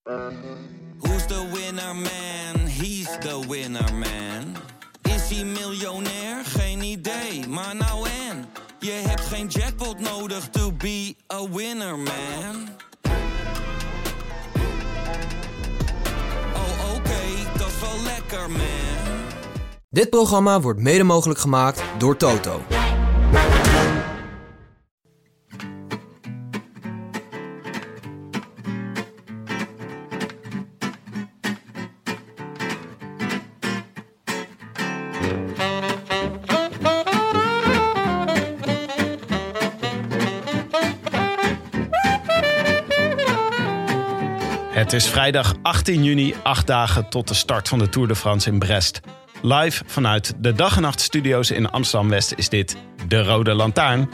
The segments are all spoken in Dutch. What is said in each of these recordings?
Who's the winner man? He's the winner man. Is hij miljonair? Geen idee, maar nou en. Je hebt geen jackpot nodig to be a winner man. Oh oké, dat is wel lekker man. Dit programma wordt mede mogelijk gemaakt door Toto. Het is vrijdag 18 juni, 8 dagen tot de start van de Tour de France in Brest. Live vanuit de Dag en Nacht Studio's in Amsterdam-West is dit De Rode Lantaarn.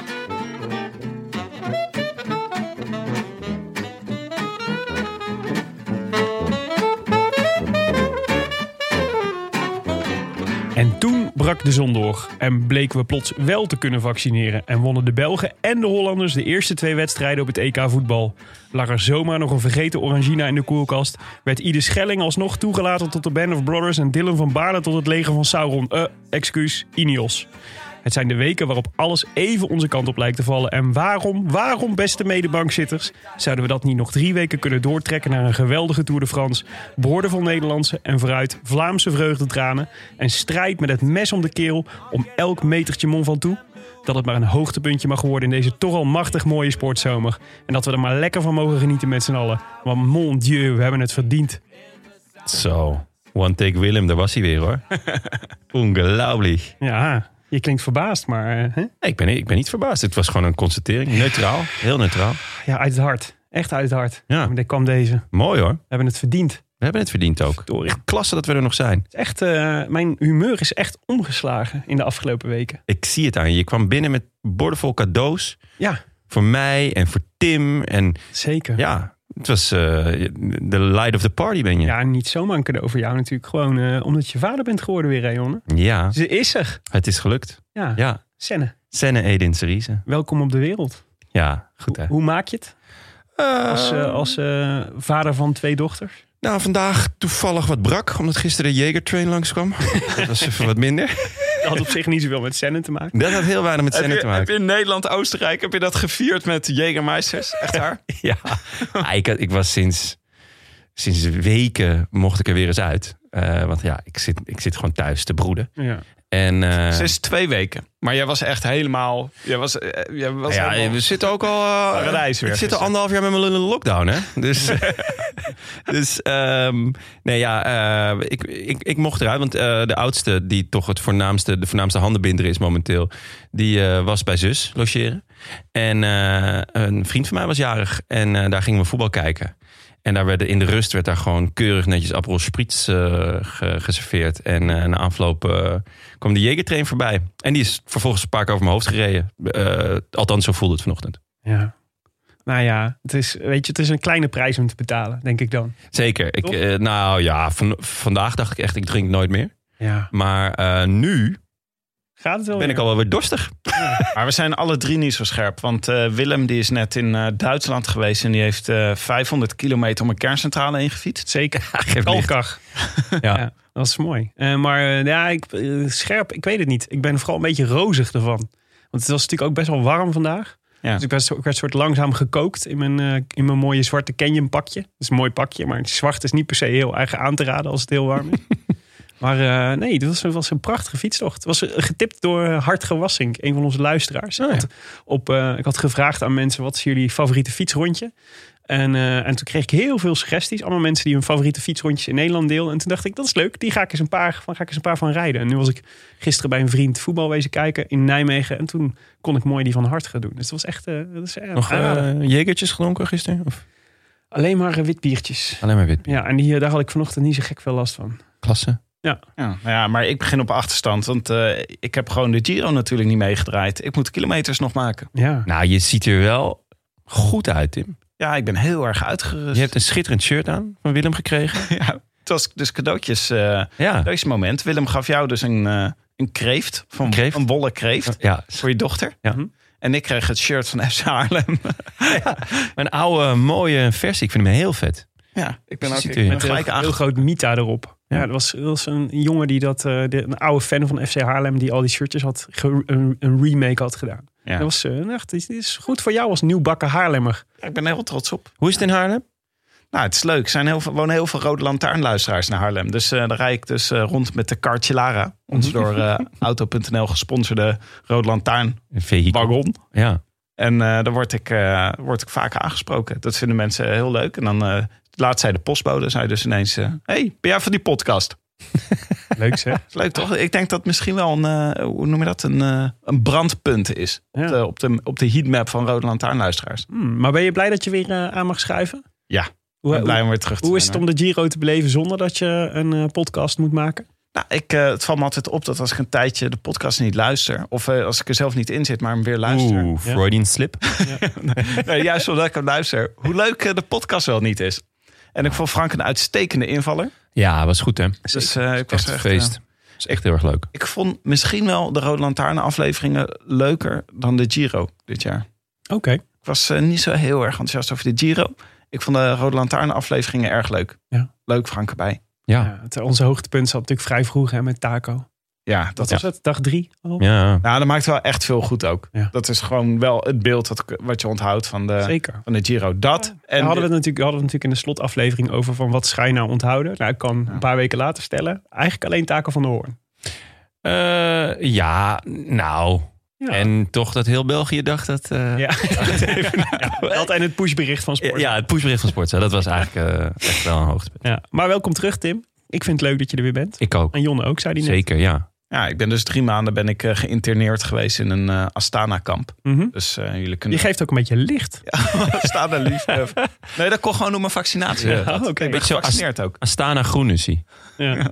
En toen brak de zon door en bleken we plots wel te kunnen vaccineren. En wonnen de Belgen en de Hollanders de eerste 2 wedstrijden op het EK voetbal. Lag er zomaar nog een vergeten Orangina in de koelkast. Werd Ide Schelling alsnog toegelaten tot de Band of Brothers en Dylan van Baarle tot het leger van Sauron. Ineos. Het zijn de weken waarop alles even onze kant op lijkt te vallen. En waarom, beste medebankzitters, zouden we dat niet nog 3 weken kunnen doortrekken naar een geweldige Tour de France? Boordevol Nederlandse en vooruit Vlaamse vreugdetranen. En strijd met het mes om de keel om elk metertje Mont Ventoux. Dat het maar een hoogtepuntje mag worden in deze toch al machtig mooie sportzomer. En dat we er maar lekker van mogen genieten met z'n allen. Want mon dieu, we hebben het verdiend. Zo, one take Willem, daar was hij weer hoor. Ongelooflijk. Ja, je klinkt verbaasd, maar... Nee, ik ben niet verbaasd. Het was gewoon een constatering. Neutraal, heel neutraal. Ja, uit het hart. Echt uit het hart. Ja. Maar kwam deze. Mooi hoor. We hebben het verdiend. We hebben het verdiend ook. Verdorie. Klasse dat we er nog zijn. Het is echt, mijn humeur is echt omgeslagen in de afgelopen weken. Ik zie het aan je. Je kwam binnen met bordenvol cadeaus. Ja. Voor mij en voor Tim. En Zeker. ja, het was de light of the party ben je. Ja, niet zomaar een cadeau voor jou natuurlijk. Gewoon omdat je vader bent geworden weer, hè, Jonne? Ja. Ze is er. Het is gelukt. Ja. Ja. Senne Edin Cerise. Welkom op de wereld. Ja, goed hè. Hoe maak je het? Als vader van 2 dochters? Nou, vandaag toevallig wat brak, omdat gisteren de Jägertrain langskwam. Dat was even wat minder. Dat had op zich niet zoveel met Senne te maken. Dat had heel weinig met Senne te maken. Heb je in Nederland, Oostenrijk, heb je dat gevierd met Jägermeisters? Echt waar? Ja, ik was sinds weken mocht ik er weer eens uit. Want ja, ik zit gewoon thuis te broeden. Ja. En, Sinds 2 weken. Maar jij was echt helemaal... we zitten ook al... Paradijs weer. Ik zit al 1,5 jaar met mijn lul in de lockdown, hè? Dus, ik mocht eruit. Want de oudste, die toch de voornaamste handenbinder is momenteel... die was bij zus logeren. En een vriend van mij was jarig. En daar gingen we voetbal kijken. En daar in de rust werd daar gewoon keurig netjes Aperol Spritz geserveerd. En na afloop kwam de Jägertrain voorbij. En die is vervolgens een paar keer over mijn hoofd gereden. Althans, zo voelde het vanochtend. Ja. Nou ja, het is een kleine prijs om te betalen, denk ik dan. Zeker. Vandaag dacht ik echt, ik drink nooit meer. Ja. Maar nu... Gaat het wel ben ik al wel weer dorstig. Ja. Maar we zijn alle 3 niet zo scherp. Want Willem die is net in Duitsland geweest. En die heeft 500 kilometer om een kerncentrale ingefietst. Zeker. Kalkag. Ja, dat is mooi. Scherp, ik weet het niet. Ik ben vooral een beetje rozig ervan. Want het was natuurlijk ook best wel warm vandaag. Ja. Dus ik werd soort langzaam gekookt in mijn mooie zwarte Canyon pakje. Dat is een mooi pakje, maar het zwart is niet per se heel erg aan te raden als het heel warm is. Maar nee, het was een prachtige fietstocht. Het was getipt door Hart Gewassink, een van onze luisteraars. Ik had gevraagd aan mensen, wat is jullie favoriete fietsrondje? En toen kreeg ik heel veel suggesties. Allemaal mensen die hun favoriete fietsrondjes in Nederland delen. En toen dacht ik, dat is leuk. Die ga ik eens een paar van rijden. En nu was ik gisteren bij een vriend voetbal wezen kijken in Nijmegen. En toen kon ik mooi die van Hart gaan doen. Dus dat was echt... Nog Jägertjes gedronken gisteren? Of? Alleen maar witbiertjes. Alleen maar witbier. Ja, en daar had ik vanochtend niet zo gek veel last van. Klasse. Ja, maar ik begin op achterstand. Want ik heb gewoon de Giro natuurlijk niet meegedraaid. Ik moet kilometers nog maken. Ja. Nou, je ziet er wel goed uit, Tim. Ja, ik ben heel erg uitgerust. Je hebt een schitterend shirt aan van Willem gekregen. Ja, het was dus cadeautjes. Deze moment. Willem gaf jou dus een kreeft. Een wollen kreeft. Ja. Voor je dochter. Ja. En ik kreeg het shirt van FC Haarlem. Ja, een oude mooie versie. Ik vind hem heel vet. Ja, ik ben ook Ziet u. met gelijk een heel groot Mita erop. Ja, dat was een jongen die een oude fan van FC Haarlem die al die shirtjes had, een remake had gedaan. Ja. Dat was echt, dit is goed voor jou als nieuwbakken Haarlemmer. Ik ben er heel trots op. Hoe is het in Haarlem? Nou, het is leuk. Er wonen heel veel Rode Lantaarnluisteraars naar Haarlem. Dus daar rijd ik dus rond met de Kartje Lara. Ons door Auto.nl gesponsorde Rode Lantaarn Een vehikel. wagon. Ja. En daar word ik vaak aangesproken. Dat vinden mensen heel leuk. En dan laat zij de postbode. Zei dus ineens, hey, ben jij van die podcast? Leuk zeg. Leuk toch? Ik denk dat misschien wel hoe noem je dat? Een brandpunt is. Ja. Op de heatmap van Rode Lantaarnluisteraars. Maar ben je blij dat je weer aan mag schuiven? Ja, ik ben blij om weer terug te Hoe is zijn, het om de Giro te beleven zonder dat je een podcast moet maken? Nou, het valt me altijd op dat als ik een tijdje de podcast niet luister... of als ik er zelf niet in zit, maar hem weer luister... Oeh, Freudian slip. Nee, juist omdat ik hem luister... hoe leuk de podcast wel niet is. En ik vond Frank een uitstekende invaller. Ja, was goed hè. Dus ik was Echt een feest. Dat is echt heel erg leuk. ik vond misschien wel de Rode Lantaarn afleveringen leuker dan de Giro dit jaar. Oké. Ik was niet zo heel erg enthousiast over de Giro. Ik vond de Rode Lantaarn afleveringen erg leuk. Ja. Leuk Frank erbij. Ja. Onze hoogtepunt zat natuurlijk vrij vroeg hè, met Taco. Ja, Dat dat was het, dag 3 al? Ja. Nou, dat maakt wel echt veel goed ook. Ja. Dat is gewoon wel het beeld wat je onthoudt van de Zeker. Giro. Dat. En hadden we het natuurlijk in de slotaflevering over van wat ga je nou onthouden? Nou, ik kan een paar weken later stellen. Eigenlijk alleen Taco van der Hoorn. Ja, nou. Ja. En toch dat heel België dacht dat... Ja. Dat en het pushbericht van Sport. Ja, het pushbericht van Sport. Dat was eigenlijk echt wel een hoogtepunt. Ja. Maar welkom terug, Tim. Ik vind het leuk dat je er weer bent. Ik ook. En Jonne ook, zei hij net. Zeker, ja. Ja, ik ben dus 3 maanden geïnterneerd geweest in een Astana-kamp. Mhm. Dus jullie Je kunnen... geeft ook een beetje licht. Astana liefhebber. Nee, dat kon gewoon door mijn vaccinatie. Ja. Dat. Oké. Ik ben gevaccineerd ook. Astana Groen is hij. Ja.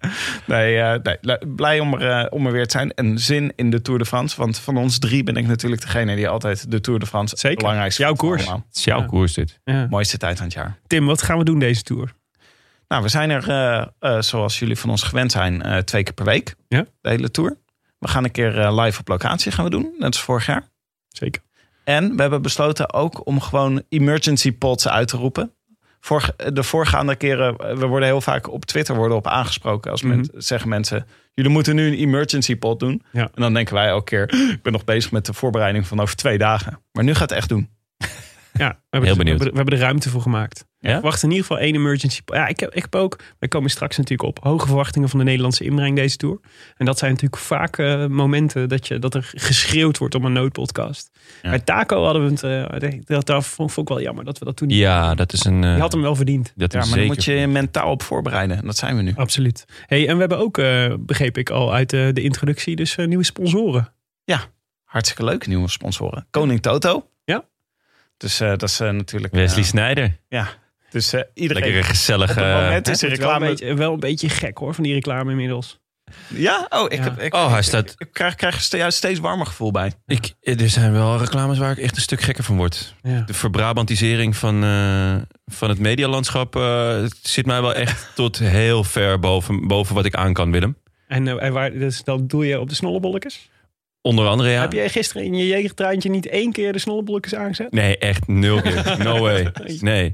Nee, blij om er weer te zijn. En zin in de Tour de France. Want van ons 3 ben ik natuurlijk degene die altijd de Tour de France... Zeker. belangrijkste Jouw vindt van koers. allemaal. Het is jouw koers dit. Ja. Mooiste tijd van het jaar. Tim, wat gaan we doen deze Tour? Nou, we zijn er, zoals jullie van ons gewend zijn, 2 keer per week. Ja. De hele Tour. We gaan een keer live op locatie gaan we doen. Net als vorig jaar. Zeker. En we hebben besloten ook om gewoon emergency pods uit te roepen. De voorgaande keren, we worden heel vaak op Twitter op aangesproken. Als zeggen mensen, jullie moeten nu een emergency pod doen. Ja. En dan denken wij elke keer, ik ben nog bezig met de voorbereiding van over 2 dagen. Maar nu gaat het echt doen. Ja, we hebben er ruimte voor gemaakt. Ja? Ik wacht in ieder geval 1 emergency. Ja, ik heb ook, wij komen straks natuurlijk op hoge verwachtingen van de Nederlandse inbreng deze Tour. En dat zijn natuurlijk vaak momenten dat er geschreeuwd wordt om een noodpodcast. Ja. Bij Taco hadden we het, dat vond ik wel jammer dat we dat toen niet. Ja, dat is een... Die had hem wel verdiend. dat Ja, is maar dan zeker. moet je je mentaal op voorbereiden. En dat zijn we nu. Absoluut. Hey, en we hebben ook, begreep ik al uit de introductie, dus nieuwe sponsoren. Hartstikke leuk, nieuwe sponsoren. Koning Toto. Ja. Dus dat is natuurlijk... Wesley Sneijder. Ja. Dus iedereen... Lekker een gezellige... Op het moment is de Het reclame... wel een beetje gek hoor, van die reclame inmiddels. Ja? Oh, hij staat... Ik krijg er juist steeds warmer gevoel bij. Er zijn wel reclames waar ik echt een stuk gekker van word. Ja. De verbrabantisering van het medialandschap zit mij wel echt tot heel ver boven wat ik aan kan, Willem. En waar, dus dan doe je op de snollebolletjes? Heb andere, ja. Heb jij gisteren in je jeugdtreintje niet 1 keer de snollebolletjes aangezet? Nee, echt 0 keer. No way. Nee,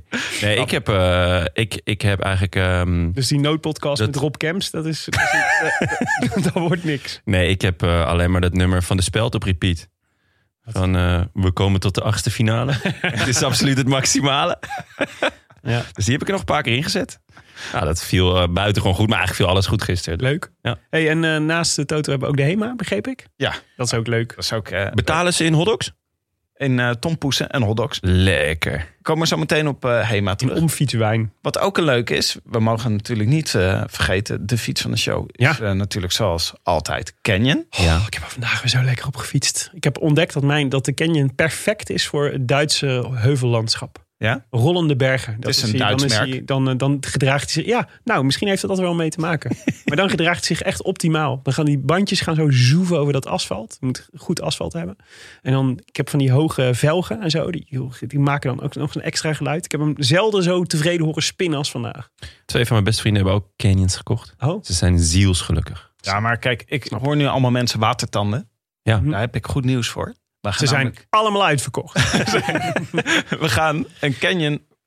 ik heb eigenlijk... Dus die noodpodcast Dat- met Rob Kemps, dat wordt niks. Nee, ik heb alleen maar dat nummer van de Speld op repeat. Van we komen tot de 8e finale. Het is absoluut het maximale. Ja. Dus die heb ik er nog een paar keer ingezet. Nou, dat viel buitengewoon goed, maar eigenlijk viel alles goed gisteren. Leuk. Ja. Hey, en naast de Toto hebben we ook de HEMA, begreep ik? Ja. Dat is ook leuk. Dat is ook Betalen ze in hotdogs? in tompoesen en hotdogs. Lekker. Komen we zo meteen op HEMA In terug. omfietswijn. Wat ook een leuk is, we mogen natuurlijk niet vergeten, de fiets van de show is natuurlijk zoals altijd Canyon. Ja. Ik heb er vandaag weer zo lekker op gefietst. Ik heb ontdekt dat de Canyon perfect is voor het Duitse heuvellandschap. Ja? Rollende bergen. is een Duits merk. Dan gedraagt hij zich... Ja, nou, misschien heeft dat er wel mee te maken. Maar dan gedraagt hij zich echt optimaal. Dan gaan die bandjes zo zoeven over dat asfalt. Je moet goed asfalt hebben. En dan, ik heb van die hoge velgen en zo. Die maken dan ook nog een extra geluid. Ik heb hem zelden zo tevreden horen spinnen als vandaag. 2 van mijn beste vrienden hebben ook Canyons gekocht. Oh, Ze zijn zielsgelukkig. Ja, maar kijk, ik hoor nu allemaal mensen watertanden. Ja. Daar heb ik goed nieuws voor. We gaan ze zijn namelijk- allemaal uitverkocht. we gaan een Canyon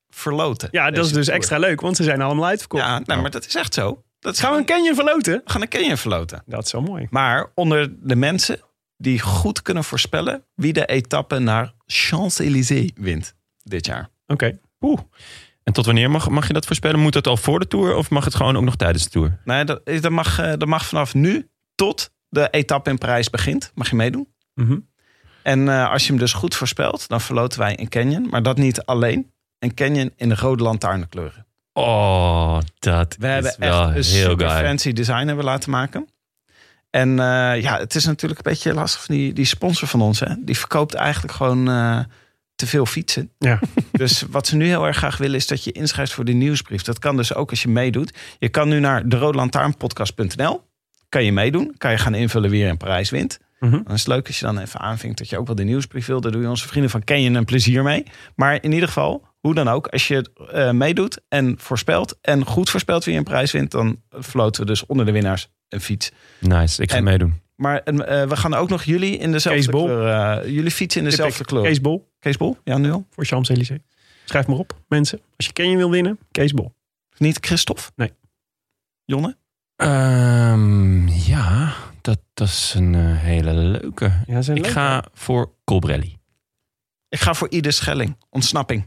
verloten. Ja, dat is deze dus tour. extra leuk, want ze zijn allemaal uitverkocht. Ja, nee, maar dat is echt zo. Gaan we een canyon verloten? We gaan een canyon verloten. Dat is wel mooi. Maar onder de mensen die goed kunnen voorspellen wie de etappe naar Champs-Élysées wint dit jaar. Oké. En tot wanneer mag je dat voorspellen? Moet dat al voor de Tour of mag het gewoon ook nog tijdens de Tour? Nee, dat mag vanaf nu tot de etappe in Parijs begint. Mag je meedoen. Mhm. En als je hem dus goed voorspelt, dan verloten wij een canyon. Maar dat niet alleen. Een canyon in de rode lantaarnkleuren. Oh, dat We is hebben wel echt een heel super geil. fancy design hebben laten maken. En het is natuurlijk een beetje lastig van die sponsor van ons. Hè? Die verkoopt eigenlijk gewoon te veel fietsen. Ja. Dus wat ze nu heel erg graag willen is dat je inschrijft voor de nieuwsbrief. Dat kan dus ook als je meedoet. Je kan nu naar deroodlantaarnpodcast.nl. Kan je meedoen. Kan je gaan invullen wie er in Parijs wint. Mhm. Dan is het leuk als je dan even aanvinkt dat je ook wel de nieuwsbrief wil. Daar doe je onze vrienden van Canyon een plezier mee. Maar in ieder geval, hoe dan ook, als je meedoet en voorspelt en goed voorspelt wie in Parijs wint, dan verloten we dus onder de winnaars een fiets. Nice, ik ga En- meedoen. Maar we gaan ook nog jullie in dezelfde Kees Bol. kleur. Jullie fietsen in dezelfde kleur. Kees Bol Kees Bol? Ja, nu al. voor Champs-Élysées. Schrijf maar op, mensen. Als je canyon wil winnen, Kees Bol. Niet Christophe? Nee. Jonne? Ja, dat is een hele leuke. Ja, zijn Ik leuk, ga voor Colbrelli. Ik ga voor Ieder Schelling. Ontsnapping.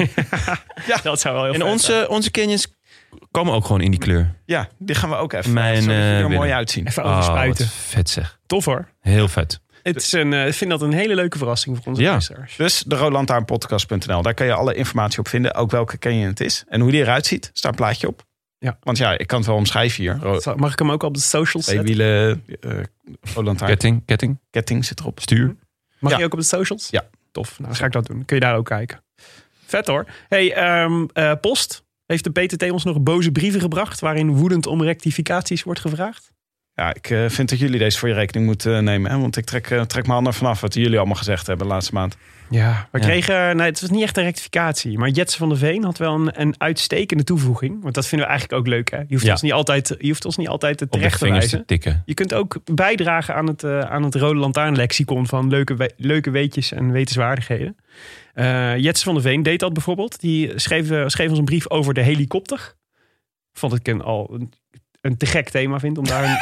Dat zou wel heel En vet zijn. onze canyons komen ook gewoon in die kleur. Ja, die gaan we ook even. Mijn, zodat die er winnen. mooi uitzien. Even Oh, overspuiten. wat vet zeg. Tof hoor. Heel vet. Het is ik vind dat een hele leuke verrassing voor onze Ja. luisteraars. Dus de roodlantaarnpodcast.nl. Daar kan je alle informatie op vinden. Ook welke canyon het is. En hoe die eruit ziet. Staat een plaatje op. Ja. Want ja, ik kan het wel omschrijven hier. Mag ik hem ook op de socials Twee zetten? wielen, roodlantaarn. Ketting, Zit erop. stuur. Mag Ja. je ook op de socials? Ja. Tof, nou dan ga ik dat doen. Kun je daar ook kijken. Vet hoor. Hey, Post. Heeft de PTT ons nog boze brieven gebracht waarin woedend om rectificaties wordt gevraagd? Ja, ik vind dat jullie deze voor je rekening moeten nemen. Hè? Want ik trek mijn handen vanaf wat jullie allemaal gezegd hebben de laatste maand. Ja, we kregen, nee, het was niet echt een rectificatie. Maar Jets van der Veen had wel een uitstekende toevoeging. Want dat vinden we eigenlijk ook leuk. Hè? Je hoeft ons niet altijd te Op de terecht te vingers wijzen. te tikken. Je kunt ook bijdragen aan het Rode Lantaarnlexicon van leuke weetjes en wetenswaardigheden. Jets van der Veen deed dat bijvoorbeeld. Die schreef ons een brief over de helikopter. Vond ik een te gek thema vind om daar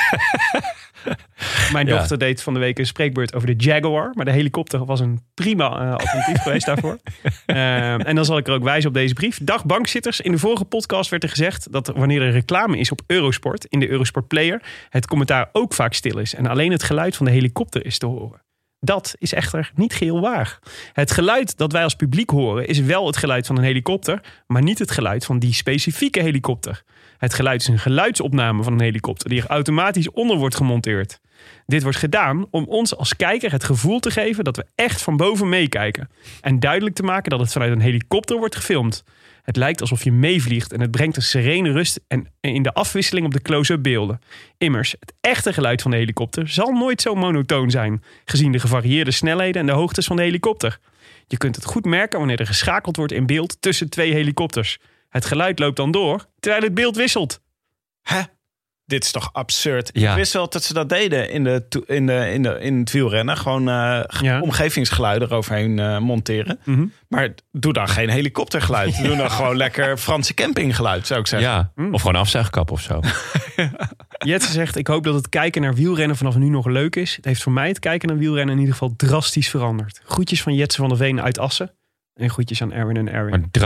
Mijn dochter deed van de week een spreekbeurt over de Jaguar. Maar de helikopter was een prima alternatief geweest daarvoor. En dan zal ik er ook wijzen op deze brief. Dag bankzitters. In de vorige podcast werd er gezegd dat wanneer er reclame is op Eurosport, in de Eurosport Player, het commentaar ook vaak stil is. En alleen het geluid van de helikopter is te horen. Dat is echter niet geheel waar. Het geluid dat wij als publiek horen is wel het geluid van een helikopter, maar niet het geluid van die specifieke helikopter. Het geluid is een geluidsopname van een helikopter die er automatisch onder wordt gemonteerd. Dit wordt gedaan om ons als kijker het gevoel te geven dat we echt van boven meekijken. En duidelijk te maken dat het vanuit een helikopter wordt gefilmd. Het lijkt alsof je meevliegt en het brengt een serene rust en in de afwisseling op de close-up beelden. Immers, het echte geluid van de helikopter zal nooit zo monotoon zijn, gezien de gevarieerde snelheden en de hoogtes van de helikopter. Je kunt het goed merken wanneer er geschakeld wordt in beeld tussen twee helikopters. Het geluid loopt dan door, terwijl het beeld wisselt. Hè? Dit is toch absurd? Ja. Ik wist wel dat ze dat deden in het wielrennen. Gewoon omgevingsgeluiden eroverheen monteren. Mm-hmm. Maar doe dan geen helikoptergeluid. Doe dan gewoon lekker Franse campinggeluid, zou ik zeggen. Ja, of gewoon afzuigkap of zo. Jetse zegt, ik hoop dat het kijken naar wielrennen vanaf nu nog leuk is. Het heeft voor mij het kijken naar wielrennen in ieder geval drastisch veranderd. Groetjes van Jetse van der Veen uit Assen. En groetjes aan Erwin en Erwin. Maar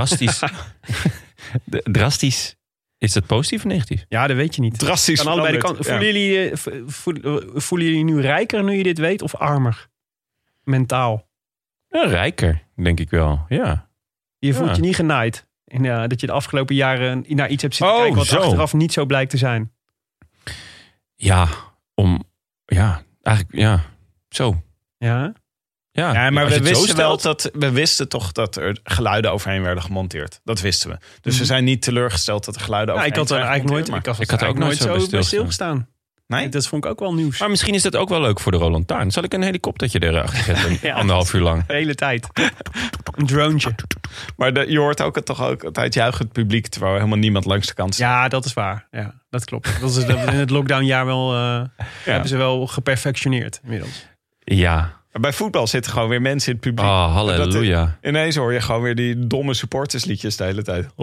drastisch, is dat positief of negatief? Ja, dat weet je niet. Drastisch Aan allebei de kanten. veranderd. Voelen jullie nu rijker nu je dit weet of armer? Mentaal. Ja, rijker, denk ik wel. Ja. Je voelt Ja. je niet genaaid. En, dat je de afgelopen jaren naar iets hebt zitten kijken wat zo. achteraf niet zo blijkt te zijn. Ja, eigenlijk, ja. Zo. Ja? Ja, maar als je we het zo wisten wel stelt- we wisten toch dat er geluiden overheen werden gemonteerd. Dat wisten we. Dus we zijn niet teleurgesteld dat er geluiden Nou, ik overheen had er zijn eigenlijk nooit, gemonteerd, ik had er ook nooit zo bij bij stilgestaan. stilgestaan. Nee? Dat vond ik ook wel nieuws. Maar misschien is dat ook wel leuk voor de Roland Taarn. Zal ik een helikoptertje erachter zetten? Ja. 1,5 uur lang. De hele tijd. Een dronetje. Maar je hoort ook toch ook altijd juichend publiek, terwijl helemaal niemand langs de kant staat. Ja, dat is waar. Ja, dat klopt. Dat in het lockdownjaar wel hebben ze wel geperfectioneerd inmiddels. Ja. Maar bij voetbal zitten gewoon weer mensen in het publiek. Oh, halleluja. Ineens hoor je gewoon weer die domme supportersliedjes de hele tijd.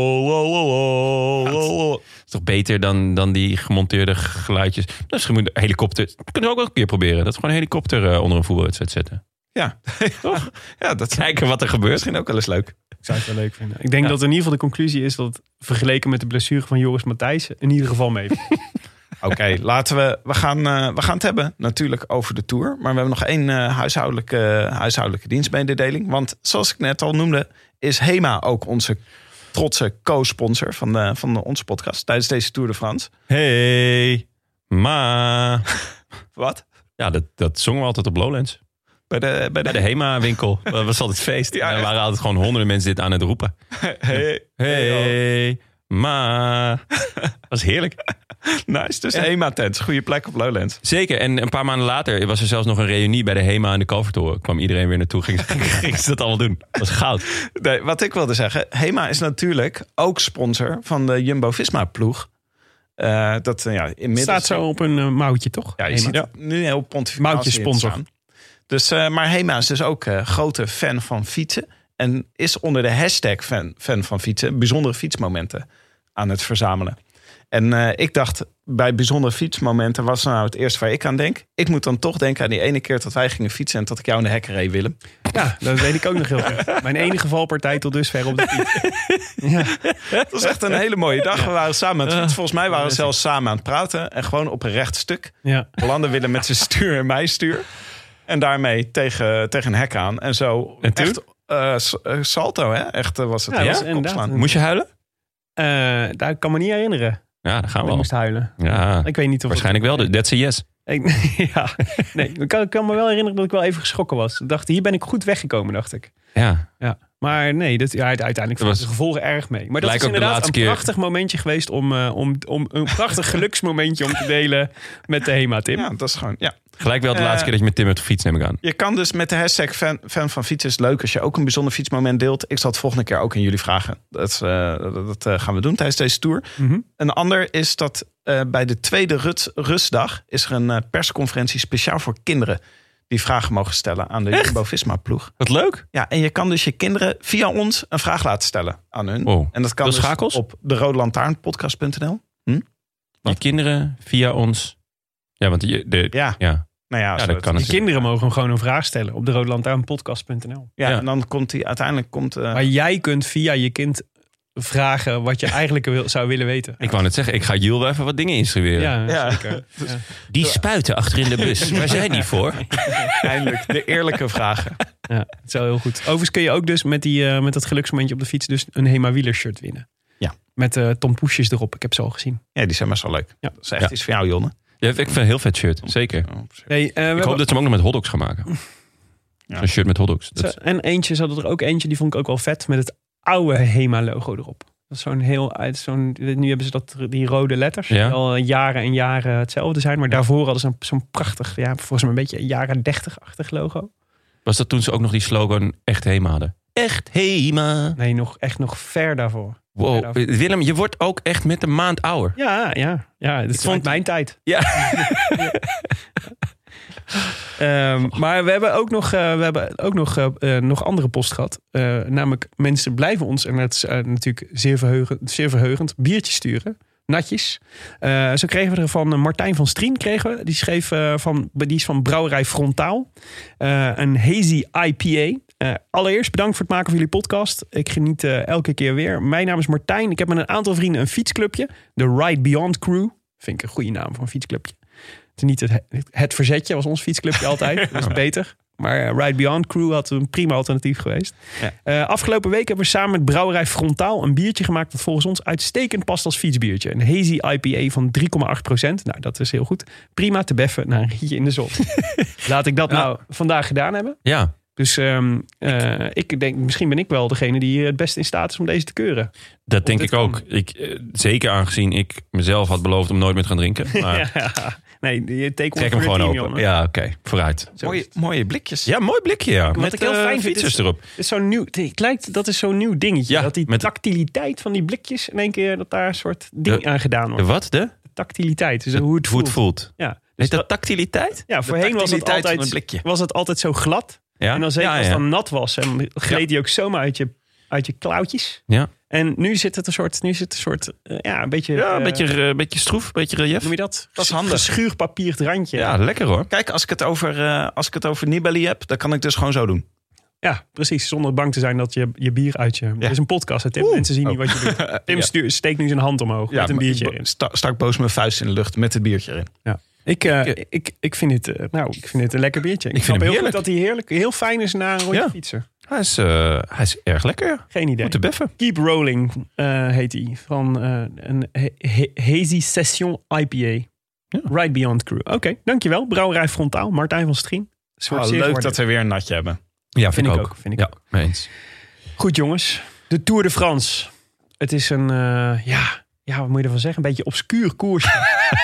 Het is toch beter dan die gemonteerde geluidjes. Dat is een helikopter. Dat kunnen we ook wel een keer proberen. Dat is gewoon een helikopter onder een voetbalwedstrijd zetten. Ja, toch? Ja, dat Kijken wat er gebeurt. misschien ook wel eens leuk. Ik zou het wel leuk vinden. Ik denk dat in ieder geval de conclusie is dat het vergeleken met de blessure van Joris Matthijssen in ieder geval mee. Oké, laten we gaan het hebben natuurlijk over de Tour. Maar we hebben nog één huishoudelijke dienstmededeling. Want zoals ik net al noemde, is HEMA ook onze trotse co-sponsor van onze podcast tijdens deze Tour de France. Hey, ma. Wat? Ja, dat zongen we altijd op Lowlands. Bij De HEMA-winkel. Dat was altijd feest. Ja, er waren altijd gewoon honderden mensen dit aan het roepen. Hey, ma. Dat was heerlijk. Nice, dus de HEMA-tent. Goede plek op Lowlands. Zeker, en een paar maanden later was er zelfs nog een reunie bij de HEMA in de Kalvertoren. Kwam iedereen weer naartoe, ging ze dat allemaal doen. Dat was goud. Nee, wat ik wilde zeggen, HEMA is natuurlijk ook sponsor van de Jumbo-Visma-ploeg. Inmiddels Staat zo op een mouwtje, toch? Ja, je HEMA. ziet nu heel pontificaal Moutjesponsor. staan. Dus, maar HEMA is dus ook grote fan van fietsen. En is onder de hashtag fan van fietsen bijzondere fietsmomenten aan het verzamelen. En ik dacht, bij bijzondere fietsmomenten was nou het eerste waar ik aan denk. Ik moet dan toch denken aan die ene keer dat wij gingen fietsen en dat ik jou in de hekken reed, Willem. Ja, dat weet ik ook nog heel goed. Mijn enige valpartij tot dusver op de fiets. Ja. Het was echt een hele mooie dag. We waren samen aan het fietsen. Volgens mij waren we zelfs samen aan het praten. En gewoon op een recht stuk. Ja. Landde Willem met zijn stuur en mijn stuur. En daarmee tegen een hek aan. En zo En toen? echt salto, hè? Echt was het Ja, heel was erg inderdaad opslaan. een- Moest je huilen? Daar kan me niet herinneren. Ja, daar gaan we Ik al. moest huilen. Ja, Ik weet niet of waarschijnlijk wel. That's a yes. Ja, nee, ik kan me wel herinneren dat ik wel even geschrokken was. Ik dacht, hier ben ik goed weggekomen, dacht ik. Ja. Ja. Maar nee, uiteindelijk was de gevolgen erg mee. Maar dat Lijkt is ook de inderdaad laatste een keer. prachtig momentje geweest om een prachtig geluksmomentje om te delen met de HEMA, Tim. Ja, dat is gewoon, ja. Gelijk wel de laatste keer dat je met Tim op de fiets, neem ik aan. Je kan dus met de hashtag fan van fietsen is leuk als je ook een bijzonder fietsmoment deelt. Ik zal het volgende keer ook aan jullie vragen. Dat gaan we doen tijdens deze tour. Mhm. Een ander is dat bij de tweede rustdag is er een persconferentie speciaal voor kinderen die vragen mogen stellen aan de Jumbo-Visma-ploeg. Wat leuk. Ja, en je kan dus je kinderen via ons een vraag laten stellen aan hun. Wow. En dat kan Veel dus schakels? op de rodelantaarnpodcast.nl. Je kinderen via ons. Ja, want Ja, nou ja, Ja, zo dat het- kan Die het. kinderen mogen hem gewoon een vraag stellen op de rodelantaarnpodcast.nl. Ja, Ja. en dan komt hij uiteindelijk Maar jij kunt via je kind vragen wat je eigenlijk zou willen weten. Ik wou net zeggen, ik ga Jules wel even wat dingen instrueren. Ja, Ja. zeker. Ja. Die spuiten achter in de bus. Waar zijn die voor? eindelijk de eerlijke vragen. Ja, het is wel heel goed. Overigens kun je ook dus met dat geluksmomentje op de fiets dus een HEMA wielershirt winnen. Ja. Met Tom Poesjes erop. Ik heb ze al gezien. Ja, die zijn best wel leuk. Ja. Dat is echt Ja. iets voor jou, Jonne. Ja, ik vind een heel vet shirt. Zeker. Hey, Ik hoop dat ze hem ook nog met hotdogs gaan maken. Ja. Een shirt met hotdogs. Dat is- En eentje, ze hadden er ook eentje, die vond ik ook wel vet, met het oude HEMA-logo erop. Dat is nu hebben ze die rode letters, Ja. die al jaren en jaren hetzelfde zijn. Maar daarvoor hadden ze zo'n prachtig, volgens mij een beetje een jaren 30-achtig logo. Was dat toen ze ook nog die slogan echt HEMA hadden? Echt HEMA. Nee, nog ver daarvoor. Wow, Willem, je wordt ook echt met een maand ouder. Ja, dat is vond- mijn tijd. Ja. Maar we hebben ook nog andere post gehad. Namelijk, mensen blijven ons, en dat is natuurlijk zeer verheugend, biertjes sturen. Natjes. Zo kregen we er van Martijn van Strien. Die schreef die is van Brouwerij Frontaal. Een hazy IPA. Allereerst bedankt voor het maken van jullie podcast. Ik geniet elke keer weer. Mijn naam is Martijn. Ik heb met een aantal vrienden een fietsclubje. De Ride Beyond Crew. Vind ik een goede naam voor een fietsclubje. Het is niet het verzetje, was ons fietsclubje altijd. Dat is beter. Maar Ride Beyond Crew had een prima alternatief geweest. Ja. Afgelopen week hebben we samen met Brouwerij Frontaal een biertje gemaakt dat volgens ons uitstekend past als fietsbiertje. Een hazy IPA van 3,8%. Nou, dat is heel goed. Prima te beffen na een rietje in de zon. Laat ik dat nou vandaag gedaan hebben. Ja. Dus ik denk, misschien ben ik wel degene die het best in staat is om deze te keuren. Dat denk dit ik ook. Zeker aangezien ik mezelf had beloofd om nooit meer te gaan drinken. Maar Nee, je take trek hem gewoon open. Ja, oké. Vooruit. Mooie blikjes. Ja, mooi blikje. Ja. Wat Met ik heel fijn vind fietsers is- erop. Het is zo'n nieuw, het lijkt, dat is zo'n nieuw dingetje. Ja, dat die met- tactiliteit van die blikjes in één keer dat daar een soort ding aan gedaan De wordt. wat? De? Tactiliteit, dus hoe het Hoe het voelt. voelt. Ja, Heet dat tactiliteit? Ja, voorheen was het altijd zo glad. Ja? En dan zeker als het dan nat was. En gleed Ja. die ook zomaar uit je klauwtjes. Ja. En nu zit het een soort een beetje... Ja, een beetje stroef, een beetje relief. Noem je dat? Dat is handig. Geschuurpapierd randje. Ja, lekker hoor. Kijk, als ik het over Nibali heb, dan kan ik dus gewoon zo doen. Ja, precies. Zonder bang te zijn dat je bier uit je... Het is een podcast, hè, Tim. Mensen zien niet wat je doet. Tim steekt nu zijn hand omhoog met een biertje erin. Stak boos mijn vuist in de lucht met het biertje erin. Ja. Ik vind dit een lekker biertje. Ik snap heel goed dat hij heel fijn is na een rondje fietsen. Hij is erg lekker. Geen idee. Moet te beffen. Keep Rolling heet hij. Van een Hazy Session IPA. Ja. Right Beyond Crew. Oké, dankjewel. Brouwerij Frontaal. Martijn van Strien. Leuk dat we weer een natje hebben. Ja, vind ik ook. Vind ik ook. Mee eens. Goed jongens. De Tour de France. Het is een, wat moet je ervan zeggen? Een beetje obscuur koersje.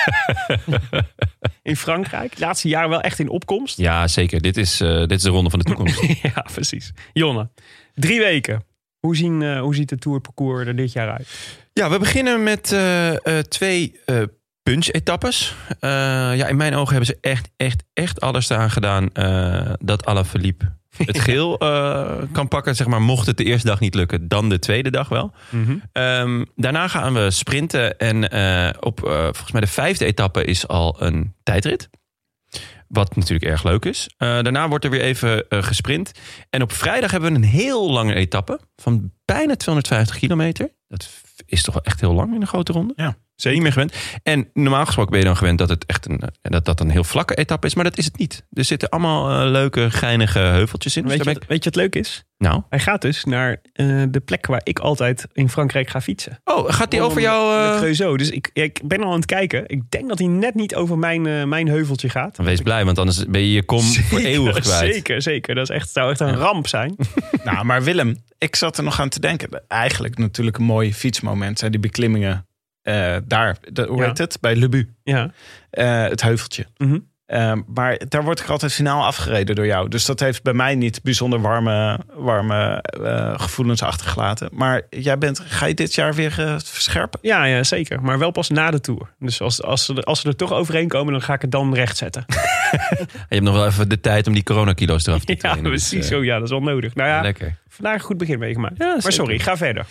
In Frankrijk. De laatste jaren wel echt in opkomst. Ja, zeker. Dit is de ronde van de toekomst. Ja, precies. Jonne, 3 weken. Hoe ziet de Tourparcours er dit jaar uit? Ja, we beginnen met 2 punch-etappes. In mijn ogen hebben ze echt alles eraan gedaan dat Alaphilippe het geel kan pakken. Zeg maar, mocht het de eerste dag niet lukken, dan de tweede dag wel. Mm-hmm. Daarna gaan we sprinten. En volgens mij de 5e etappe is al een tijdrit. Wat natuurlijk erg leuk is. Daarna wordt er weer even gesprint. En op vrijdag hebben we een heel lange etappe van bijna 250 kilometer. Dat is toch wel echt heel lang in een grote ronde. Ja. Zeker niet meer gewend. En normaal gesproken ben je dan gewend dat het echt een heel vlakke etappe is. Maar dat is het niet. Er zitten allemaal leuke, geinige heuveltjes in. Weet je wat leuk is? Nou? Hij gaat dus naar de plek waar ik altijd in Frankrijk ga fietsen. Oh, gaat die over jou? Creusot. Dus ik ben al aan het kijken. Ik denk dat hij net niet over mijn heuveltje gaat. Wees blij, want anders ben je je kom voor eeuwig kwijt. Zeker. Dat zou echt een ramp zijn. Nou, maar Willem, ik zat er nog aan te denken. Eigenlijk natuurlijk een mooi fietsmoment zijn die beklimmingen hoe heet het? Bij Le But. Ja. Het heuveltje. Mm-hmm. Maar daar word ik altijd finaal afgereden door jou. Dus dat heeft bij mij niet bijzonder warme gevoelens achtergelaten. Maar ga je dit jaar weer verscherpen? Ja, zeker. Maar wel pas na de Tour. Dus als ze er toch overheen komen, dan ga ik het dan rechtzetten. Je hebt nog wel even de tijd om die coronakilo's eraf te trainen. Ja, precies. Zo, ja, dat is wel nodig. Nou ja, lekker. Vandaag een goed begin meegemaakt. Ja, maar sorry, ga verder.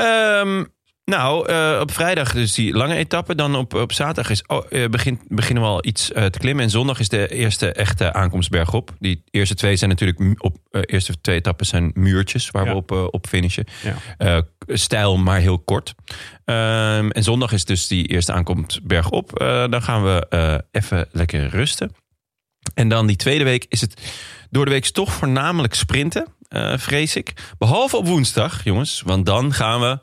Op vrijdag dus die lange etappe. Dan op zaterdag beginnen we al iets te klimmen. En zondag is de eerste echte aankomst bergop. Die eerste 2 zijn natuurlijk eerste 2 etappes zijn muurtjes waar we op finishen. Ja. Steil, maar heel kort. En zondag is dus die eerste aankomst bergop. Dan gaan we even lekker rusten. En dan die tweede week is het door de week toch voornamelijk sprinten, vrees ik. Behalve op woensdag, jongens. Want dan gaan we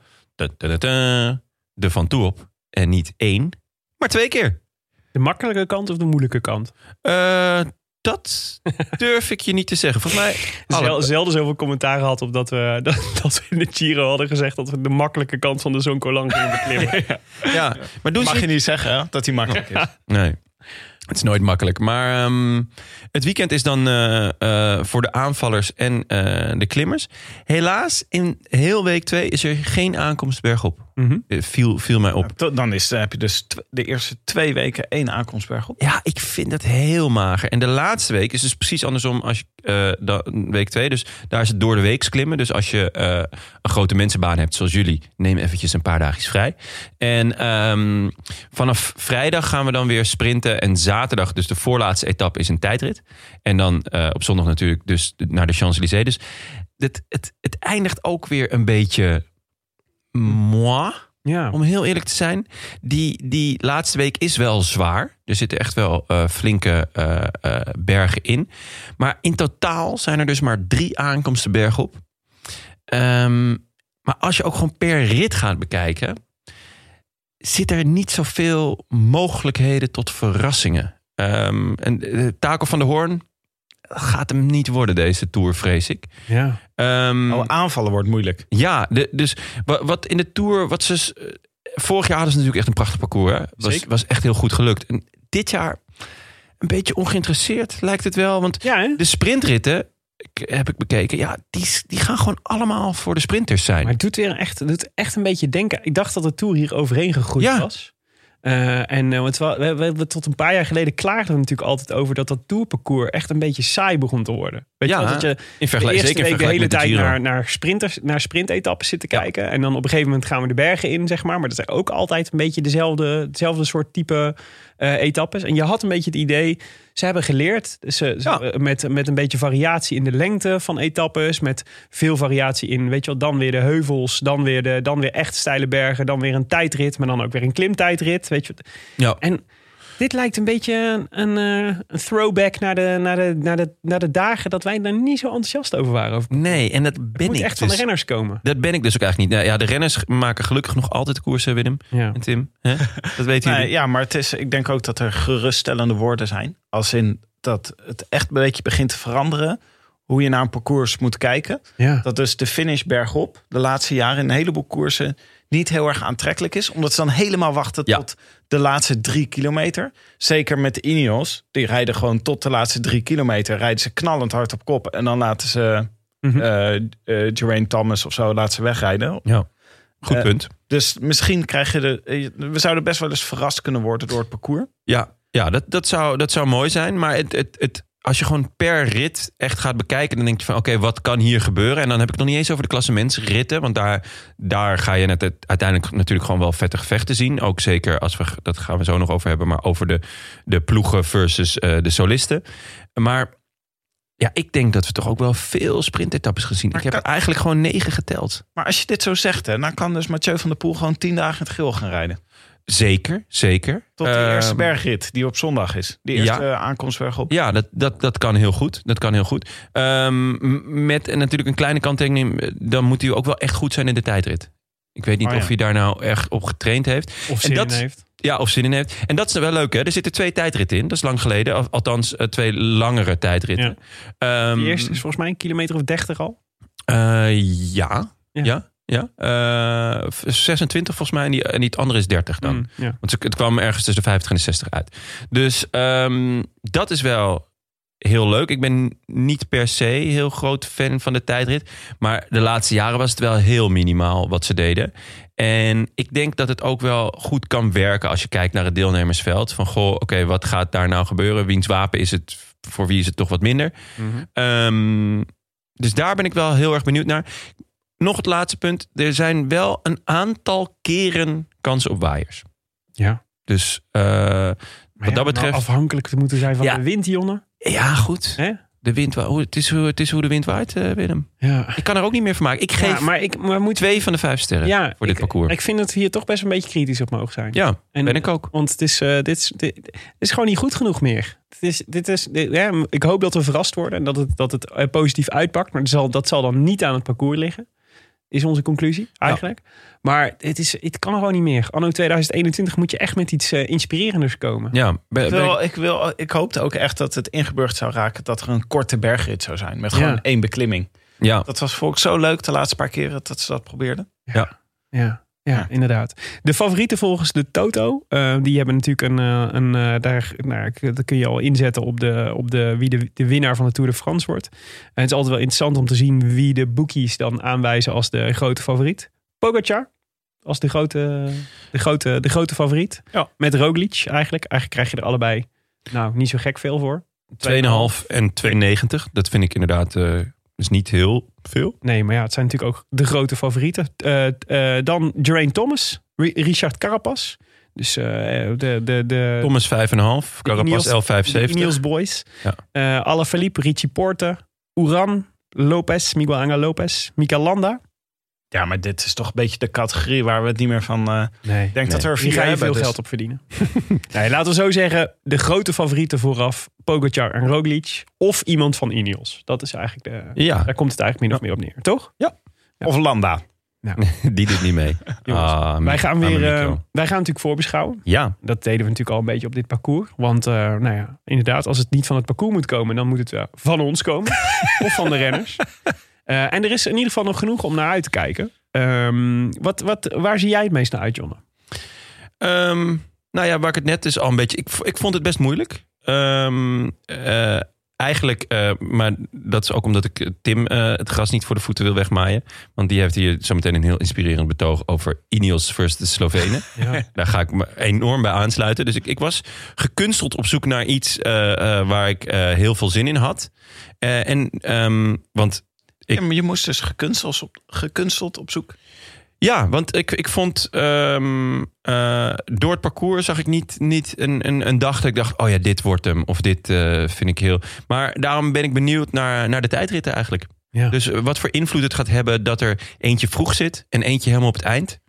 de Van Toe op. En niet 1, maar 2 keer. De makkelijke kant of de moeilijke kant? Dat durf ik je niet te zeggen. Volgens mij zelden zoveel commentaar gehad op dat we in de Giro hadden gezegd dat we de makkelijke kant van de Zoncolan gingen beklimmen. Ja, maar mag je niet zeggen hè, dat die makkelijk is. Nee. Het is nooit makkelijk. Maar het weekend is dan voor de aanvallers en de klimmers. Helaas, in heel week 2 is er geen aankomst bergop. Mm-hmm. Viel mij op. Ja, dan heb je dus de eerste 2 weken 1 aankomst bergop. Ja, ik vind dat heel mager. En de laatste week is dus precies andersom als week 2. Dus daar is het door de weeks klimmen. Dus als je een grote mensenbaan hebt zoals jullie, neem eventjes een paar dagjes vrij. En vanaf vrijdag gaan we dan weer sprinten. En zaterdag, dus de voorlaatste etappe, is een tijdrit. En dan op zondag natuurlijk dus naar de Champs-Élysées. Dus het eindigt ook weer een beetje moi. Ja. Om heel eerlijk te zijn. Die laatste week is wel zwaar. Er zitten echt wel flinke bergen in. Maar in totaal zijn er dus maar 3 aankomsten bergop. Maar als je ook gewoon per rit gaat bekijken, zit er niet zoveel mogelijkheden tot verrassingen. En Taco van der Hoorn gaat hem niet worden deze Tour, vrees ik. Ja. Aanvallen wordt moeilijk. Ja, dus wat in de Tour, vorig jaar hadden ze natuurlijk echt een prachtig parcours. Hè? Was echt heel goed gelukt. En dit jaar een beetje ongeïnteresseerd lijkt het wel. Want de sprintritten, heb ik bekeken, ja, die gaan gewoon allemaal voor de sprinters zijn. Maar het doet echt een beetje denken. Ik dacht dat de Tour hier overheen gegroeid was. Want we tot een paar jaar geleden klaagden we natuurlijk altijd over dat tourparcours echt een beetje saai begon te worden. Weet je wel, dat je in vergelijking, de eerste week de hele met de tijd Giro. naar sprintetappes zit te kijken. En dan op een gegeven moment gaan we de bergen in, zeg maar. Maar dat zijn ook altijd een beetje dezelfde soort type etappes. En je had een beetje het idee, ze hebben geleerd. Met een beetje variatie in de lengte van etappes. Met veel variatie in, weet je wel, dan weer de heuvels. Dan weer echt steile bergen. Dan weer een tijdrit, maar dan ook weer een klimtijdrit. Weet je. Ja. En dit lijkt een beetje een throwback naar de dagen dat wij daar niet zo enthousiast over waren. Nee, en dat ben ik. Het moet echt van de renners komen. Dat ben ik dus ook eigenlijk niet. Nou, ja, de renners maken gelukkig nog altijd koersen, Willem en Tim. Hè? Dat weten jullie. Ja, maar ik denk ook dat er geruststellende woorden zijn. Als in dat het echt een beetje begint te veranderen hoe je naar een parcours moet kijken. Ja. Dat dus de finish bergop de laatste jaren in een heleboel koersen niet heel erg aantrekkelijk is. Omdat ze dan helemaal wachten tot de laatste 3 kilometer. Zeker met de Ineos. Die rijden gewoon tot de laatste 3 kilometer. Rijden ze knallend hard op kop. En dan laten ze Geraint Thomas of zo laten ze wegrijden. Ja, goed punt. Dus misschien krijg je we zouden best wel eens verrast kunnen worden door het parcours. Ja, dat zou mooi zijn. Maar als je gewoon per rit echt gaat bekijken, dan denk je van oké, wat kan hier gebeuren? En dan heb ik nog niet eens over de klassementsritten. Want daar ga je uiteindelijk natuurlijk gewoon wel vette gevechten zien. Ook zeker als dat gaan we zo nog over hebben, maar over de ploegen versus de solisten. Maar ja, ik denk dat we toch ook wel veel sprintetappes gezien. Ik heb er eigenlijk gewoon 9 geteld. Maar als je dit zo zegt, dan kan dus Mathieu van der Poel gewoon 10 dagen in het geel gaan rijden. Zeker. Tot de eerste bergrit die op zondag is. Die eerste aankomstberg op. Ja, dat kan heel goed. Met natuurlijk een kleine kanttekening. Dan moet hij ook wel echt goed zijn in de tijdrit. Ik weet niet of hij daar nou echt op getraind heeft. Of zin in heeft. Ja, of zin in heeft. En dat is wel leuk, hè? Er zitten 2 tijdritten in. Dat is lang geleden. Althans, 2 langere tijdritten. Ja. Die eerste is volgens mij 1 kilometer of 30 al. Ja. 26 volgens mij en die andere is 30 dan. Want het kwam ergens tussen de 50 en de 60 uit. Dus dat is wel heel leuk. Ik ben niet per se heel groot fan van de tijdrit. Maar de laatste jaren was het wel heel minimaal wat ze deden. En ik denk dat het ook wel goed kan werken als je kijkt naar het deelnemersveld. Van oké, wat gaat daar nou gebeuren? Wiens wapen is het? Voor wie is het toch wat minder? Dus daar ben ik wel heel erg benieuwd naar. Nog het laatste punt. Er zijn wel een aantal keren kansen op waaiers. Ja. Dus wat dat betreft... afhankelijk te moeten zijn van de wind, Jonne. Ja, goed. Hè? De wind, het is hoe de wind waait, Willem. Ja. Ik kan er ook niet meer van maken. Ik geef maar 2 van de 5 sterren voor dit parcours. Ik vind dat we hier toch best een beetje kritisch op mogen zijn. Ja, ben ik ook. Want dit is gewoon niet goed genoeg meer. Ik hoop dat we verrast worden en dat het positief uitpakt. Maar dat zal dan niet aan het parcours liggen. Is onze conclusie eigenlijk. Ja. Maar het kan gewoon niet meer. Anno 2021 moet je echt met iets inspirerenders komen. Ja, ik hoopte ook echt dat het ingeburgerd zou raken dat er een korte bergrit zou zijn. Met gewoon 1 beklimming. Ja. Dat was volgens mij zo leuk de laatste paar keren dat ze dat probeerden. Ja, inderdaad. De favorieten volgens de Toto. Die hebben natuurlijk daar kun je al inzetten op wie de winnaar van de Tour de France wordt. En het is altijd wel interessant om te zien wie de bookies dan aanwijzen als de grote favoriet. Pogacar als de grote favoriet. Ja. Met Roglic eigenlijk. Eigenlijk krijg je er allebei niet zo gek veel voor. 2,5 en 2,90. Dat vind ik inderdaad... is niet heel veel. Nee, maar het zijn natuurlijk ook de grote favorieten. Dan Geraint Thomas, Richard Carapaz. Dus Thomas 5,5, Carapaz 11,75. Ineos Boys. Ja. Alaphilippe, Richie Porte, Uran, Lopez, Miguel Angel Lopez, Mikel Landa. Ja, maar dit is toch een beetje de categorie waar we het niet meer van... Ik denk dat er 4 ga je veel geld op verdienen. Laten we zo zeggen, de grote favorieten vooraf. Pogacar en Roglic. Of iemand van Ineos. Dat is eigenlijk daar komt het eigenlijk min of meer op neer, toch? Ja. Of Landa. Nou. Die doet niet mee. Wij gaan natuurlijk voorbeschouwen. Ja. Dat deden we natuurlijk al een beetje op dit parcours. Want inderdaad, als het niet van het parcours moet komen, dan moet het wel van ons komen. Of van de renners. En er is in ieder geval nog genoeg om naar uit te kijken. Waar zie jij het meest naar uit, Jonne? Waar ik het net dus al een beetje... Ik vond het best moeilijk. eigenlijk, maar dat is ook omdat ik Tim het gras niet voor de voeten wil wegmaaien. Want die heeft hier zometeen een heel inspirerend betoog over Ineos versus de Slovenen. Ja. Daar ga ik me enorm bij aansluiten. Dus ik was gekunsteld op zoek naar iets waar ik heel veel zin in had. Want Ja, maar je moest dus gekunsteld op zoek. ja, want ik vond door het parcours zag ik niet een dag dat ik dacht, oh ja, dit wordt hem. Of dit vind ik heel... Maar daarom ben ik benieuwd naar de tijdritten eigenlijk. Ja. Dus wat voor invloed het gaat hebben dat er eentje vroeg zit en eentje helemaal op het eind.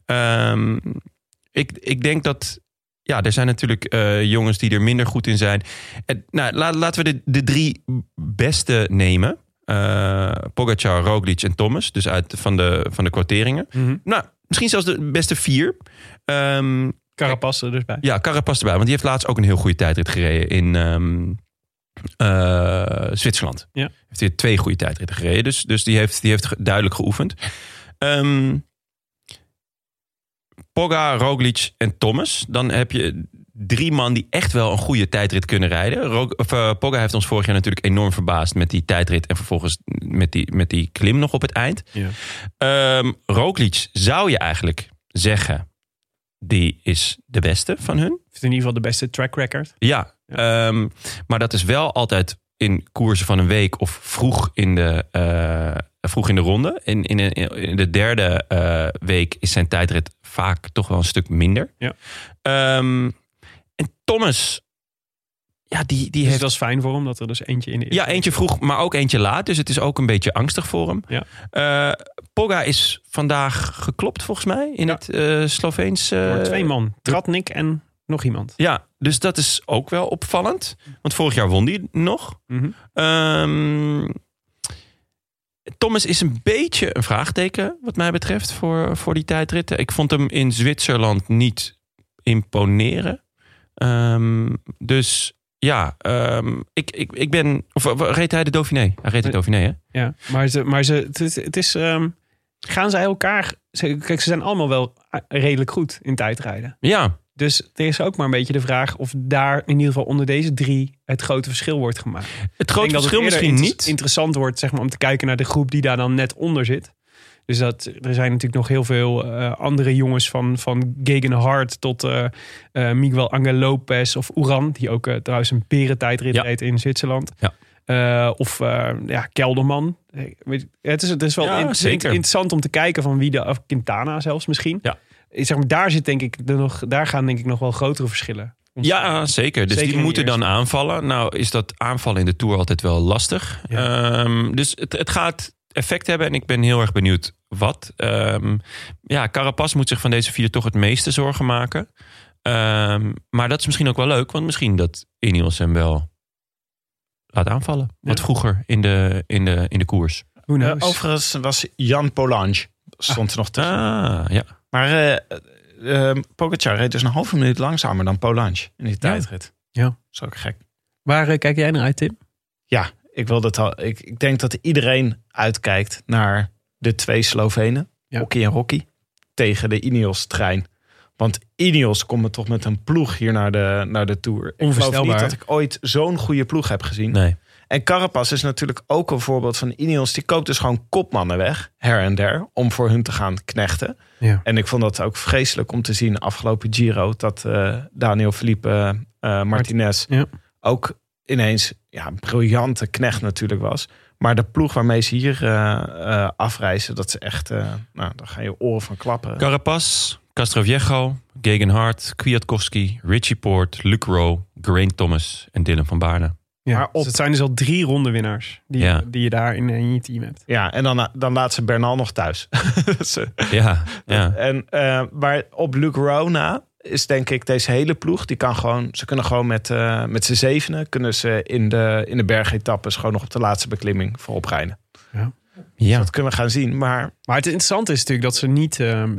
Ik denk dat... Ja, er zijn natuurlijk jongens die er minder goed in zijn. Laten we de 3 beste nemen. Pogacar, Roglic en Thomas. Dus van de quoteringen. Mm-hmm. Nou, misschien zelfs de beste 4. Carapaz er dus bij. Ja, Carapaz erbij. Want die heeft laatst ook een heel goede tijdrit gereden in Zwitserland. Ja. Heeft hij 2 goede tijdritten gereden. Dus die heeft duidelijk geoefend. Pogga, Roglic en Thomas. Dan heb je 3 man die echt wel een goede tijdrit kunnen rijden. Pogga heeft ons vorig jaar natuurlijk enorm verbaasd met die tijdrit en vervolgens met die klim nog op het eind. Ja. Roglic zou je eigenlijk zeggen, die is de beste van hun. Heeft in ieder geval de beste track record. Ja, maar dat is wel altijd in koersen van een week of vroeg in de ronde. In de derde week is zijn tijdrit vaak toch wel een stuk minder. Ja. En Thomas, ja, die Dus heeft... dat is fijn voor hem, dat er dus eentje in de eerste... Ja, eentje vroeg, maar ook eentje laat. Dus het is ook een beetje angstig voor hem. Ja. Pogga is vandaag geklopt volgens mij in het Sloveens... Door 2 man. Tratnik en nog iemand. Ja, dus dat is ook wel opvallend. Want vorig jaar won die nog. Mm-hmm. Thomas is een beetje een vraagteken wat mij betreft voor die tijdritten. Ik vond hem in Zwitserland niet imponeren. Dus ja, ik ben... Of reed hij de Dauphiné? Hij reed de Dauphiné, hè? Ja, maar het is... gaan zij elkaar... Kijk, ze zijn allemaal wel redelijk goed in tijdrijden. Ja. Dus er is ook maar een beetje de vraag of daar in ieder geval onder deze 3 het grote verschil wordt gemaakt. Het grote verschil misschien niet. Interessant wordt, zeg maar, om te kijken naar de groep die daar dan net onder zit. Dus er zijn natuurlijk nog heel veel andere jongens van Geoghegan Hart tot Miguel Angel Lopez of Uran, die ook trouwens een perentijdrit reed in Zwitserland. Ja. Of Kelderman. Het is wel interessant om te kijken van wie of Quintana zelfs misschien. Ja. Zeg maar, daar gaan denk ik nog wel grotere verschillen. Ja, zeker. Dus Zeker die moeten dan aanvallen. Nou is dat aanvallen in de Tour altijd wel lastig. Ja. Dus het gaat effect hebben en ik ben heel erg benieuwd wat. Carapaz moet zich van deze 4 toch het meeste zorgen maken. Maar dat is misschien ook wel leuk, want misschien dat Ineos hem wel laat aanvallen. Wat vroeger in de koers. Overigens was Jan Polanyi stond er nog tussen. Ja. Maar Pogacar reed dus een halve minuut langzamer dan Polanyi in die tijdrit. Ja. Dat is ook gek. Waar kijk jij naar uit, Tim? Ja, ik denk dat iedereen uitkijkt naar de 2 Slovenen. Ja. Hockey en Rocky. Tegen de Ineos-trein. Want Ineos komt toch met een ploeg hier naar de Tour. Ik geloof niet dat ik ooit zo'n goede ploeg heb gezien. Nee. En Carapaz is natuurlijk ook een voorbeeld van Ineos. Die koopt dus gewoon kopmannen weg, her en der, om voor hun te gaan knechten. Ja. En ik vond dat ook vreselijk om te zien afgelopen Giro, dat Daniel Felipe Martinez ook ineens een briljante knecht natuurlijk was. Maar de ploeg waarmee ze hier afreizen, dat is echt, daar ga je oren van klappen. Carapaz, Castroviejo, Geoghegan Hart, Kwiatkowski, Richie Porte, Luc Rowe, Geraint Thomas en Dylan van Baarle. Ja, dus het zijn dus al 3 rondewinnaars die je daar in je team hebt. Ja, en dan laat ze Bernal nog thuis. Ja. En maar op Luc Rowe na is denk ik deze hele ploeg, ze kunnen gewoon met z'n 7 kunnen ze in de bergetappes gewoon nog op de laatste beklimming voorop rijden. Ja. Dus dat kunnen we gaan zien. Maar het interessante is natuurlijk dat ze niet...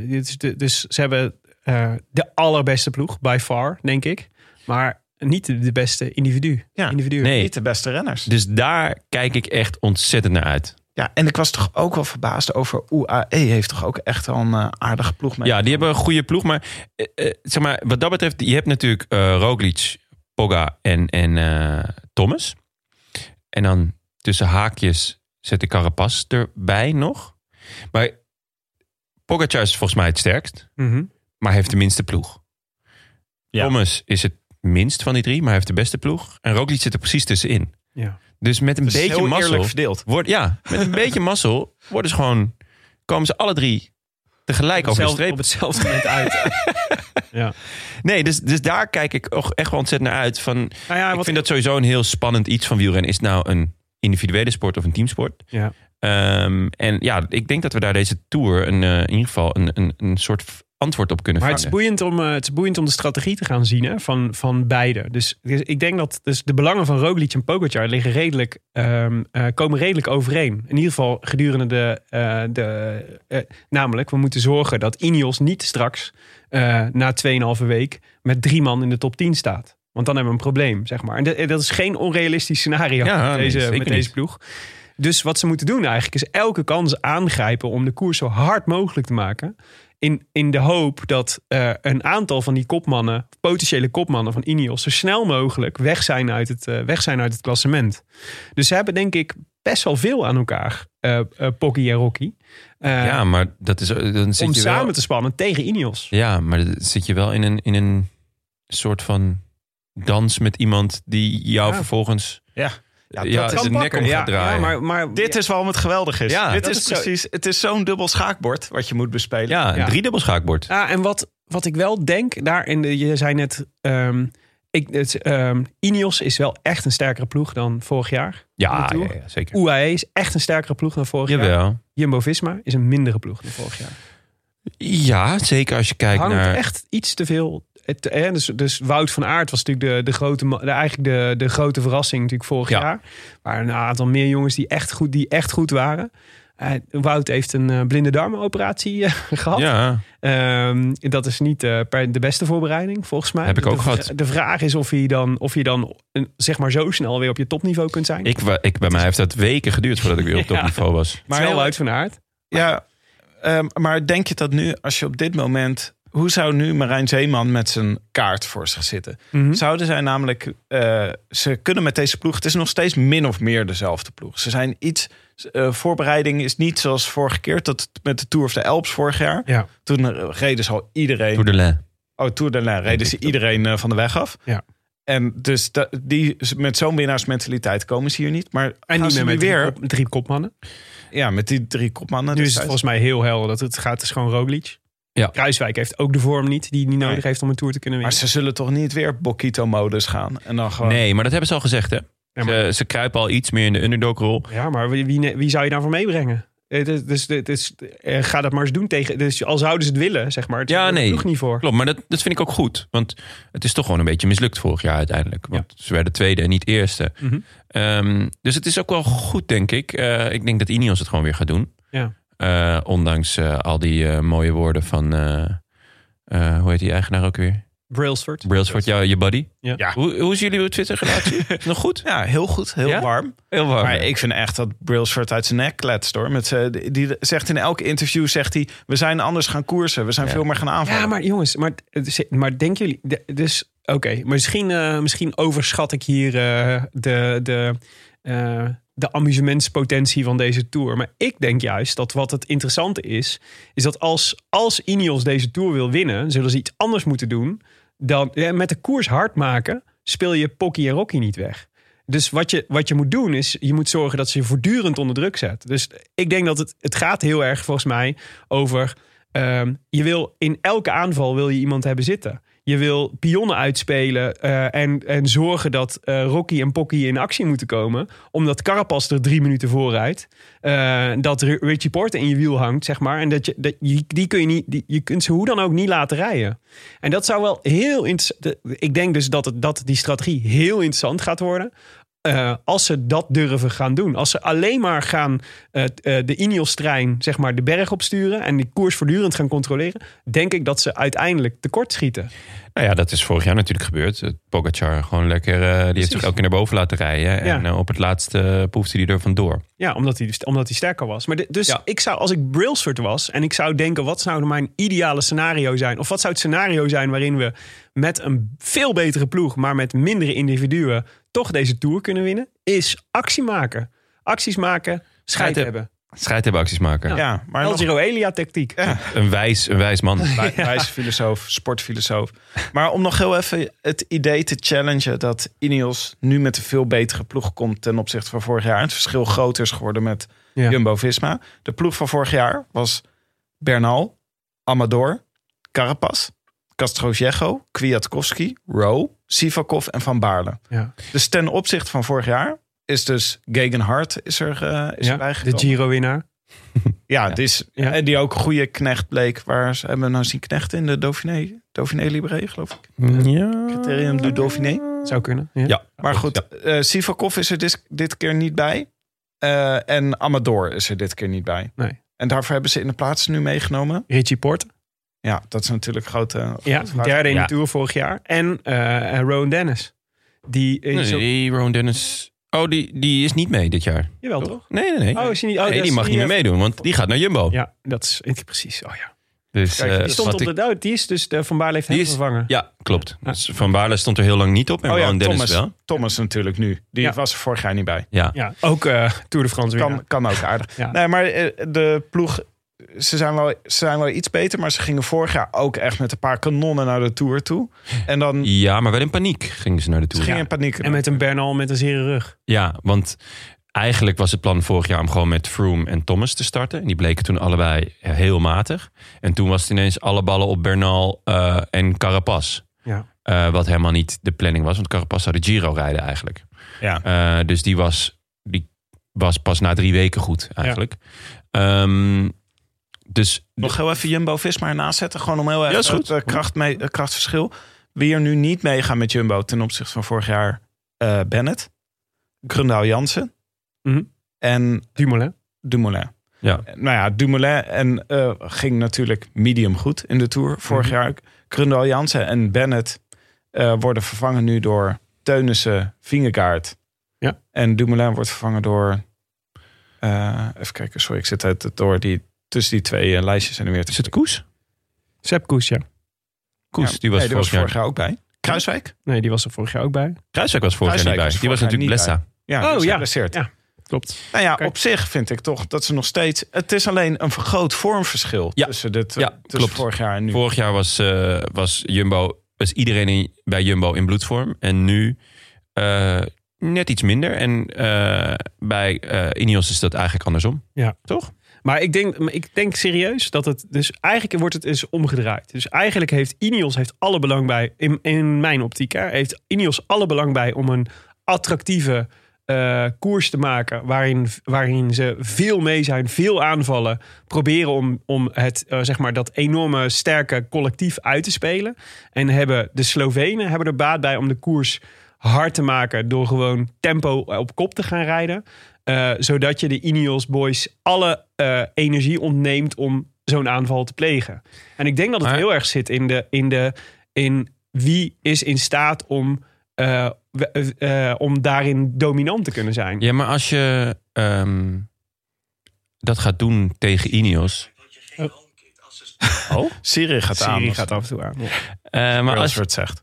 dus ze hebben de allerbeste ploeg, by far, denk ik. Maar niet de beste individu. Nee, niet de beste renners. Dus daar kijk ik echt ontzettend naar uit. Ja, en ik was toch ook wel verbaasd over UAE heeft toch ook echt wel een aardige ploeg mee. Ja, die hebben een goede ploeg. Maar zeg maar, wat dat betreft, je hebt natuurlijk Roglic, Pogga en Thomas. En dan tussen haakjes zet ik Carapaz erbij nog. Maar Pogačar is volgens mij het sterkst. Maar heeft de minste ploeg. Ja. Thomas is het minst van die 3, maar hij heeft de beste ploeg. En Roglic zit er precies tussenin. Ja. Dus met een beetje mazzel verdeeld. Met een beetje mazzel komen ze alle 3 tegelijk over de streep. Op hetzelfde moment uit. Ja. Nee, dus daar kijk ik echt wel ontzettend naar uit. Ik vind dat sowieso een heel spannend iets van wielrennen. Is het nou een individuele sport of een teamsport? Ja. En ja, ik denk dat we daar deze Tour in ieder geval een soort antwoord op kunnen vangen. Maar het is boeiend om de strategie te gaan zien, hè, van beide. Dus ik denk dat de belangen van Roglic en Pogačar liggen komen redelijk overeen. In ieder geval gedurende namelijk, we moeten zorgen dat Ineos niet straks na 2,5 week met 3 man in de top 10 staat. Want dan hebben we een probleem, zeg maar. En dat is geen onrealistisch scenario met deze ploeg. Dus wat ze moeten doen eigenlijk is elke kans aangrijpen om de koers zo hard mogelijk te maken. In de hoop dat een aantal van die kopmannen, potentiële kopmannen van Ineos, zo snel mogelijk weg zijn uit het klassement. Dus ze hebben denk ik best wel veel aan elkaar, Pocky en Rocky. Ja, maar dat is dan zit om je samen wel te spannen tegen Ineos. Ja, maar dan zit je wel in een soort van dans met iemand die jou vervolgens dat de nek om gaat draaien. Ja, maar dit is waarom het geweldig is. Ja, dit is precies. Het is zo'n dubbel schaakbord wat je moet bespelen. Ja, een 3-dubbel schaakbord. Ja, en wat ik wel denk, je zei net, Ineos is wel echt een sterkere ploeg dan vorig jaar. Ja, zeker. UAE is echt een sterkere ploeg dan vorig jaar. Jumbo-Visma is een mindere ploeg dan vorig jaar. Ja, zeker als je kijkt hangt naar echt iets te veel. Dus Wout van Aert was natuurlijk de grote verrassing natuurlijk vorig jaar. Maar een aantal meer jongens die echt goed waren. Wout heeft een blinde darmenoperatie gehad. Ja. Dat is niet de beste voorbereiding, volgens mij. Heb ik ook gehad. De vraag is of je dan zeg maar zo snel weer op je topniveau kunt zijn. Bij mij heeft dat weken geduurd voordat ik weer op topniveau was. Maar heel Wout van Aert. Ja, maar denk je dat nu, als je op dit moment... Hoe zou nu Marijn Zeeman met zijn kaart voor zich zitten? Mm-hmm. Zouden zij namelijk... ze kunnen met deze ploeg... Het is nog steeds min of meer dezelfde ploeg. Ze zijn iets... voorbereiding is niet zoals vorige keer... met de Tour of the Alps vorig jaar. Ja. Toen reden ze al iedereen... Tour de l'Ain. Tour de l'Ain. Reden ze iedereen van de weg af. Ja. En dus met zo'n winnaarsmentaliteit komen ze hier niet. Maar en niet meer met weer 3 kopmannen. Ja, met die 3 kopmannen. Nu is het volgens mij heel helder dat het gaat. Het is gewoon Roglic. Ja. Kruiswijk heeft ook de vorm niet die hij nodig heeft om een Tour te kunnen winnen. Maar ze zullen toch niet weer Bokito-modus gaan? En dan gewoon... Nee, maar dat hebben ze al gezegd, hè? Ja, ze kruipen al iets meer in de underdog-rol. Ja, maar wie zou je daarvoor meebrengen? Ga dat maar eens doen tegen... Dus al zouden ze het willen, zeg maar. Het nog niet voor. Klopt, maar dat vind ik ook goed. Want het is toch gewoon een beetje mislukt vorig jaar uiteindelijk. Want ze werden tweede en niet eerste. Mm-hmm. Dus het is ook wel goed, denk ik. Ik denk dat Ineos het gewoon weer gaat doen. Ja. Ondanks al die mooie woorden van... hoe heet die eigenaar ook weer? Brailsford, je buddy. Ja. Hoe is jullie Twitter-relatie? Is het nog goed? Ja, heel goed. Heel warm. Heel warm. Maar ik vind echt dat Brailsford uit zijn nek kletst, hoor. Die zegt in elk interview, we zijn anders gaan koersen. We zijn veel meer gaan aanvallen. Ja, maar jongens, maar denken jullie... Dus, oké, misschien overschat ik hier de amusementspotentie van deze Tour. Maar ik denk juist dat wat het interessante is dat als Ineos deze Tour wil winnen, zullen ze iets anders moeten doen dan met de koers hard maken, speel je Pocky en Rocky niet weg. Dus wat je moet doen is, je moet zorgen dat ze je voortdurend onder druk zet. Dus ik denk dat het gaat heel erg volgens mij over, je wil in elke aanval wil je iemand hebben zitten. Je wil pionnen uitspelen en zorgen dat Rocky en Pocky in actie moeten komen. Omdat Carapaz er 3 minuten voorrijdt. Dat Richie Porte in je wiel hangt, zeg maar. En die kun je niet, je kunt ze hoe dan ook niet laten rijden. En dat zou wel heel interessant... Ik denk dus dat die strategie heel interessant gaat worden. Als ze dat durven gaan doen. Als ze alleen maar gaan de Ineos-trein, zeg maar, de berg opsturen en die koers voortdurend gaan controleren, denk ik dat ze uiteindelijk tekort schieten. Nou ja, dat is vorig jaar natuurlijk gebeurd. Pogacar gewoon lekker, die heeft zich elke keer naar boven laten rijden. Ja. En op het laatste poefde hij er vandoor. Ja, omdat hij sterker was. Maar ik zou, als ik Brailsford was en ik zou denken, wat zou mijn ideale scenario zijn? Of wat zou het scenario zijn waarin we met een veel betere ploeg, maar met mindere individuen, toch deze Tour kunnen winnen? Is actie maken. Acties maken, scheid hebben. Scheid hebben, acties maken. Ja, maar El nog Giro Elia tactiek. Ja. Een wijs man. wijze filosoof, sportfilosoof. Maar om nog heel even het idee te challengen dat Ineos nu met een veel betere ploeg komt ten opzichte van vorig jaar. Het verschil groter is geworden met Jumbo-Visma. De ploeg van vorig jaar was Bernal, Amador, Carapaz, Castrojego, Kwiatkowski, Rowe, Sivakov en Van Baarle. Ja. Dus ten opzichte van vorig jaar is dus Geoghegan Hart is erbij De gekomen. Giro-winnaar. Ja, en die ook een goede knecht bleek. Waar ze hebben we nou zien knechten in de Dauphiné Libéré, geloof ik. Ja. Criterium du Dauphiné. Zou kunnen. Ja. Ja. Maar goed, Sivakov is er dit keer niet bij. En Amador is er dit keer niet bij. Nee. En daarvoor hebben ze in de plaats nu meegenomen. Richie Porte. Ja, dat is natuurlijk grote Ja, vraag. derde in de Ja. Tour vorig jaar. En Rowan Dennis. Die Rowan Dennis... Oh, die is niet mee dit jaar. Jawel, toch? Nee. Oh, is hij niet? Oh, Nee, dat die is mag niet meer meedoen, want die gaat naar Jumbo. Ja, dat is precies. Oh ja. Dus, Kijk, Die stond wat op ik- de dood. Die is dus Van Baarle heeft Die hem is- vervangen. Ja, klopt. Dus Van Baarle stond er heel lang niet op en Rowan Dennis wel. Thomas natuurlijk nu. Die Ja. was er vorig jaar niet bij. Ja. Ja, ook Tour de France winnaar. Kan ook aardig. Ja. Nee, maar de ploeg, ze zijn wel iets beter. Maar ze gingen vorig jaar ook echt met een paar kanonnen naar de Tour toe. En dan Ja, maar wel in paniek gingen ze naar de Tour. ging in paniek. En met een Bernal met een zere rug. Ja, want eigenlijk was het plan vorig jaar om gewoon met Froome en Thomas te starten. En die bleken toen allebei heel matig. En toen was het ineens alle ballen op Bernal en Carapaz. Ja. Wat helemaal niet de planning was, want Carapaz zou de Giro rijden eigenlijk. Ja. Dus die was pas na 3 weken goed eigenlijk. Dus Nog heel even Jumbo-Visma ernaast zetten. Gewoon om heel even Ja, is goed. het krachtverschil. Wie er nu niet meegaan met Jumbo ten opzichte van vorig jaar. Bennett, Grundahl Jansen en Dumoulin. ja. Nou ja, Dumoulin ging natuurlijk medium goed in de Tour vorig jaar. Grundahl Jansen en Bennett worden vervangen nu door Teunissen, Vingegaard. Ja. En Dumoulin wordt vervangen door... even kijken, sorry, ik zit door tussen die twee lijstjes en weer te... Is het Koes? Sepp Koes, ja. Koes, Ja, die was nee, vorig jaar. jaar ook bij. Kruiswijk? Nee, die was er vorig jaar ook bij. Kruiswijk was vorig jaar niet bij. Kruiswijk Die was vorig jaar natuurlijk niet Blessa. Ja, Oh, dus ja. geblesseerd. Ja, klopt. Nou ja, Kijk. op zich vind ik toch dat ze nog steeds... Het is alleen een groot vormverschil Ja. tussen Ja, klopt. vorig jaar en nu. Vorig jaar was iedereen bij Jumbo in bloedvorm. En nu net iets minder. En bij Ineos is dat eigenlijk andersom. Ja. Toch? Maar ik denk serieus dat het... Dus eigenlijk wordt het eens omgedraaid. Dus eigenlijk heeft Ineos alle belang bij... In mijn optiek, hè, heeft Ineos alle belang bij om een attractieve koers te maken. Waarin ze veel mee zijn, veel aanvallen. Proberen om het, zeg maar, dat enorme sterke collectief uit te spelen. En de Slovenen hebben er baat bij om de koers hard te maken. Door gewoon tempo op kop te gaan rijden. Zodat je de Ineos boys alle energie ontneemt om zo'n aanval te plegen. En ik denk dat het heel erg zit in wie is in staat om daarin dominant te kunnen zijn. Ja, maar als je dat gaat doen tegen Ineos... Siri gaat aan. Siri gaat af en toe aan. Ja. maar Als het zegt.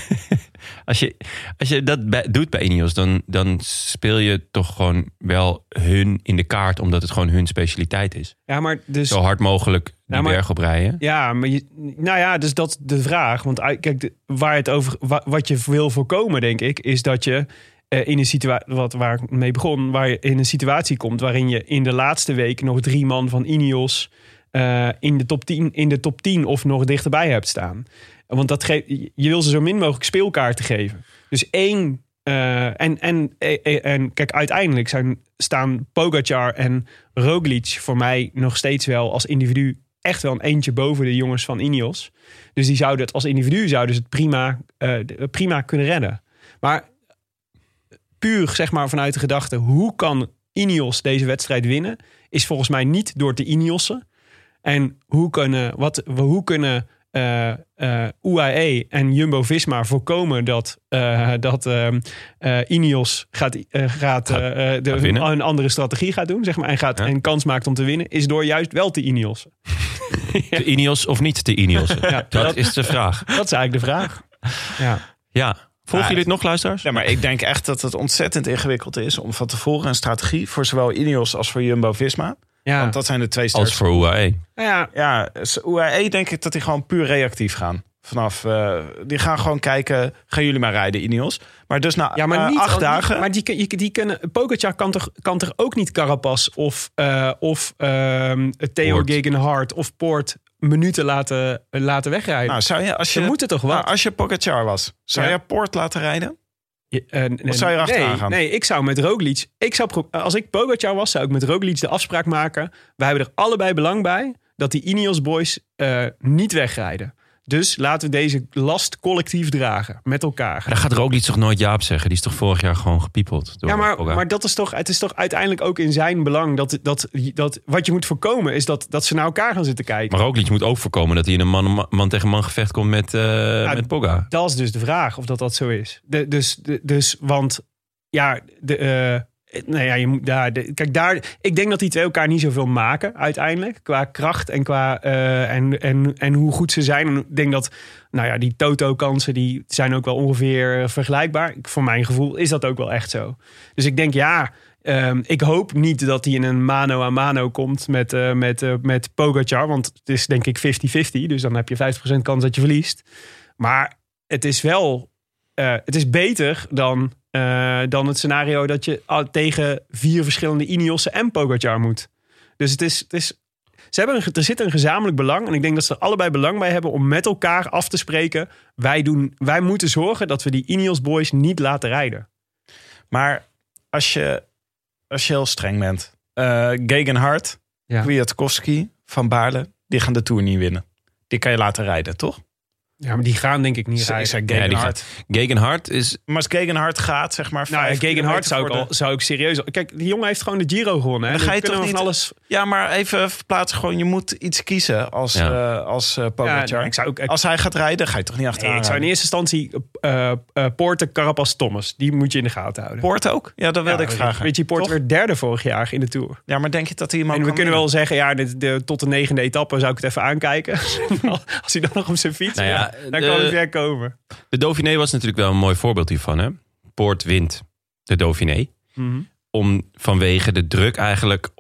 Als je dat doet bij Ineos, dan speel je toch gewoon wel hun in de kaart, omdat het gewoon hun specialiteit is. Ja, maar dus... Zo hard mogelijk die berg op rijden. Ja, maar dus dat is de vraag. Want kijk, wat je wil voorkomen, denk ik, is dat je in een situatie, waar ik mee begon, waar je in een situatie komt waarin je in de laatste week nog 3 man van Ineos in de top 10 of nog dichterbij hebt staan. Want je wil ze zo min mogelijk speelkaarten geven. Dus één... En kijk, uiteindelijk staan Pogacar en Roglic voor mij nog steeds wel als individu echt wel een eentje boven de jongens van Ineos. Dus die zouden het als individu prima kunnen redden. Maar puur zeg maar vanuit de gedachte, hoe kan Ineos deze wedstrijd winnen, is volgens mij niet door te Ineossen. En hoe kunnen UAE en Jumbo-Visma voorkomen dat Ineos een andere strategie gaat doen, zeg maar, en kans maakt om te winnen, is door juist wel te Ineosen. Te Ineos of niet te Ineosen? Ja, dat is de vraag. Dat is eigenlijk de vraag. Ja. Volgen jullie het nog, luisteraars? Ja, maar ik denk echt dat het ontzettend ingewikkeld is om van tevoren een strategie voor zowel Ineos als voor Jumbo-Visma. Ja. Want dat zijn de twee sterkste. Als voor UAE. Ja, UAE denk ik dat die gewoon puur reactief gaan. Die gaan gewoon kijken, gaan jullie maar rijden, Ineos. Maar dus na 8 dagen... Maar die kunnen... Pogacar kan toch ook niet Carapaz of Theo Gegenhardt of Poort minuten laten wegrijden. Nou, Ze moeten toch wat? Als je Pogacar was, zou je Poort laten rijden? Of zou je erachteraan gaan? Nee, ik zou met Roglic... Als ik Pogacar was, zou ik met Roglic de afspraak maken. Wij hebben er allebei belang bij dat die Ineos boys niet wegrijden. Dus laten we deze last collectief dragen. Met elkaar. Daar gaat Roglic toch nooit Jaap zeggen? Die is toch vorig jaar gewoon gepiepeld? Ja, maar dat is toch... Het is toch uiteindelijk ook in zijn belang dat wat je moet voorkomen is dat ze naar elkaar gaan zitten kijken. Maar Roglic moet ook voorkomen dat hij in een man tegen man gevecht komt met Pogacar. Dat is dus de vraag of dat zo is. Want ja, ik denk dat die twee elkaar niet zoveel maken uiteindelijk. Qua kracht en qua en hoe goed ze zijn. En ik denk dat die Toto-kansen die zijn ook wel ongeveer vergelijkbaar. Voor mijn gevoel is dat ook wel echt zo. Dus ik denk ik hoop niet dat hij in een mano a mano komt met Pogacar. Want het is denk ik 50-50. Dus dan heb je 50% kans dat je verliest. Maar het is wel... het is beter dan het scenario dat je tegen 4 verschillende Ineosen en Pogacar moet. Dus er zit een gezamenlijk belang. En ik denk dat ze er allebei belang bij hebben om met elkaar af te spreken. Wij moeten zorgen dat we die Ineos boys niet laten rijden. Maar als je heel streng bent. Gegenhardt, Kwiatkowski, Van Baarle, die gaan de Tour niet winnen. Die kan je laten rijden, toch? Ja, maar die gaan denk ik niet rijden. Gegenhardt is... Maar als Gegenhardt gaat, zeg maar... Gegenhardt zou ik serieus... Kijk, die jongen heeft gewoon de Giro gewonnen. Hè? Dan ga je toch niet... van alles... Ja, maar even verplaatsen gewoon. Je moet iets kiezen als Pogacar. Als hij gaat rijden, ga je toch niet achteraan ik zou in eerste instantie Poorten, Carapaz, Thomas. Die moet je in de gaten houden. Poort ook? Ja, dat wilde ik vragen. Richie Porte werd 3e vorig jaar in de Tour. Ja, maar denk je dat hij hem ook En we kunnen winnen? wel zeggen, tot de 9e etappe zou ik het even aankijken. Als hij dan nog op zijn fiets... dan kan het weer komen. De Dauphiné was natuurlijk wel een mooi voorbeeld hiervan. Hè? Poort wint de Dauphiné. Mm-hmm. Vanwege de druk eigenlijk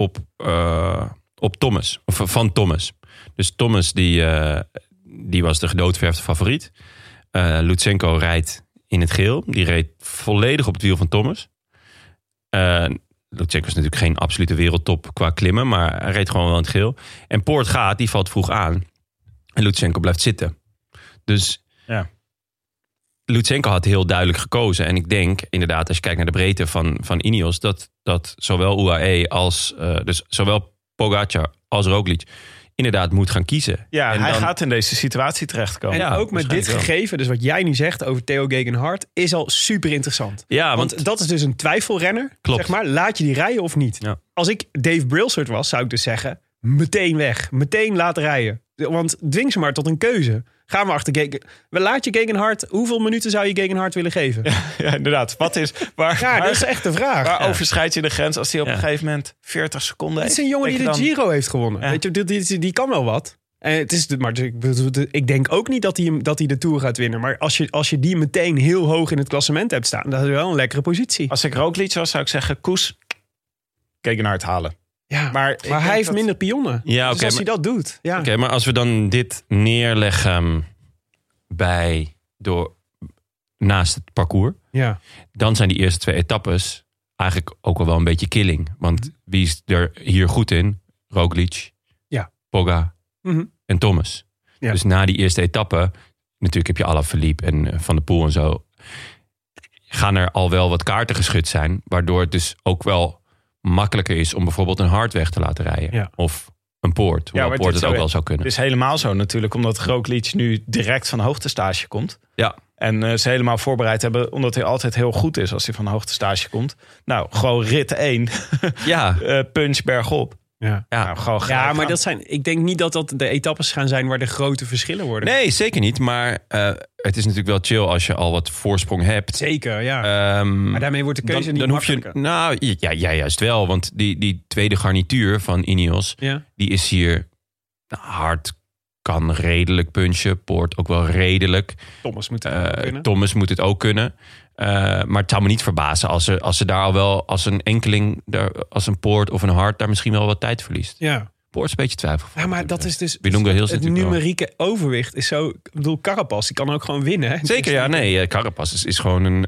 op Thomas. Of van Thomas. Dus Thomas die was de gedoodverfde favoriet. Lutsenko rijdt in het geel. Die reed volledig op het wiel van Thomas. Lutsenko is natuurlijk geen absolute wereldtop qua klimmen. Maar hij reed gewoon wel in het geel. En Poort die valt vroeg aan. En Lutsenko blijft zitten. Dus Lutsenko had heel duidelijk gekozen. En ik denk inderdaad, als je kijkt naar de breedte van Ineos... dat zowel UAE als dus zowel Pogacar als Roglic inderdaad moet gaan kiezen. Ja, en hij gaat in deze situatie terechtkomen. En ook met dit gegeven, dus wat jij nu zegt over Theo Gegenhardt... is al super interessant. Ja, want dat is dus een twijfelrenner. Klopt. Zeg maar, laat je die rijden of niet? Ja. Als ik Dave Brailsford was, zou ik dus zeggen... meteen weg, meteen laten rijden. Want dwing ze maar tot een keuze. Gaan we achter laat je Gegenhardt... Hoeveel minuten zou je Gegenhardt willen geven? Ja, inderdaad. Wat is... dat is echt de vraag. Waar overschrijd je de grens als hij op een gegeven moment 40 seconden heeft? Het is een jongen die de Giro heeft gewonnen. Ja. Weet je, die kan wel wat. En het is, maar ik denk ook niet dat hij de Tour gaat winnen. Maar als je die meteen heel hoog in het klassement hebt staan... dat is wel een lekkere positie. Als ik Roglic was, zou ik zeggen... Koes, Gegenhardt halen. Ja, maar hij heeft minder pionnen. Ja, dus als hij dat doet. Ja. Oké, maar als we dan dit neerleggen naast het parcours... dan zijn die eerste 2 etappes eigenlijk ook wel een beetje killing. Want wie is er hier goed in? Roglic, Pogga en Thomas. Ja. Dus na die eerste etappe... natuurlijk heb je Alaphilippe en Van der Poel en zo... gaan er al wel wat kaarten geschud zijn... waardoor het dus ook wel... makkelijker is om bijvoorbeeld een Hardweg te laten rijden. Ja. Of een Poort. Hoewel Poort het ook wel zou kunnen. Het is helemaal zo natuurlijk. Omdat Roglic nu direct van hoogtestage komt. Ja. En ze helemaal voorbereid hebben. Omdat hij altijd heel goed is als hij van hoogtestage komt. Nou, gewoon rit 1. Ja. Punch bergop. Ja, gewoon ja maar ik denk niet dat de etappes gaan zijn waar de grote verschillen worden. Nee, zeker niet. Maar het is natuurlijk wel chill als je al wat voorsprong hebt. Zeker, ja. Maar daarmee wordt de keuze niet makkelijker. Nou, ja, juist wel. Want die tweede garnituur van Ineos, die is hier hard, kan redelijk punchen. Poort ook wel redelijk. Thomas moet het ook kunnen. Thomas moet het ook kunnen. Maar het zou me niet verbazen als ze daar al wel, als een enkeling, als een Poort of een Hart, daar misschien wel wat tijd verliest. Ja. Poort is een beetje twijfel. Ja, maar dat is dus het numerieke overwicht is zo. Ik bedoel, Carapaz, die kan ook gewoon winnen. Hè? Zeker, ja, nee. Carapaz is gewoon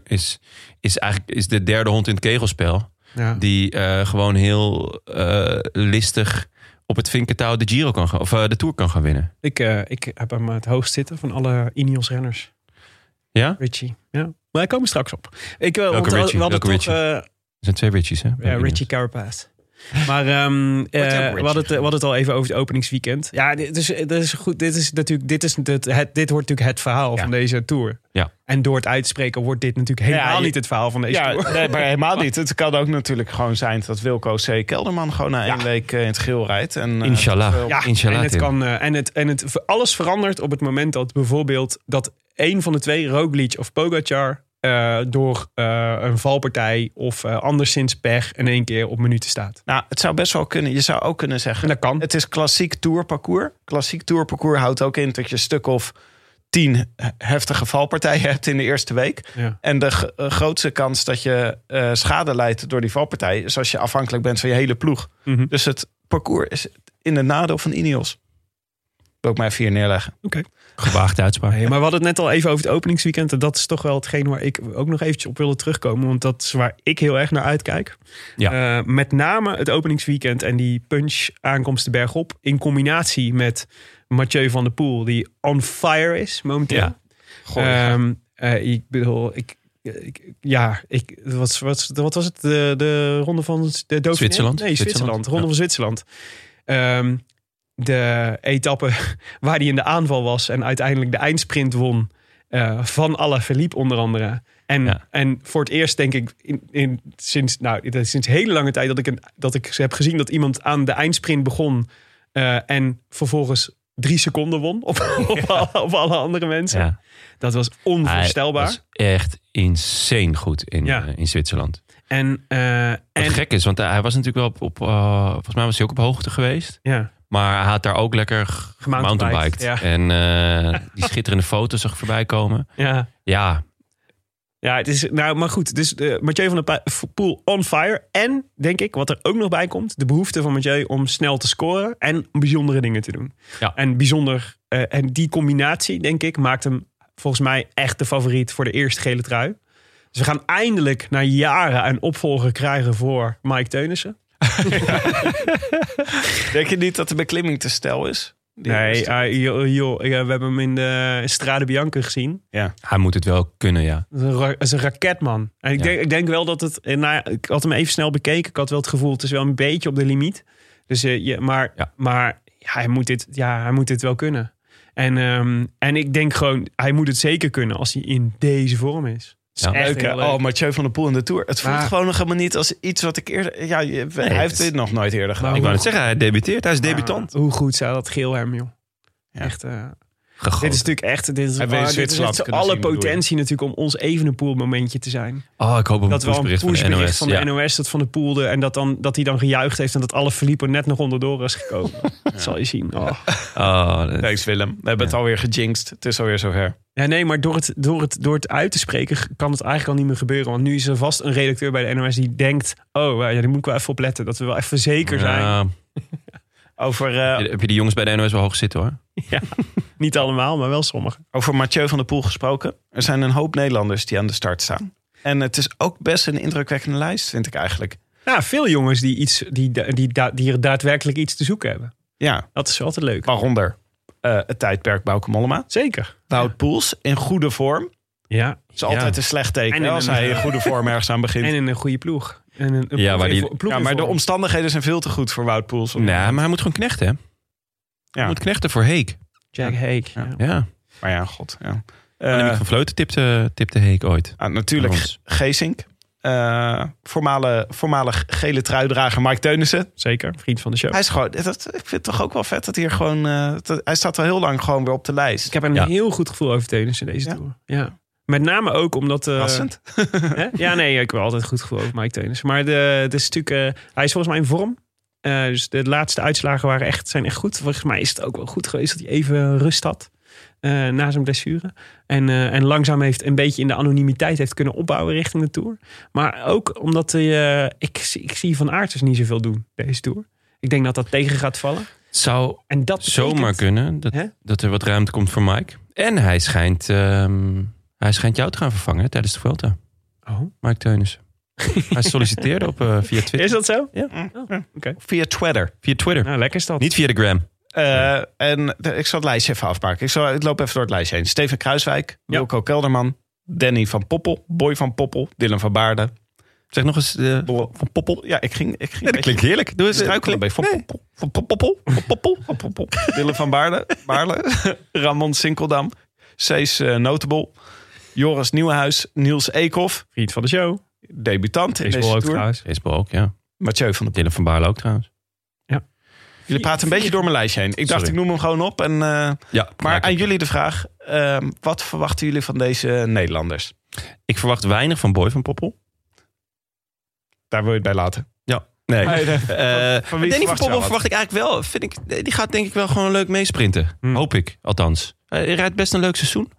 is de derde hond in het kegelspel. Ja. Die gewoon heel listig op het vinkentouw de Giro kan gaan, of de Tour kan gaan winnen. Ik heb hem het hoogst zitten van alle Ineos-renners. Ja? Richie, ja. Maar daar komen we straks op. Welke Richie? Er zijn 2 Richies, hè? Ja, Richie Carapaz. Maar we hadden het al even over het openingsweekend. Ja, dit is goed. Dit hoort natuurlijk het verhaal van deze Tour. Ja. En door het uitspreken wordt dit natuurlijk helemaal niet het verhaal van deze Tour. Nee, maar helemaal niet. Het kan ook natuurlijk gewoon zijn dat Wilco C. Kelderman gewoon na 1 week in het geel rijdt. En, Inshallah. Inshallah. En het alles verandert op het moment dat bijvoorbeeld dat een van de 2, Roglic of Pogacar, door een valpartij of anderszins pech in 1 keer op minuten staat. Nou, het zou best wel kunnen. Je zou ook kunnen zeggen, en dat kan. Het is klassiek tourparcours. Klassiek tourparcours houdt ook in dat je een stuk of 10 heftige valpartijen hebt in de eerste week. Ja. En de grootste kans dat je schade leidt door die valpartij is als je afhankelijk bent van je hele ploeg. Mm-hmm. Dus het parcours is in het nadeel van Ineos. Wil ik mij even hier neerleggen. Oké. Gewaagde uitspraak. Maar we hadden het net al even over het openingsweekend. En dat is toch wel hetgeen waar ik ook nog eventjes op wilde terugkomen. Want dat is waar ik heel erg naar uitkijk. Ja. Met name het openingsweekend en die punch aankomsten bergop. In combinatie met Mathieu van der Poel, die on fire is momenteel. Ja. Ik bedoel, wat was het? De ronde van de Dauphiné? Zwitserland? Nee, Zwitserland. Ronde van Zwitserland. De etappe waar hij in de aanval was en uiteindelijk de eindsprint won van Alaphilippe onder andere. En voor het eerst denk ik sinds hele lange tijd dat ik heb gezien dat iemand aan de eindsprint begon en vervolgens 3 seconden won op alle andere mensen. Ja. Dat was onvoorstelbaar. Hij was echt insane goed in Zwitserland. En gek is, want hij was natuurlijk wel volgens mij was hij ook op hoogte geweest. Ja. Maar hij had daar ook lekker gemountainbiked. Ja. En die schitterende foto's zag voorbij komen. Ja, het is, maar goed. Dus Mathieu van der Poel on fire. En, denk ik, wat er ook nog bij komt, de behoefte van Mathieu om snel te scoren en bijzondere dingen te doen. Ja. En die combinatie, denk ik, maakt hem volgens mij echt de favoriet voor de eerste gele trui. Dus we gaan eindelijk na jaren een opvolger krijgen voor Mike Teunissen. Denk je niet dat de beklimming te steil is? Nee, we hebben hem in de Strade Bianca gezien. Ja. Hij moet het wel kunnen, ja. Dat is een raketman. En ik denk wel dat het... ik had hem even snel bekeken. Ik had wel het gevoel, het is wel een beetje op de limiet. Dus, maar hij moet dit wel kunnen. En ik denk gewoon, hij moet het zeker kunnen als hij in deze vorm is. Ja. Leuk. Mathieu van der Poel in de Tour. Het voelt gewoon nog helemaal niet als iets wat ik eerder... Ja, hij heeft dit nog nooit eerder gedaan. Ik wou net zeggen, hij debuteert. Hij is debutant. Hoe goed zou dat geel hem, joh. Ja. Echt... Dit is natuurlijk echt... Dit is alle potentie natuurlijk om ons Evenepoel momentje te zijn. Oh, ik hoop op dat een pushbericht van de NOS dat van de Poel en dat hij dan gejuicht heeft en dat Alaphilippe net nog onderdoor is gekomen. Dat zal je zien. Thanks Willem. We hebben het alweer gejinxed. Het is alweer zover. Ja, nee, maar door het uit te spreken kan het eigenlijk al niet meer gebeuren. Want nu is er vast een redacteur bij de NOS die denkt... daar moet ik wel even op letten. Dat we wel even zeker zijn. Heb je die jongens bij de NOS wel hoog zitten, hoor? Ja, niet allemaal, maar wel sommigen. Over Mathieu van der Poel gesproken. Er zijn een hoop Nederlanders die aan de start staan. En het is ook best een indrukwekkende lijst, vind ik eigenlijk. Ja, veel jongens die er daadwerkelijk iets te zoeken hebben. Ja. Dat is altijd leuk. Waaronder het tijdperk Bauke Mollema. Zeker. Wout Poels in goede vorm. Ja. Dat is altijd een slecht teken als hij in goede vorm ergens aan begint. En in een goede ploeg. Maar de omstandigheden zijn veel te goed voor Wout Poels. Nee, maar hij moet gewoon knechten, hè? Hij moet knechten voor Heek. Jack Heek. Ja. Maar ja, god. Ja. Annemiek van Vleuten tipte Heek ooit. Natuurlijk Geesink. Voormalig gele truidrager Mike Teunissen. Zeker, vriend van de show. Hij is gewoon, ik vind het toch ook wel vet dat hij hier gewoon... hij staat al heel lang gewoon weer op de lijst. Ik heb een heel goed gevoel over Teunissen deze tour. Ja. Met name ook omdat... Passend. Ja, nee, ik heb altijd een goed gevoel over Mike Teunissen. Maar het is natuurlijk, hij is volgens mij in vorm. Dus de laatste uitslagen zijn echt goed. Volgens mij is het ook wel goed geweest dat hij even rust had. Na zijn blessure. En langzaam heeft een beetje in de anonimiteit heeft kunnen opbouwen richting de Tour. Maar ook omdat ik zie Van Aert dus niet zoveel doen deze Tour. Ik denk dat dat tegen gaat vallen. Zou en dat zomaar kunnen dat er wat ruimte komt voor Mike. En hij schijnt jou te gaan vervangen tijdens de Vuelta. Oh. Mike Teunissen. Hij solliciteerde via Twitter. Is dat zo? Ja. Okay. Via Twitter. Via Twitter. Nou, lekker is dat. Niet via de gram. En ik zal het lijstje even afmaken. Ik loop even door het lijstje heen. Steven Kruiswijk, Wilco Kelderman, Danny van Poppel, Boy van Poppel, Dylan van Baarden. Zeg nog eens van Poppel. Ja, ik ging dat klinkt heerlijk. Doe eens struikelen bij Van Poppel. Dylan van Baarle, Ramon Sinkeldam, Cees Notable, Joris Nieuwenhuis, Niels Eekhoff. Vriend van de show. Debutant in deze ook tour. trouwens. Facebook ook, ja. Mathieu van der Dylan van Baarle ook trouwens. Ja. Jullie praten een beetje door mijn lijstje heen. Ik dacht, ik noem hem gewoon op. Maar aan jullie de vraag. Wat verwachten jullie van deze Nederlanders? Ik verwacht weinig van Boy van Poppel. Daar wil je het bij laten. Ja. Nee. Van wie Danny van Poppel wel verwacht ik eigenlijk wel. Die gaat denk ik wel gewoon leuk meesprinten. Hoop ik, althans. Hij rijdt best een leuk seizoen.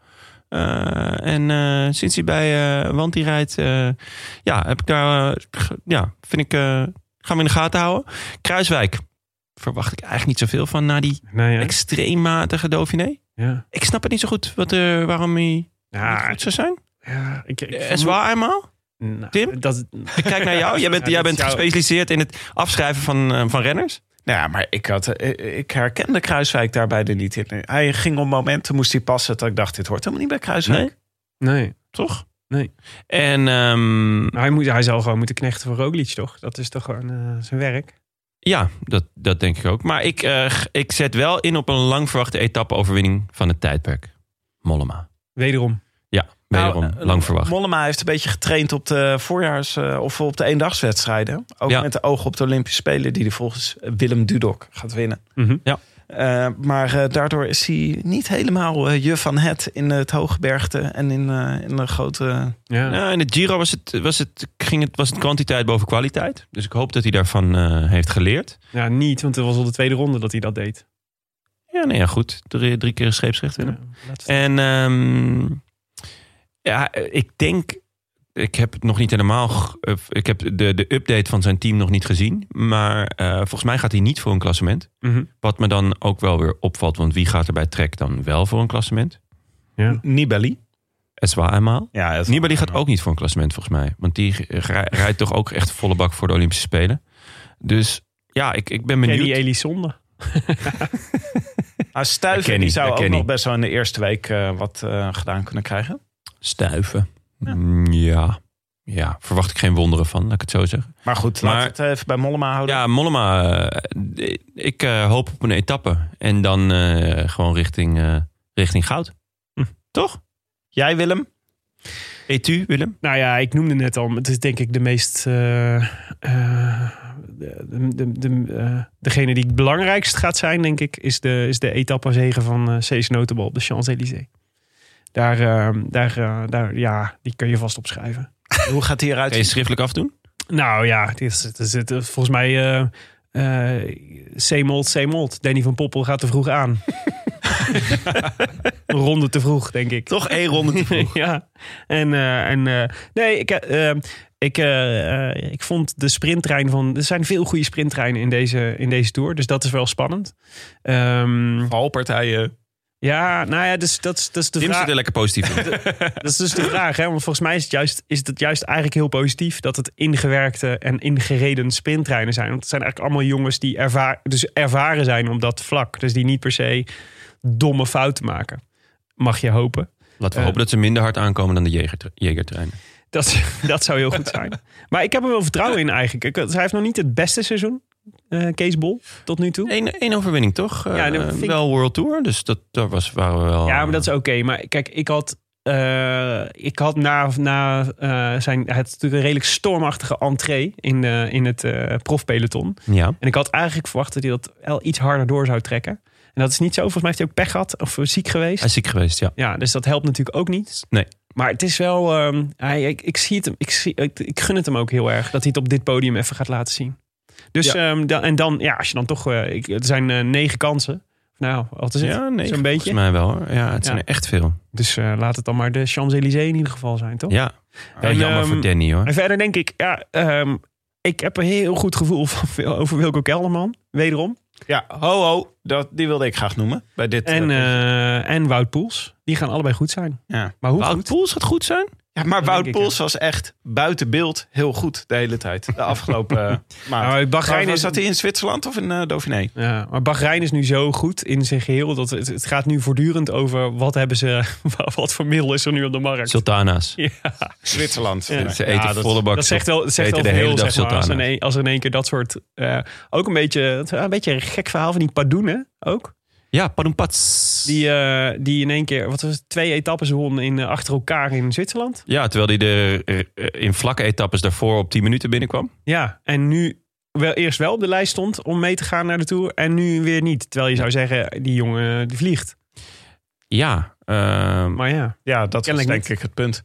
Sinds hij bij Wanty rijdt... heb ik daar... vind ik... gaan we in de gaten houden. Kruiswijk verwacht ik eigenlijk niet zoveel van... na die extreem matige Dauphiné. Ja. Ik snap het niet zo goed waarom hij niet goed zou zijn. Ja, is waar eenmaal? Nou, Tim? Ik kijk naar jou. Jij bent gespecialiseerd in het afschrijven van renners. Nou ja, maar ik herkende Kruiswijk daarbij er niet in. Hij ging op momenten, moest hij passen... dat ik dacht, dit hoort helemaal niet bij Kruiswijk. Nee. Toch? Nee. En hij zal gewoon moeten knechten voor Roglic, toch? Dat is toch gewoon zijn werk? Ja, dat denk ik ook. Maar ik zet wel in op een lang verwachte etappe-overwinning van het tijdperk. Mollema. Wederom. Ja, wederom. Lang verwacht. Mollema heeft een beetje getraind op de voorjaars... of op de eendagswedstrijden. Ook met de ogen op de Olympische Spelen... die hij volgens Willem Dudok gaat winnen. Mm-hmm. Ja. Maar daardoor is hij niet helemaal je van het in het hooggebergte en in de grote... Ja, in het Giro was het kwantiteit boven kwaliteit. Dus ik hoop dat hij daarvan heeft geleerd. Ja, niet, want het was al de tweede ronde dat hij dat deed. Ja, nee, ja, goed. 3 keer een scheepsrecht winnen. Ik denk... Ik heb het nog niet helemaal... Ik heb de update van zijn team nog niet gezien. Maar volgens mij gaat hij niet voor een klassement. Mm-hmm. Wat me dan ook wel weer opvalt. Want wie gaat er bij Trek dan wel voor een klassement? Ja. Nibali. Het waar eenmaal. Ja, Nibali gaat ook niet voor een klassement volgens mij. Want die rijdt toch ook echt volle bak voor de Olympische Spelen. Dus ja, ik ben benieuwd. Kenny Elissonde. Stuiven die zou ook nog best wel in de eerste week wat gedaan kunnen krijgen. Stuiven. Ja, verwacht ik geen wonderen van, laat ik het zo zeggen. Maar goed, laten we het even bij Mollema houden. Ja, Mollema, ik hoop op een etappe. En dan gewoon richting goud. Toch? Jij, Willem? Et u, Willem? Nou ja, ik noemde net al, het is denk ik de meest... degene die het belangrijkst gaat zijn, denk ik, is de etappezege van Cees Notable op de Champs-Élysées. Daar, die kun je vast opschrijven. Hoe gaat die eruit? Kun je schriftelijk afdoen? Nou ja, volgens mij same old. Danny van Poppel gaat te vroeg aan. Een ronde te vroeg, denk ik. Toch 1 ronde te vroeg. Ja. Ik vond de sprinttrein van... Er zijn veel goede sprinttreinen in deze Tour. Dus dat is wel spannend. Valpartijen. Ja, nou ja, dus dat is de Tim vraag. zit er lekker positief in. Dat is dus de vraag, hè? Want volgens mij is het juist eigenlijk heel positief... dat het ingewerkte en ingereden sprinttreinen zijn. Want het zijn eigenlijk allemaal jongens die ervaren zijn op dat vlak. Dus die niet per se domme fouten maken. Mag je hopen. Laten we hopen dat ze minder hard aankomen dan de Jagertreinen. Dat zou heel goed zijn. Maar ik heb er wel vertrouwen in eigenlijk. Hij heeft nog niet het beste seizoen. Kees Bol, tot nu toe. Eén overwinning, toch? Wel World Tour, dus waren we wel... Ja, maar dat is oké. Maar kijk, ik had ik had na zijn... Hij had natuurlijk een redelijk stormachtige entree in het profpeloton. Ja. En ik had eigenlijk verwacht dat hij dat wel iets harder door zou trekken. En dat is niet zo. Volgens mij heeft hij ook pech gehad of ziek geweest. Hij is ziek geweest, ja. Ja, dus dat helpt natuurlijk ook niet. Nee. Maar het is wel... ik zie het hem. Ik gun het hem ook heel erg dat hij het op dit podium even gaat laten zien. Dus als je dan toch... er zijn 9 kansen. Nou, wat is het? Ja, nee, zo'n beetje. Volgens mij wel, hoor. Ja, het zijn er echt veel. Dus laat het dan maar de Champs-Élysées in ieder geval zijn, toch? Ja, wel jammer voor Danny, hoor. En verder denk ik... ik heb een heel goed gevoel over Wilco Kelderman. Wederom. Ja, die wilde ik graag noemen. Bij dit, En Wout Poels. Die gaan allebei goed zijn. ja. Maar hoe Wout goed? Poels gaat goed zijn? Ja, maar Dat Wout denk ik, Poels was echt buiten beeld heel goed de hele tijd. De afgelopen maand. Nou, Bahrein Zat hij in Zwitserland of in Dauphiné? Ja, maar Bahrein is nu zo goed in zijn geheel. Dat het gaat nu voortdurend over wat voor middel is er nu op de markt. Sultana's. Ja. Zwitserland. Ja. Ze eten volle bak. Dat zegt wel eten veel, de hele dag zeg maar, sultana's. als er in één keer dat soort... ook een beetje een gek verhaal van die Padoen, ook. Ja, Padoenpats. Die in één keer, 2 etappes won achter elkaar in Zwitserland. Ja, terwijl hij in vlakke etappes daarvoor op 10 minuten binnenkwam. Ja, en nu eerst wel op de lijst stond om mee te gaan naar de Tour. En nu weer niet. Terwijl je zou zeggen, die jongen die vliegt. Ja. Maar ja. Ja, dat was Kennelijk denk niet. ik het punt.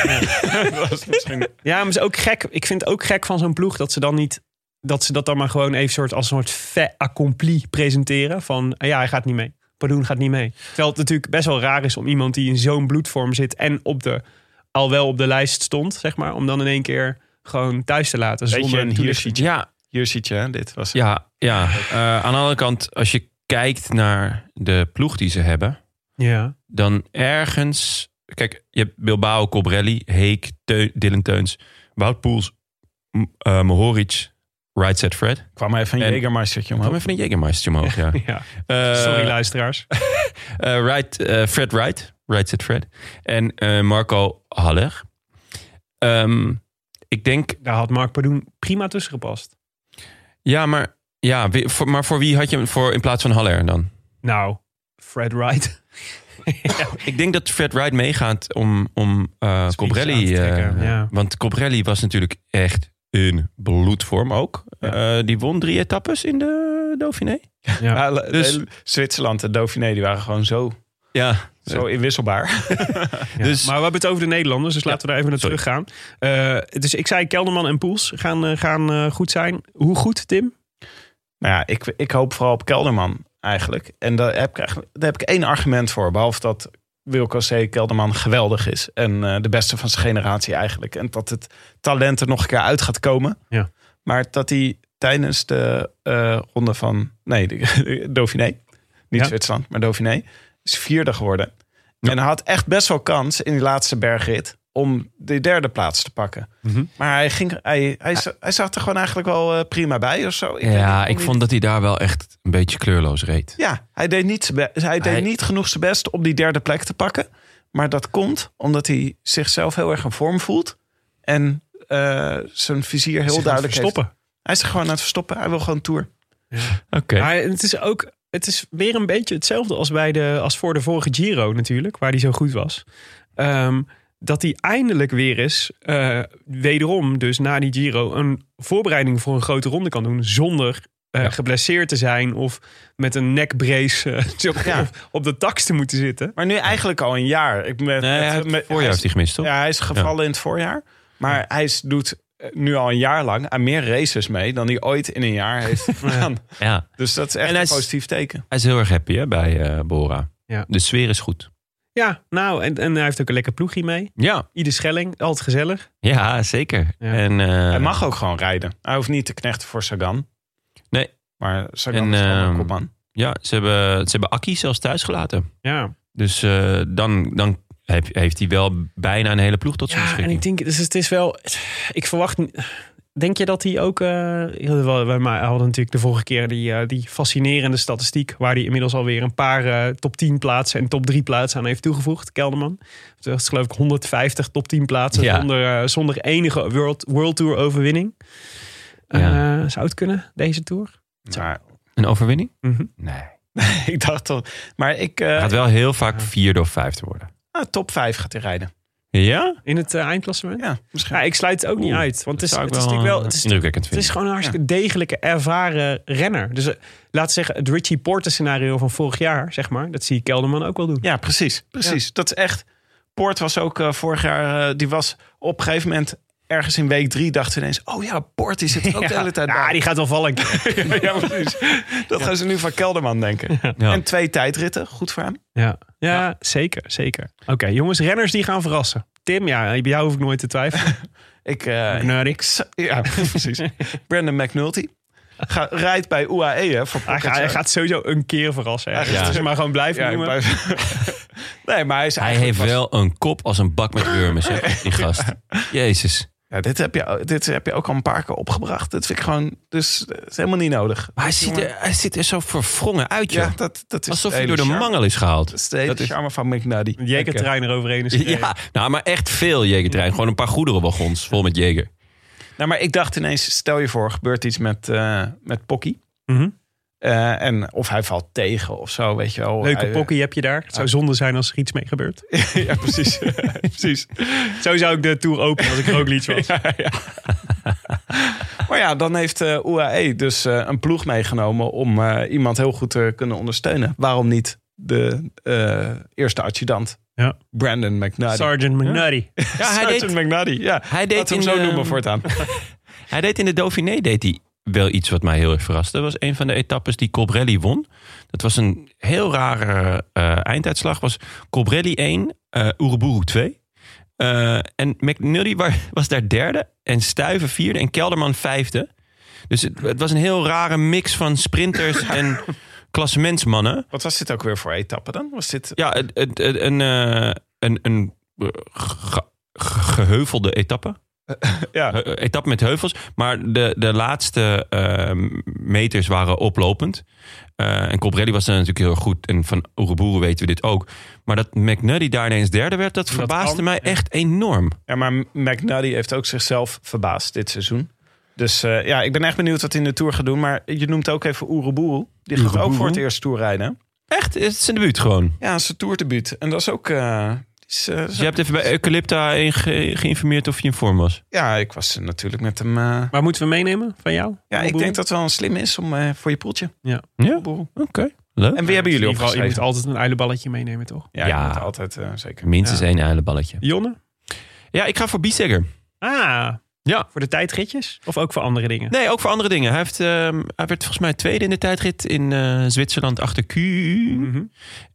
Dat was misschien... Ja, maar het is ook gek. Ik vind het ook gek van zo'n ploeg dat ze dan niet... Dat ze dat dan maar gewoon even als een soort fait accompli presenteren. Van, hij gaat niet mee. Padoen gaat niet mee. Terwijl het natuurlijk best wel raar is om iemand die in zo'n bloedvorm zit... en al wel op de lijst stond, zeg maar... om dan in één keer gewoon thuis te laten. Beetje een toelichting. hier ziet je, dit was... Ja. Aan de andere kant, als je kijkt naar de ploeg die ze hebben... Ja. dan ergens... Kijk, je hebt Bilbao, Colbrelli, Heek, Dylan Teuns... Wout Poels, Mohoric... Right Set Fred. Kwam even een Jägermeistertje omhoog. Kwam even een Jägermeistertje omhoog, ja. Ja. Sorry, luisteraars. Fred Wright. Right Set Fred. En Marco Haller. Ik denk... Daar had Mark Padoen prima tussen gepast. Ja, maar voor wie had je hem voor in plaats van Haller dan? Nou, Fred Wright. Ik denk dat Fred Wright meegaat om Colbrelli. Ja. Want Colbrelli was natuurlijk echt in bloedvorm ook. Ja. Die won 3 etappes in de Dauphiné. Ja. Dus Zwitserland en Dauphiné die waren gewoon zo inwisselbaar. Ja. Dus, maar we hebben het over de Nederlanders, dus laten we daar even naar teruggaan. Dus ik zei Kelderman en Poels gaan goed zijn. Hoe goed, Tim? Nou ja, ik hoop vooral op Kelderman eigenlijk. En daar heb ik 1 argument voor. Behalve dat Wilco C. Kelderman geweldig is. En de beste van zijn generatie eigenlijk. En dat het talent er nog een keer uit gaat komen. Ja. Maar dat hij tijdens de ronde van... Nee, de Dauphiné. Niet Zwitserland, maar Dauphiné. Is 4e geworden. Ja. En hij had echt best wel kans in die laatste bergrit... om de 3e plaats te pakken. Mm-hmm. Maar hij zat er gewoon eigenlijk wel prima bij of zo. Ik vond dat hij daar wel echt een beetje kleurloos reed. Ja, hij deed niet genoeg zijn best om die 3e plek te pakken. Maar dat komt omdat hij zichzelf heel erg in vorm voelt. En zijn vizier heel duidelijk heeft. Hij is er gewoon aan het verstoppen. Hij wil gewoon Tour. Ja. Oké. Het is weer een beetje hetzelfde als voor de vorige Giro natuurlijk. Waar hij zo goed was. Dat hij eindelijk weer eens, wederom dus na die Giro... een voorbereiding voor een grote ronde kan doen... zonder geblesseerd te zijn of met een nekbrace op de tax te moeten zitten. Maar nu eigenlijk al een jaar. Het voorjaar heeft hij gemist, toch? Ja, hij is gevallen in het voorjaar. Maar hij doet nu al een jaar lang aan meer races mee... dan hij ooit in een jaar heeft gedaan. Ja. Dus dat is echt een positief teken. Hij is heel erg happy bij Bora. Ja. De sfeer is goed. Ja, nou, en hij heeft ook een lekker ploegje mee. Ja. Ieder Schelling, altijd gezellig. Ja, zeker. Ja. En, hij mag ook gewoon rijden. Hij hoeft niet te knechten voor Sagan. Nee. Maar Sagan is gewoon een kopman. Ja, ze hebben Akki zelfs thuis gelaten. Ja. Dus dan heeft hij wel bijna een hele ploeg tot zijn beschikking. En ik denk, dus het is wel... Ik verwacht... Denk je dat hij ook... we hadden natuurlijk de vorige keer die fascinerende statistiek... waar hij inmiddels alweer een paar top 10 plaatsen... en top 3 plaatsen aan heeft toegevoegd, Kelderman. Dat is geloof ik 150 top 10 plaatsen... zonder enige World Tour overwinning. Zou het kunnen, deze Tour? Maar, een overwinning? Mm-hmm. Nee. Ik dacht toch... Maar ik... Hij gaat wel heel vaak 4e of 5e worden. Top 5 gaat hij rijden. Ja? In het eindklassement? Ja, misschien. Ja, ik sluit het ook niet uit. Want het is Zou ik natuurlijk wel... indrukwekkend Het is vinden. gewoon een hartstikke degelijke, ervaren renner. Dus laten we zeggen, het Richie Porte scenario van vorig jaar, zeg maar. Dat zie ik Kelderman ook wel doen. Ja, precies. Ja. Dat is echt... Poort was ook vorig jaar... die was op een gegeven moment... Ergens in week 3 dachten we ineens... Oh ja, Poort die zit er ook de hele tijd bij. Ja, die gaat wel vallen. ja, precies. Dat gaan ze nu van Kelderman denken. Ja. En 2 tijdritten. Goed voor hem. Ja, zeker. Oké, jongens, renners die gaan verrassen. Tim, ja, bij jou hoef ik nooit te twijfelen. Ja, precies. Brandon McNulty. Rijdt bij UAE hè, voor Hij gaat sowieso een keer verrassen. Ja. Ja. Dus maar gewoon blijven noemen. Nee, maar Hij heeft wel een kop als een bak met wurmen, zeg, die gast. Jezus. Ja, dit heb je ook al een paar keer opgebracht. Dat vind ik gewoon... Dus het is helemaal niet nodig. Maar hij ziet er zo verwrongen uit, joh. Ja, dat is alsof hij door de mangel is gehaald. Dat is de hele charme van McNulty. Een Jägertrein eroverheen is gereden. Ja, nou, maar echt veel Jägertrein. Gewoon een paar goederenwagons vol met Jäger. Nou, maar ik dacht ineens... Stel je voor, gebeurt iets met Pocky. Mhm. En of hij valt tegen of zo, weet je wel. Leuke pokkie heb je daar. Het zou zonde zijn als er iets mee gebeurt. Ja, precies. precies. Zo zou ik de Tour openen als ik Roglic was. Ja. Maar ja, dan heeft UAE dus een ploeg meegenomen... om iemand heel goed te kunnen ondersteunen. Waarom niet de eerste adjudant? Ja. Brandon McNulty. Sergeant McNulty. Ja, Sergeant McNulty, ja. Hij deed Laten we hem zo noemen voortaan. Hij deed in de Dauphiné wel iets wat mij heel erg verraste. Dat was een van de etappes die Colbrelli won. Dat was een heel rare einduitslag. Was Colbrelli 1, Uruburu 2. En McNulty was daar derde en Stuyven vierde en Kelderman vijfde. Dus het was een heel rare mix van sprinters en klassementsmannen. Wat was dit ook weer voor etappe dan? Was dit... Ja, een geheuvelde etappe. Ja. Etappe met heuvels. Maar de laatste meters waren oplopend. En Colbrelli was dan natuurlijk heel goed. En van Uruburu weten we dit ook. Maar dat McNulty daar ineens derde werd... dat verbaasde mij echt enorm. Ja, maar McNulty heeft ook zichzelf verbaasd dit seizoen. Dus ik ben echt benieuwd wat hij in de Tour gaat doen. Maar je noemt ook even Uruburu. Die gaat ook voor het eerst Tour rijden. Echt? Het is zijn debuut gewoon? Ja, zijn Tourdebuut. En dat is ook... Dus je hebt even bij Eucalypta geïnformeerd of je in vorm was? Ja, ik was natuurlijk met hem... Waar moeten we meenemen van jou? Ja, ik denk dat het wel een slim is om voor je poeltje. Ja. Oké. Leuk. En wie hebben jullie opgeschreven? Je moet altijd een uilenballetje meenemen, toch? Ja, je moet altijd zeker. Minstens één uilenballetje. Jonne? Ja, ik ga voor Biesegger. Ja. Voor de tijdritjes? Of ook voor andere dingen? Nee, ook voor andere dingen. Hij werd volgens mij tweede in de tijdrit in Zwitserland achter Q. Mm-hmm.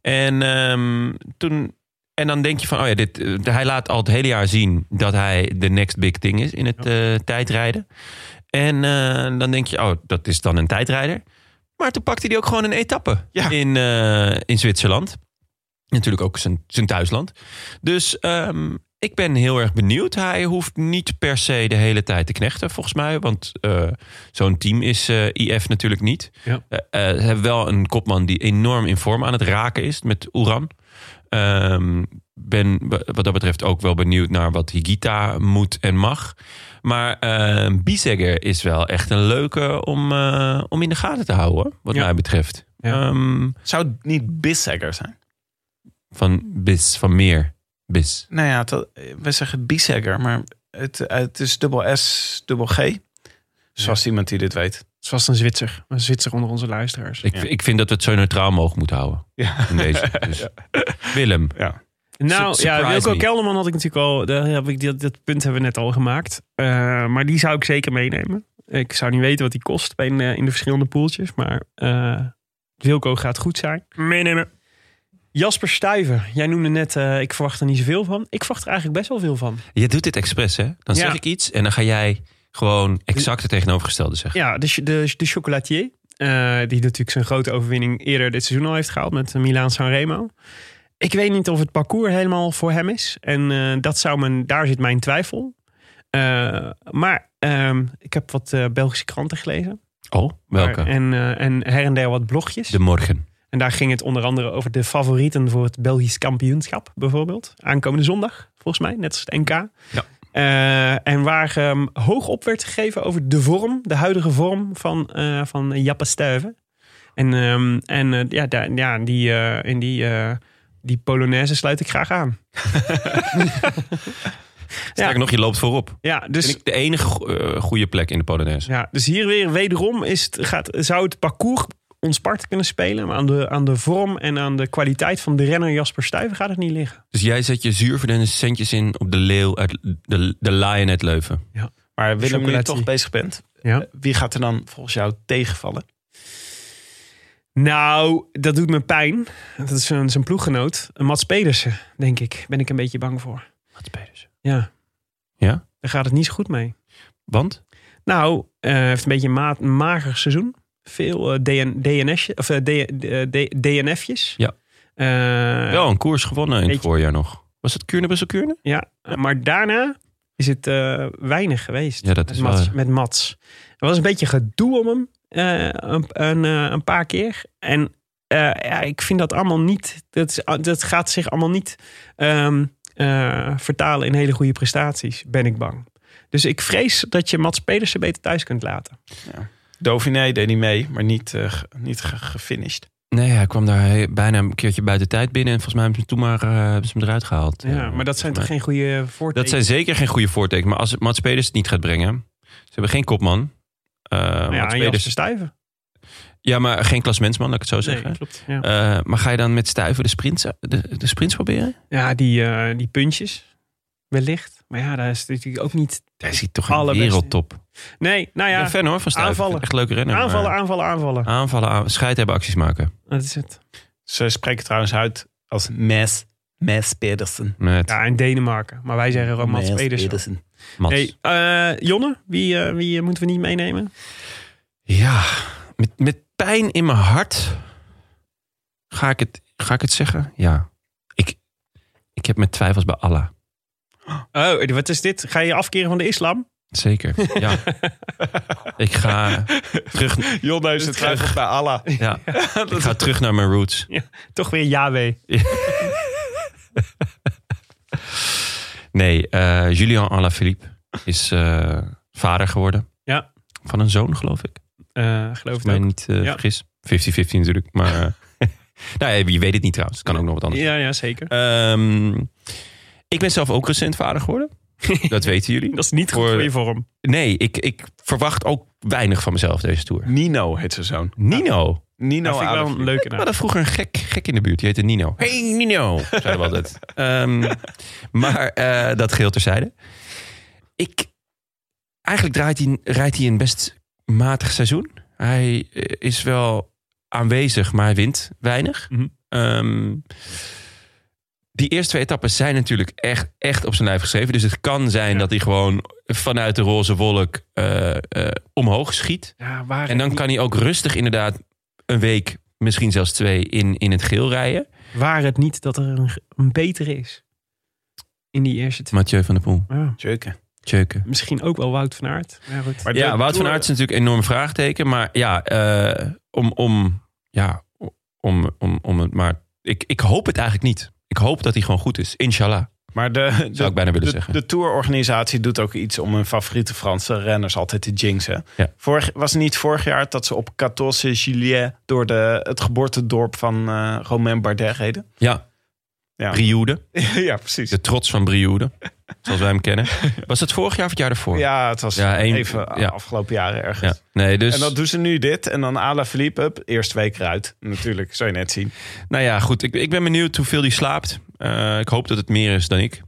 En dan denk je van, hij laat al het hele jaar zien dat hij de next big thing is in het tijdrijden. En dan denk je, dat is dan een tijdrijder. Maar toen pakte hij ook gewoon een etappe in Zwitserland. Natuurlijk ook zijn thuisland. Dus ik ben heel erg benieuwd. Hij hoeft niet per se de hele tijd te knechten, volgens mij. Want zo'n team is IF natuurlijk niet. Ja. Ze hebben wel een kopman die enorm in vorm aan het raken is met Uran. Ben wat dat betreft ook wel benieuwd naar wat Higuita moet en mag. Maar Biesegger is wel echt een leuke om in de gaten te houden, wat mij betreft. Ja. Zou het niet Biesegger zijn? Van meer. Bis. Nou ja, we zeggen Biesegger, maar het is dubbel S, dubbel G. Zoals iemand die dit weet. Zoals een Zwitser onder onze luisteraars. Ik vind dat we het zo neutraal mogelijk moeten houden. Ja. In deze. Dus. Willem. Ja. Nou ja, Wilco Kelderman had ik natuurlijk al. Dat punt hebben we net al gemaakt. Maar die zou ik zeker meenemen. Ik zou niet weten wat die kost in de verschillende poeltjes. Maar Wilco gaat goed zijn. Meenemen. Jasper Stuyven, jij noemde net, ik verwacht er niet zoveel van. Ik verwacht er eigenlijk best wel veel van. Je doet dit expres, hè? Dan zeg ik iets en dan ga jij gewoon exact het tegenovergestelde zeggen. Ja, de chocolatier. Die natuurlijk zijn grote overwinning eerder dit seizoen al heeft gehaald met Milaan Sanremo. Ik weet niet of het parcours helemaal voor hem is. En daar zit mijn twijfel. Maar ik heb wat Belgische kranten gelezen. Oh, welke? En her en der wat blogjes. De Morgen. En daar ging het onder andere over de favorieten voor het Belgisch kampioenschap bijvoorbeeld. Aankomende zondag, volgens mij, net als het NK. Ja. En waar hoog op werd gegeven over de vorm, de huidige vorm van Jappe Stuyven. In die Die Polonaise sluit ik graag aan. Sterker nog, je loopt voorop. Ja, dus... Vind ik de enige goede plek in de Polonaise. Ja, dus hier weer wederom zou het parcours ons part kunnen spelen. Maar aan de vorm en aan de kwaliteit van de renner Jasper Stuyven gaat het niet liggen. Dus jij zet je zuurverdiende centjes in op de leeuw uit de Lion uit Leuven. Ja. Maar Willem, nu je Chocolatie. toch bezig bent. Ja. Wie gaat er dan volgens jou tegenvallen? Nou, dat doet me pijn. Dat is zijn ploeggenoot. Mats Pedersen, denk ik. Ben ik een beetje bang voor. Wat spelers? Ja. Ja? Daar gaat het niet zo goed mee. Want? Nou, heeft een beetje een mager seizoen. Veel DNF'jes. Ja. Wel een koers gewonnen in het beetje- voorjaar nog. Was het Kuurne-Brussel-Kuurne? Ja, maar daarna is het weinig geweest. Ja, dat is Met Mats. Er was een beetje gedoe om hem een paar keer. En ik vind dat allemaal niet... Dat gaat zich allemaal niet vertalen in hele goede prestaties, ben ik bang. Dus ik vrees dat je Mats Pedersen beter thuis kunt laten. Dauphiné deed niet mee, maar niet gefinished. Nee, hij kwam daar bijna een keertje buiten tijd binnen. En volgens mij hebben ze hem eruit gehaald. Ja, maar dat zijn toch geen goede voortekenen? Dat zijn zeker geen goede voortekenen. Maar als Mats Pedersen het niet gaat brengen... Ze hebben geen kopman. Nou ja, Mats en Pedersen- Jasper Stuyven. Ja, maar geen klasmensman, laat ik het zo zeggen. Nee, klopt. Ja, Maar ga je dan met Stuyven de sprints proberen? ja die puntjes. Wellicht. Maar ja, daar is natuurlijk ook niet... Hij ziet toch een Allerbeste. wereldtop. Nee, nou Ik ja. ben fan hoor van Stuyven. aanvallen. Echt leuke renner. Aanvallen. Aanvallen. Scheid hebben, acties maken. Dat is het. Ze spreken trouwens uit als Mads Pedersen. Met Ja, in Denemarken. Maar wij zeggen gewoon Mats Pedersen. Mats. Hey, Jonne, wie moeten we niet meenemen? Ja, met pijn in mijn hart ga ik het zeggen. Ja, ik heb mijn twijfels bij Allah. Oh, wat is dit? Ga je afkeren van de islam? Zeker, ja. Ik ga terug, Jon heeft het twijfels bij Allah. ja. Ik ga terug naar mijn roots. Toch weer Yahweh. Nee, Julian Alaphilippe is vader geworden. Ja. Van een zoon, geloof ik. Geloof Als ik ik mij ook. niet Ja. vergis. 50-50 natuurlijk. Maar nou, ja, je weet het niet trouwens. Het kan ook nog wat anders. Ja, zeker. Ik ben zelf ook recent vader geworden. Dat weten jullie. Dat is niet goed voor je vorm. Nee, ik verwacht ook weinig van mezelf deze tour. Nino heet zijn zoon. Nino. Nino Dat vind ik wel een leuke We naam. hadden vroeger een gek in de buurt. Die heette Nino. Hey Nino, zeiden we altijd. Maar dat geheel terzijde. Eigenlijk rijdt hij een best matig seizoen. Hij is wel aanwezig, maar hij wint weinig. Mhm. Die eerste 2 etappes zijn natuurlijk echt op zijn lijf geschreven. Dus het kan zijn dat hij gewoon vanuit de roze wolk omhoog schiet. Ja, En dan kan hij ook rustig inderdaad een week, misschien zelfs 2, in het geel rijden. Waar het niet dat er een betere is. In die eerste 2. Mathieu van der Poel. Ja. Tjeuken. Misschien ook wel Wout van Aert. Ja, goed. Maar Ja, Wout van Aert is natuurlijk een enorm vraagteken. Maar ja, ik hoop het eigenlijk niet. Ik hoop dat hij gewoon goed is. Inshallah. Maar Zou ik bijna willen zeggen. De tourorganisatie doet ook iets om hun favoriete Franse renners altijd te jinxen. Ja. Was het niet vorig jaar dat ze op 14 juillet door het geboortedorp van Romain Bardet reden? Ja, Ja, Brioude. ja precies. De trots van Brioude. Zoals wij hem kennen. Was het vorig jaar of het jaar ervoor? Ja, het was Ja, even afgelopen jaren ergens. Ja. Nee, dus, En dan doen ze nu dit. En dan Alaphilippe, up, eerste week eruit. Natuurlijk, zou je net zien. nou ja, goed. Ik ben benieuwd hoeveel hij slaapt. Ik hoop dat het meer is dan ik.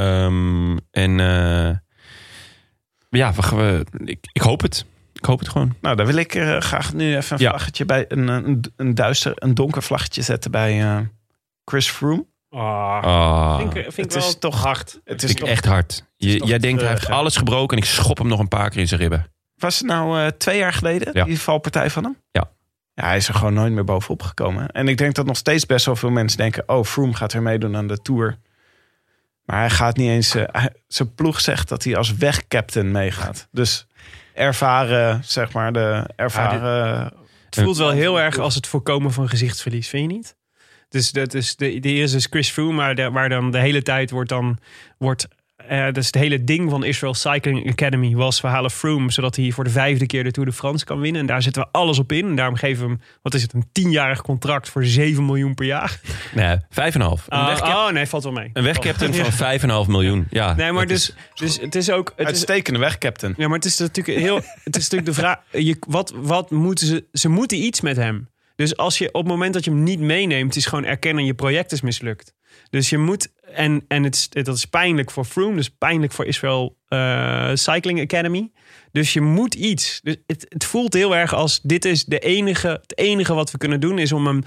Ik hoop het. Ik hoop het gewoon. Nou, dan wil ik graag nu even een vlaggetje bij een donker vlaggetje zetten bij Chris Froome. Vind ik Het wel is toch hard. Het is Vind ik toch, echt hard. toch Jij denkt, hij heeft treurig, hè? alles gebroken en ik schop hem nog een paar keer in zijn ribben. Was het nou 2 jaar geleden, Ja. die valpartij van hem? Ja. Ja, hij is er gewoon nooit meer bovenop gekomen. En ik denk dat nog steeds best wel veel mensen denken... oh, Froome gaat weer meedoen aan de Tour. Maar hij gaat niet eens... zijn ploeg zegt dat hij als wegcaptain meegaat. Dus ervaren, zeg maar, Het voelt wel heel erg als het voorkomen van gezichtsverlies, vind je niet? Dus dat is de eerste is Chris Froome, waar dan de hele tijd wordt dus het hele ding van Israel Cycling Academy was... we halen Froome, zodat hij voor de 5e keer de Tour de France kan winnen. En daar zetten we alles op in. En daarom geven we hem, een 10-jarig contract voor 7 miljoen per jaar. Nee, 5,5. Nee, valt wel mee. Een wegcaptain van 5,5 miljoen. Ja, nee, maar dus het is ook... Uitstekende wegcaptain. Ja, maar het is natuurlijk het is natuurlijk de vraag... Wat moeten ze... Ze moeten iets met hem. Dus als je op het moment dat je hem niet meeneemt... is gewoon erkennen, je project is mislukt. Dus je moet... En dat is pijnlijk voor Froome. Dus pijnlijk voor Israel Cycling Academy. Dus je moet iets. Dus het voelt heel erg als... Dit is het enige wat we kunnen doen... is om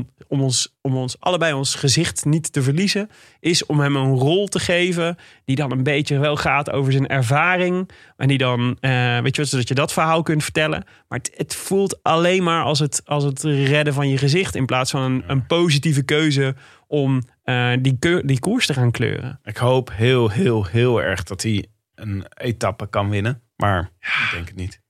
ons allebei ons gezicht niet te verliezen... is om hem een rol te geven... die dan een beetje wel gaat over zijn ervaring. En die dan... weet je wat, zodat je dat verhaal kunt vertellen. Maar het voelt alleen maar als het redden van je gezicht... in plaats van een positieve keuze... om die koers te gaan kleuren. Ik hoop heel, heel, heel erg dat hij een etappe kan winnen. Maar ik denk het niet.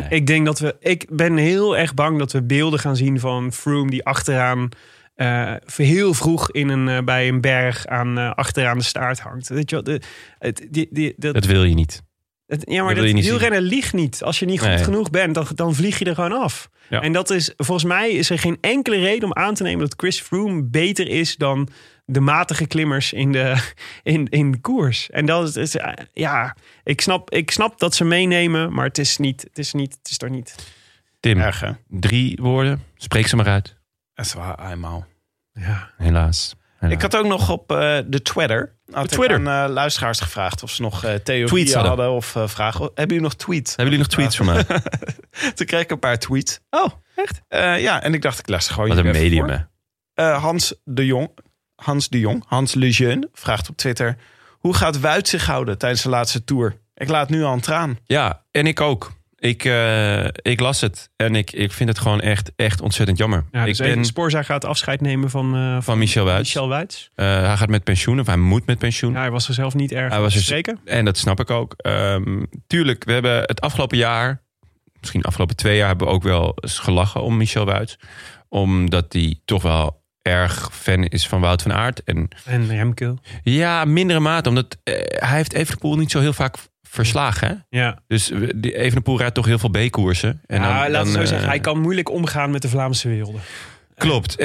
Ik ben heel erg bang dat we beelden gaan zien van Froome... die achteraan heel vroeg bij een berg achteraan de staart hangt. Weet je wel, dat wil je niet. Maar dat wielrennen liegt niet. Als je niet goed genoeg bent, dan vlieg je er gewoon af. Ja. En dat is, volgens mij is er geen enkele reden om aan te nemen... dat Chris Froome beter is dan de matige klimmers in de koers. En dat is ik snap dat ze meenemen, maar het is er niet. Tim, 3 woorden. Spreek ze maar uit. Dat is waar, eenmaal. Ja. Helaas. Ik had ook nog op de Twitter... aan luisteraars gevraagd of ze nog theorieën hadden of vragen. Hebben jullie nog tweets? Hebben jullie nog tweets voor mij? Toen kreeg ik een paar tweets. Oh, echt? Ja, en ik dacht, ik las gewoon... Wat een medium, hè? Hans Lejeune vraagt op Twitter... Hoe gaat Wout zich houden tijdens de laatste Tour? Ik laat nu al een traan. Ja, en ik ook. Ik las het en ik vind het gewoon echt ontzettend jammer. Ja, dus Sporza gaat afscheid nemen van Michel Wuits. Hij gaat met pensioen, of hij moet met pensioen. Ja, hij was er zelf niet erg zeker. En dat snap ik ook. Tuurlijk, we hebben het afgelopen jaar... misschien de afgelopen 2 jaar... hebben we ook wel eens gelachen om Michel Wuits. Omdat hij toch wel erg fan is van Wout van Aert. En Remco. Ja, mindere mate. Omdat hij heeft Evenepoel niet zo heel vaak... verslagen, hè? Ja. Dus Evenepoel rijdt toch heel veel B-koersen. En laten we zo zeggen, hij kan moeilijk omgaan met de Vlaamse werelden. Klopt.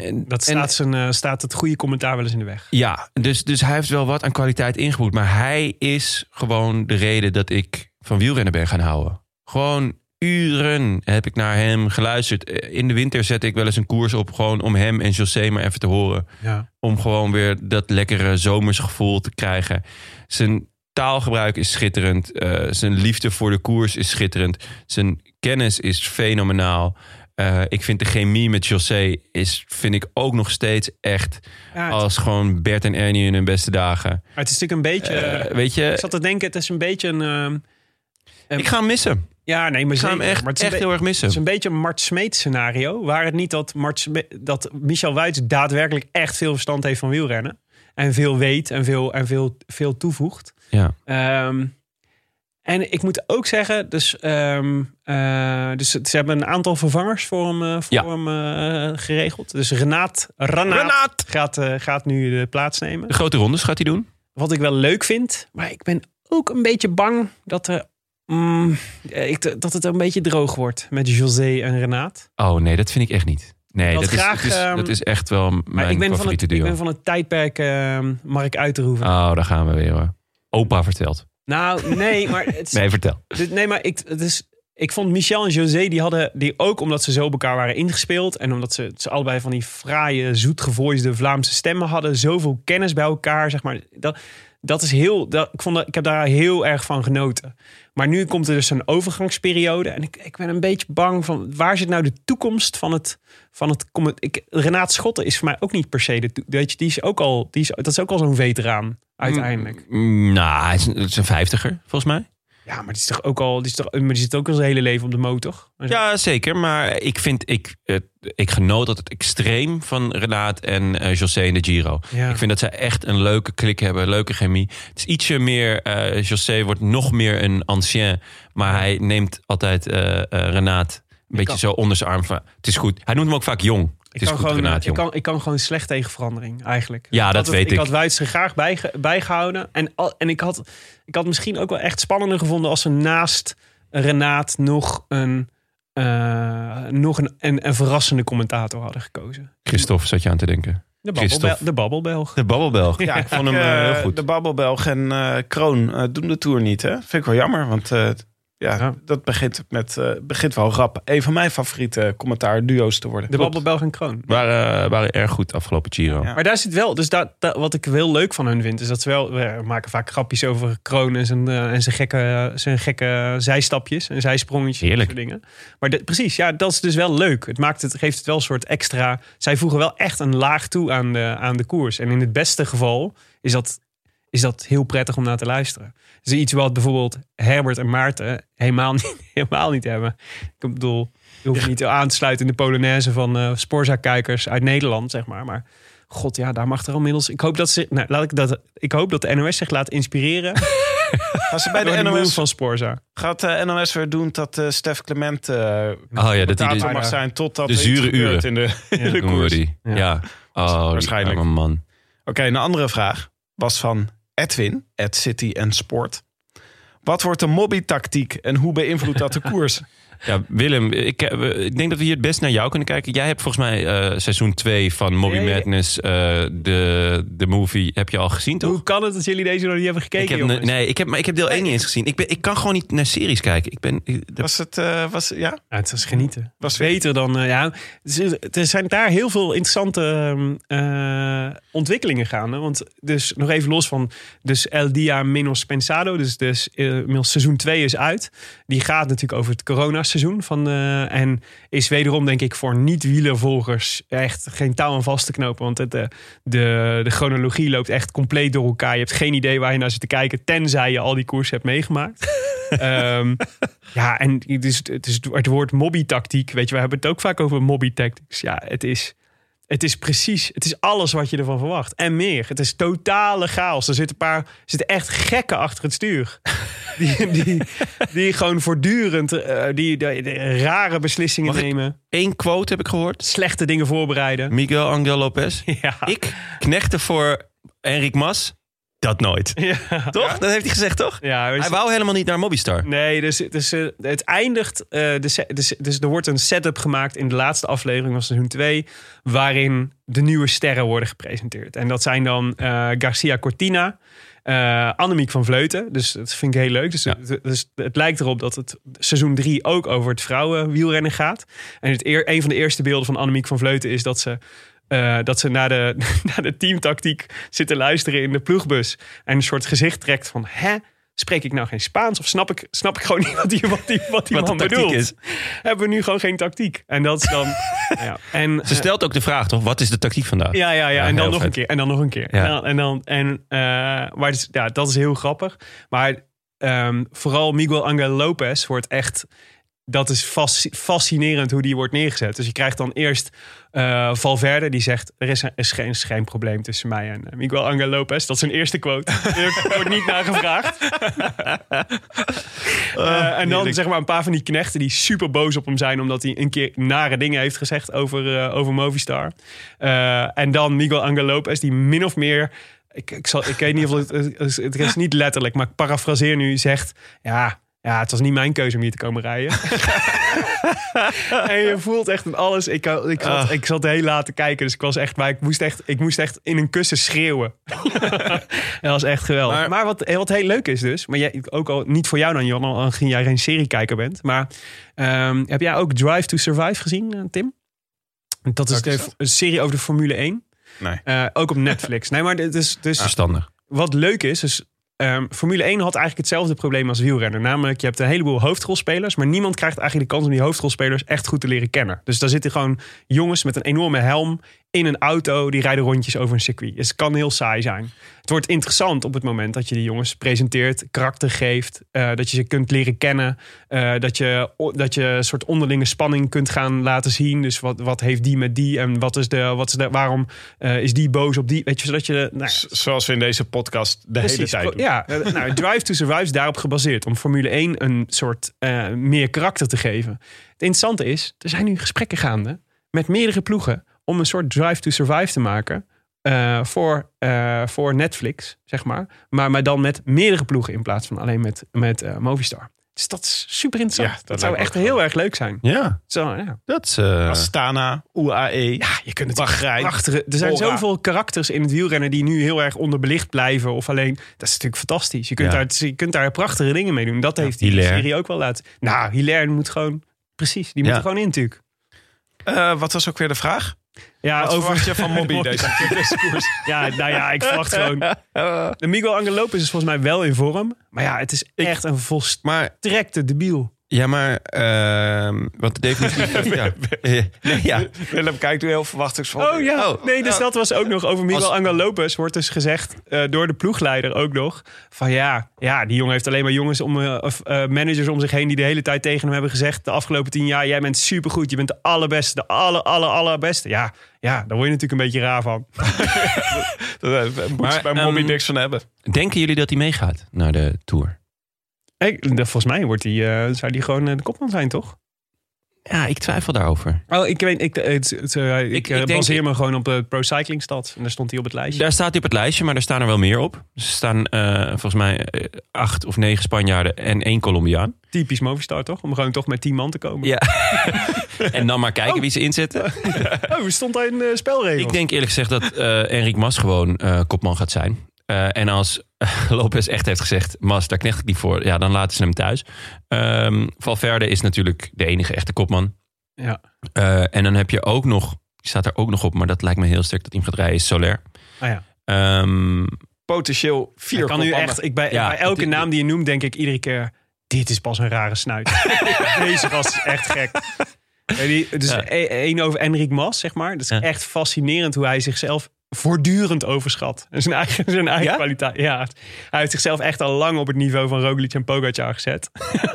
Staat het goede commentaar wel eens in de weg. Ja, dus hij heeft wel wat aan kwaliteit ingeboet. Maar hij is gewoon de reden dat ik van wielrennen ben gaan houden. Gewoon uren heb ik naar hem geluisterd. In de winter zette ik wel eens een koers op... gewoon om hem en José maar even te horen. Ja. Om gewoon weer dat lekkere zomersgevoel te krijgen. Zijn taalgebruik is schitterend. Zijn liefde voor de koers is schitterend. Zijn kennis is fenomenaal. Ik vind de chemie met José vind ik ook nog steeds echt... als gewoon Bert en Ernie in hun beste dagen. Maar het is natuurlijk een beetje... weet je, ik zat te denken, het is een beetje een... ik ga hem missen. Ja, nee, maar ik ga hem echt heel erg missen. Het is een beetje een Mart Smeet scenario. Waar het niet dat Michel Wuits daadwerkelijk echt veel verstand heeft van wielrennen. En veel weet en veel toevoegt. Ja. En ik moet ook zeggen, dus ze hebben een aantal vervangers voor hem geregeld. Dus Renaat gaat nu de plaats nemen. De grote rondes gaat hij doen. Wat ik wel leuk vind, maar ik ben ook een beetje bang dat het een beetje droog wordt met José en Renaat. Oh nee, dat vind ik echt niet. Nee, dat is echt wel mijn favoriete duo. Ik ben van het tijdperk Mark Uiterhoeven. Oh, daar gaan we weer hoor. Opa vertelt. Nou, nee, maar... Nee, vertel. Ik vond Michel en José, die ook omdat ze zo op elkaar waren ingespeeld... en omdat ze allebei van die fraaie, zoetgevoisde Vlaamse stemmen hadden... zoveel kennis bij elkaar, zeg maar... Dat is ik heb daar heel erg van genoten. Maar nu komt er dus een overgangsperiode. En ik ben een beetje bang van... waar zit nou de toekomst van het Renaat Schotten is voor mij ook niet per se... dat is ook al zo'n veteraan uiteindelijk. Nou, het is een 50er volgens mij. Ja, maar die zit ook al zijn hele leven op de motor. Ja, zeker. Maar ik genoot dat het extreem van Renaat en José in de Giro. Ja. Ik vind dat zij echt een leuke klik hebben, een leuke chemie. Het is ietsje meer, José wordt nog meer een ancien. Maar hij neemt altijd Renaat een beetje zo onder zijn arm. Het is goed. Hij noemt hem ook vaak jong. Ik kan gewoon slecht tegen verandering, eigenlijk. Ja, dat weet ik. Ik had Wuits er graag bijgehouden. En ik had misschien ook wel echt spannender gevonden als ze naast Renaat nog een verrassende commentator hadden gekozen. Christophe zat je aan te denken. De Babbelbelg. De Babbelbelg. Ja, ik vond hem heel goed. De Babbelbelg en Kroon doen de Tour niet. Hè? Vind ik wel jammer, want dat begint wel rap. Een van mijn favoriete commentaarduo's te worden. De Babbelbelg en Kroon. Waren erg goed afgelopen Giro. Ja. Maar daar zit wel, dus wat ik heel leuk van hun vind, is dat we maken vaak grapjes over Kroon en zijn gekke zijstapjes en zijsprongetjes. Heerlijk. En soort dingen. Maar precies, ja, dat is dus wel leuk. Geeft het wel een soort extra. Zij voegen wel echt een laag toe aan de koers. En in het beste geval is dat heel prettig om naar te luisteren. Dus iets wat bijvoorbeeld Herbert en Maarten helemaal niet hebben. Ik bedoel, je hoeft niet aan te sluiten in de Polonaise van Sporza-kijkers uit Nederland, zeg maar. Maar god, ja, daar mag er inmiddels. Ik hoop dat de NOS zich laat inspireren. Als ze bij door de NOS van Sporza. gaat de NOS weer doen dat Stef Clement dat hij mag zijn totdat de er zure iets gebeurt uren in de koers. Ja. Waarschijnlijk. Die arme man. Oké, een andere vraag was van Edwin, @City & Sport. Wat wordt de Mobby-tactiek en hoe beïnvloedt dat de koers? Ja, Willem, ik denk dat we hier het best naar jou kunnen kijken. Jij hebt volgens mij seizoen 2 van Mobby Madness, de movie, heb je al gezien, toch? Hoe kan het dat jullie deze nog niet hebben gekeken, ik heb deel 1 niet eens gezien. Ik kan gewoon niet naar series kijken. Het was genieten. Was beter dan, er zijn daar heel veel interessante ontwikkelingen gaande. Want dus nog even los van, dus El Dia Menos Pensado, dus seizoen 2 is uit. Die gaat natuurlijk over het coronaseizoen en is wederom, denk ik, voor niet-wielervolgers echt geen touw aan vast te knopen. Want de chronologie loopt echt compleet door elkaar. Je hebt geen idee waar je naar zit te kijken, tenzij je al die koers hebt meegemaakt. En het woord mobby-tactiek, weet je, we hebben het ook vaak over mobby-tactics. Ja, het is precies, het is alles wat je ervan verwacht. En meer. Het is totale chaos. Er zitten echt gekken achter het stuur. Die gewoon voortdurend die rare beslissingen nemen. 1 quote heb ik gehoord. Slechte dingen voorbereiden. Miguel Angel Lopez. Ja. Ik knechte voor Enric Mas. Dat nooit. Ja. Toch? Dat heeft hij gezegd, toch? Ja, hij wou helemaal niet naar Mobistar. Nee, dus het eindigt. Dus er wordt een setup gemaakt in de laatste aflevering van seizoen 2... waarin de nieuwe sterren worden gepresenteerd. En dat zijn dan Garcia Cortina, Annemiek van Vleuten. Dus dat vind ik heel leuk. Dus het lijkt erop dat het seizoen 3 ook over het vrouwenwielrennen gaat. En een van de eerste beelden van Annemiek van Vleuten is dat ze naar de teamtactiek zit te luisteren in de ploegbus. En een soort gezicht trekt van, spreek ik nou geen Spaans? Of snap ik gewoon niet wat die man bedoelt? Is. Hebben we nu gewoon geen tactiek? En dat is dan... Ze stelt ook de vraag, toch? Wat is de tactiek vandaag? Ja, en dan nog een keer. En dan nog een keer. Ja. Maar dus, dat is heel grappig. Maar vooral Miguel Angel Lopez wordt echt... Dat is fascinerend hoe die wordt neergezet. Dus je krijgt dan eerst Valverde die zegt... er is geen probleem tussen mij en Miguel Angel Lopez. Dat is zijn eerste quote. Er wordt niet naar gevraagd. En dan zeg maar een paar van die knechten... die super boos op hem zijn... omdat hij een keer nare dingen heeft gezegd over Movistar. En dan Miguel Angel Lopez die min of meer... Ik weet niet of het is niet letterlijk... maar ik parafraseer nu, zegt... Ja, het was niet mijn keuze om hier te komen rijden. En je voelt echt alles. Ik zat heel laat te kijken, dus ik moest echt in een kussen schreeuwen. Dat was echt geweldig. Maar wat heel leuk is dus, maar jij, ook al niet voor jou dan, Jan, aangezien jij geen seriekijker bent. Maar heb jij ook Drive to Survive gezien, Tim? Dat is een serie over de Formule 1. Nee. Ook op Netflix. Nee, maar het is dus verstandig. Wat leuk is Formule 1 had eigenlijk hetzelfde probleem als wielrenner. Namelijk, je hebt een heleboel hoofdrolspelers... maar niemand krijgt eigenlijk de kans om die hoofdrolspelers echt goed te leren kennen. Dus daar zitten gewoon jongens met een enorme helm in een auto... die rijden rondjes over een circuit. Dus het kan heel saai zijn. Het wordt interessant op het moment dat je die jongens presenteert... karakter geeft, dat je ze kunt leren kennen... dat je een soort onderlinge spanning kunt gaan laten zien. Dus wat heeft die met die en waarom is die boos op die? Weet je, zodat je... Zoals we in deze podcast hele tijd doen. Ja, Drive to Survive is daarop gebaseerd. Om Formule 1 een soort meer karakter te geven. Het interessante is, er zijn nu gesprekken gaande met meerdere ploegen om een soort Drive to Survive te maken voor Netflix, zeg maar. Maar dan met meerdere ploegen in plaats van alleen met Movistar. Dus dat is super interessant. Dat zou echt heel erg leuk zijn. Ja. Zo, ja. Dat is... Astana, UAE. Ja, je kunt het Bahrein, prachtige. Er zijn Bora. zoveel karakters in het wielrennen die nu heel erg onderbelicht blijven. Of alleen, dat is natuurlijk fantastisch. Je kunt daar prachtige dingen mee doen. Dat heeft die Hilaire. serie ook wel laten. Nou, Hilaire moet gewoon, precies, die moet er gewoon in natuurlijk. Wat was ook weer de vraag? Ja, Wat verwacht je van Mobby deze koers? Ja, nou ja, ik verwacht gewoon. De Miguel Angel Lopez is volgens mij wel in vorm. Maar ja, het is echt een volstrekte debiel. Ja, maar... wat de definitie... Willem kijkt nu heel verwachtingsvol. Oh ja, nee, dus dat was ook nog over Miguel Angel Lopez. Wordt dus gezegd door de ploegleider ook nog. Van ja, die jongen heeft alleen maar jongens managers om zich heen... die de hele tijd tegen hem hebben gezegd... de afgelopen 10 jaar, jij bent supergoed. Je bent de allerbeste, de allerbeste. Ja, daar word je natuurlijk een beetje raar van. Daar moet je bij Mobby niks van hebben. Denken jullie dat hij meegaat naar de Tour? Volgens mij zou die gewoon de kopman zijn, toch? Ja, ik twijfel daarover. Oh, ik baseer me gewoon op de Pro Cycling Stats. En daar stond hij op het lijstje. Daar staat hij op het lijstje, maar er staan er wel meer op. Er staan volgens mij 8 of 9 Spanjaarden en 1 Colombiaan. Typisch Movistar, toch? Om gewoon toch met 10 man te komen. Ja. En dan maar kijken wie ze inzetten. Hoe stond hij in de spelregels? Ik denk eerlijk gezegd dat Enric Mas gewoon kopman gaat zijn. En als Lopez echt heeft gezegd... Mas, daar knecht ik niet voor. Ja, dan laten ze hem thuis. Valverde is natuurlijk de enige echte kopman. Ja. En dan heb je ook nog... Die staat er ook nog op, maar dat lijkt me heel sterk dat hij hem gaat rijden. Is Soler. Ah ja. Potentieel 4 kan nu echt, bij elke naam die je noemt, denk ik iedere keer... Dit is pas een rare snuit. Deze gast is echt gek. Eén over Enric Mas, zeg maar. Dat is echt fascinerend hoe hij zichzelf... voortdurend overschat. Zijn eigen kwaliteit. Ja, hij heeft zichzelf echt al lang op het niveau van Roglic en Pogacar gezet.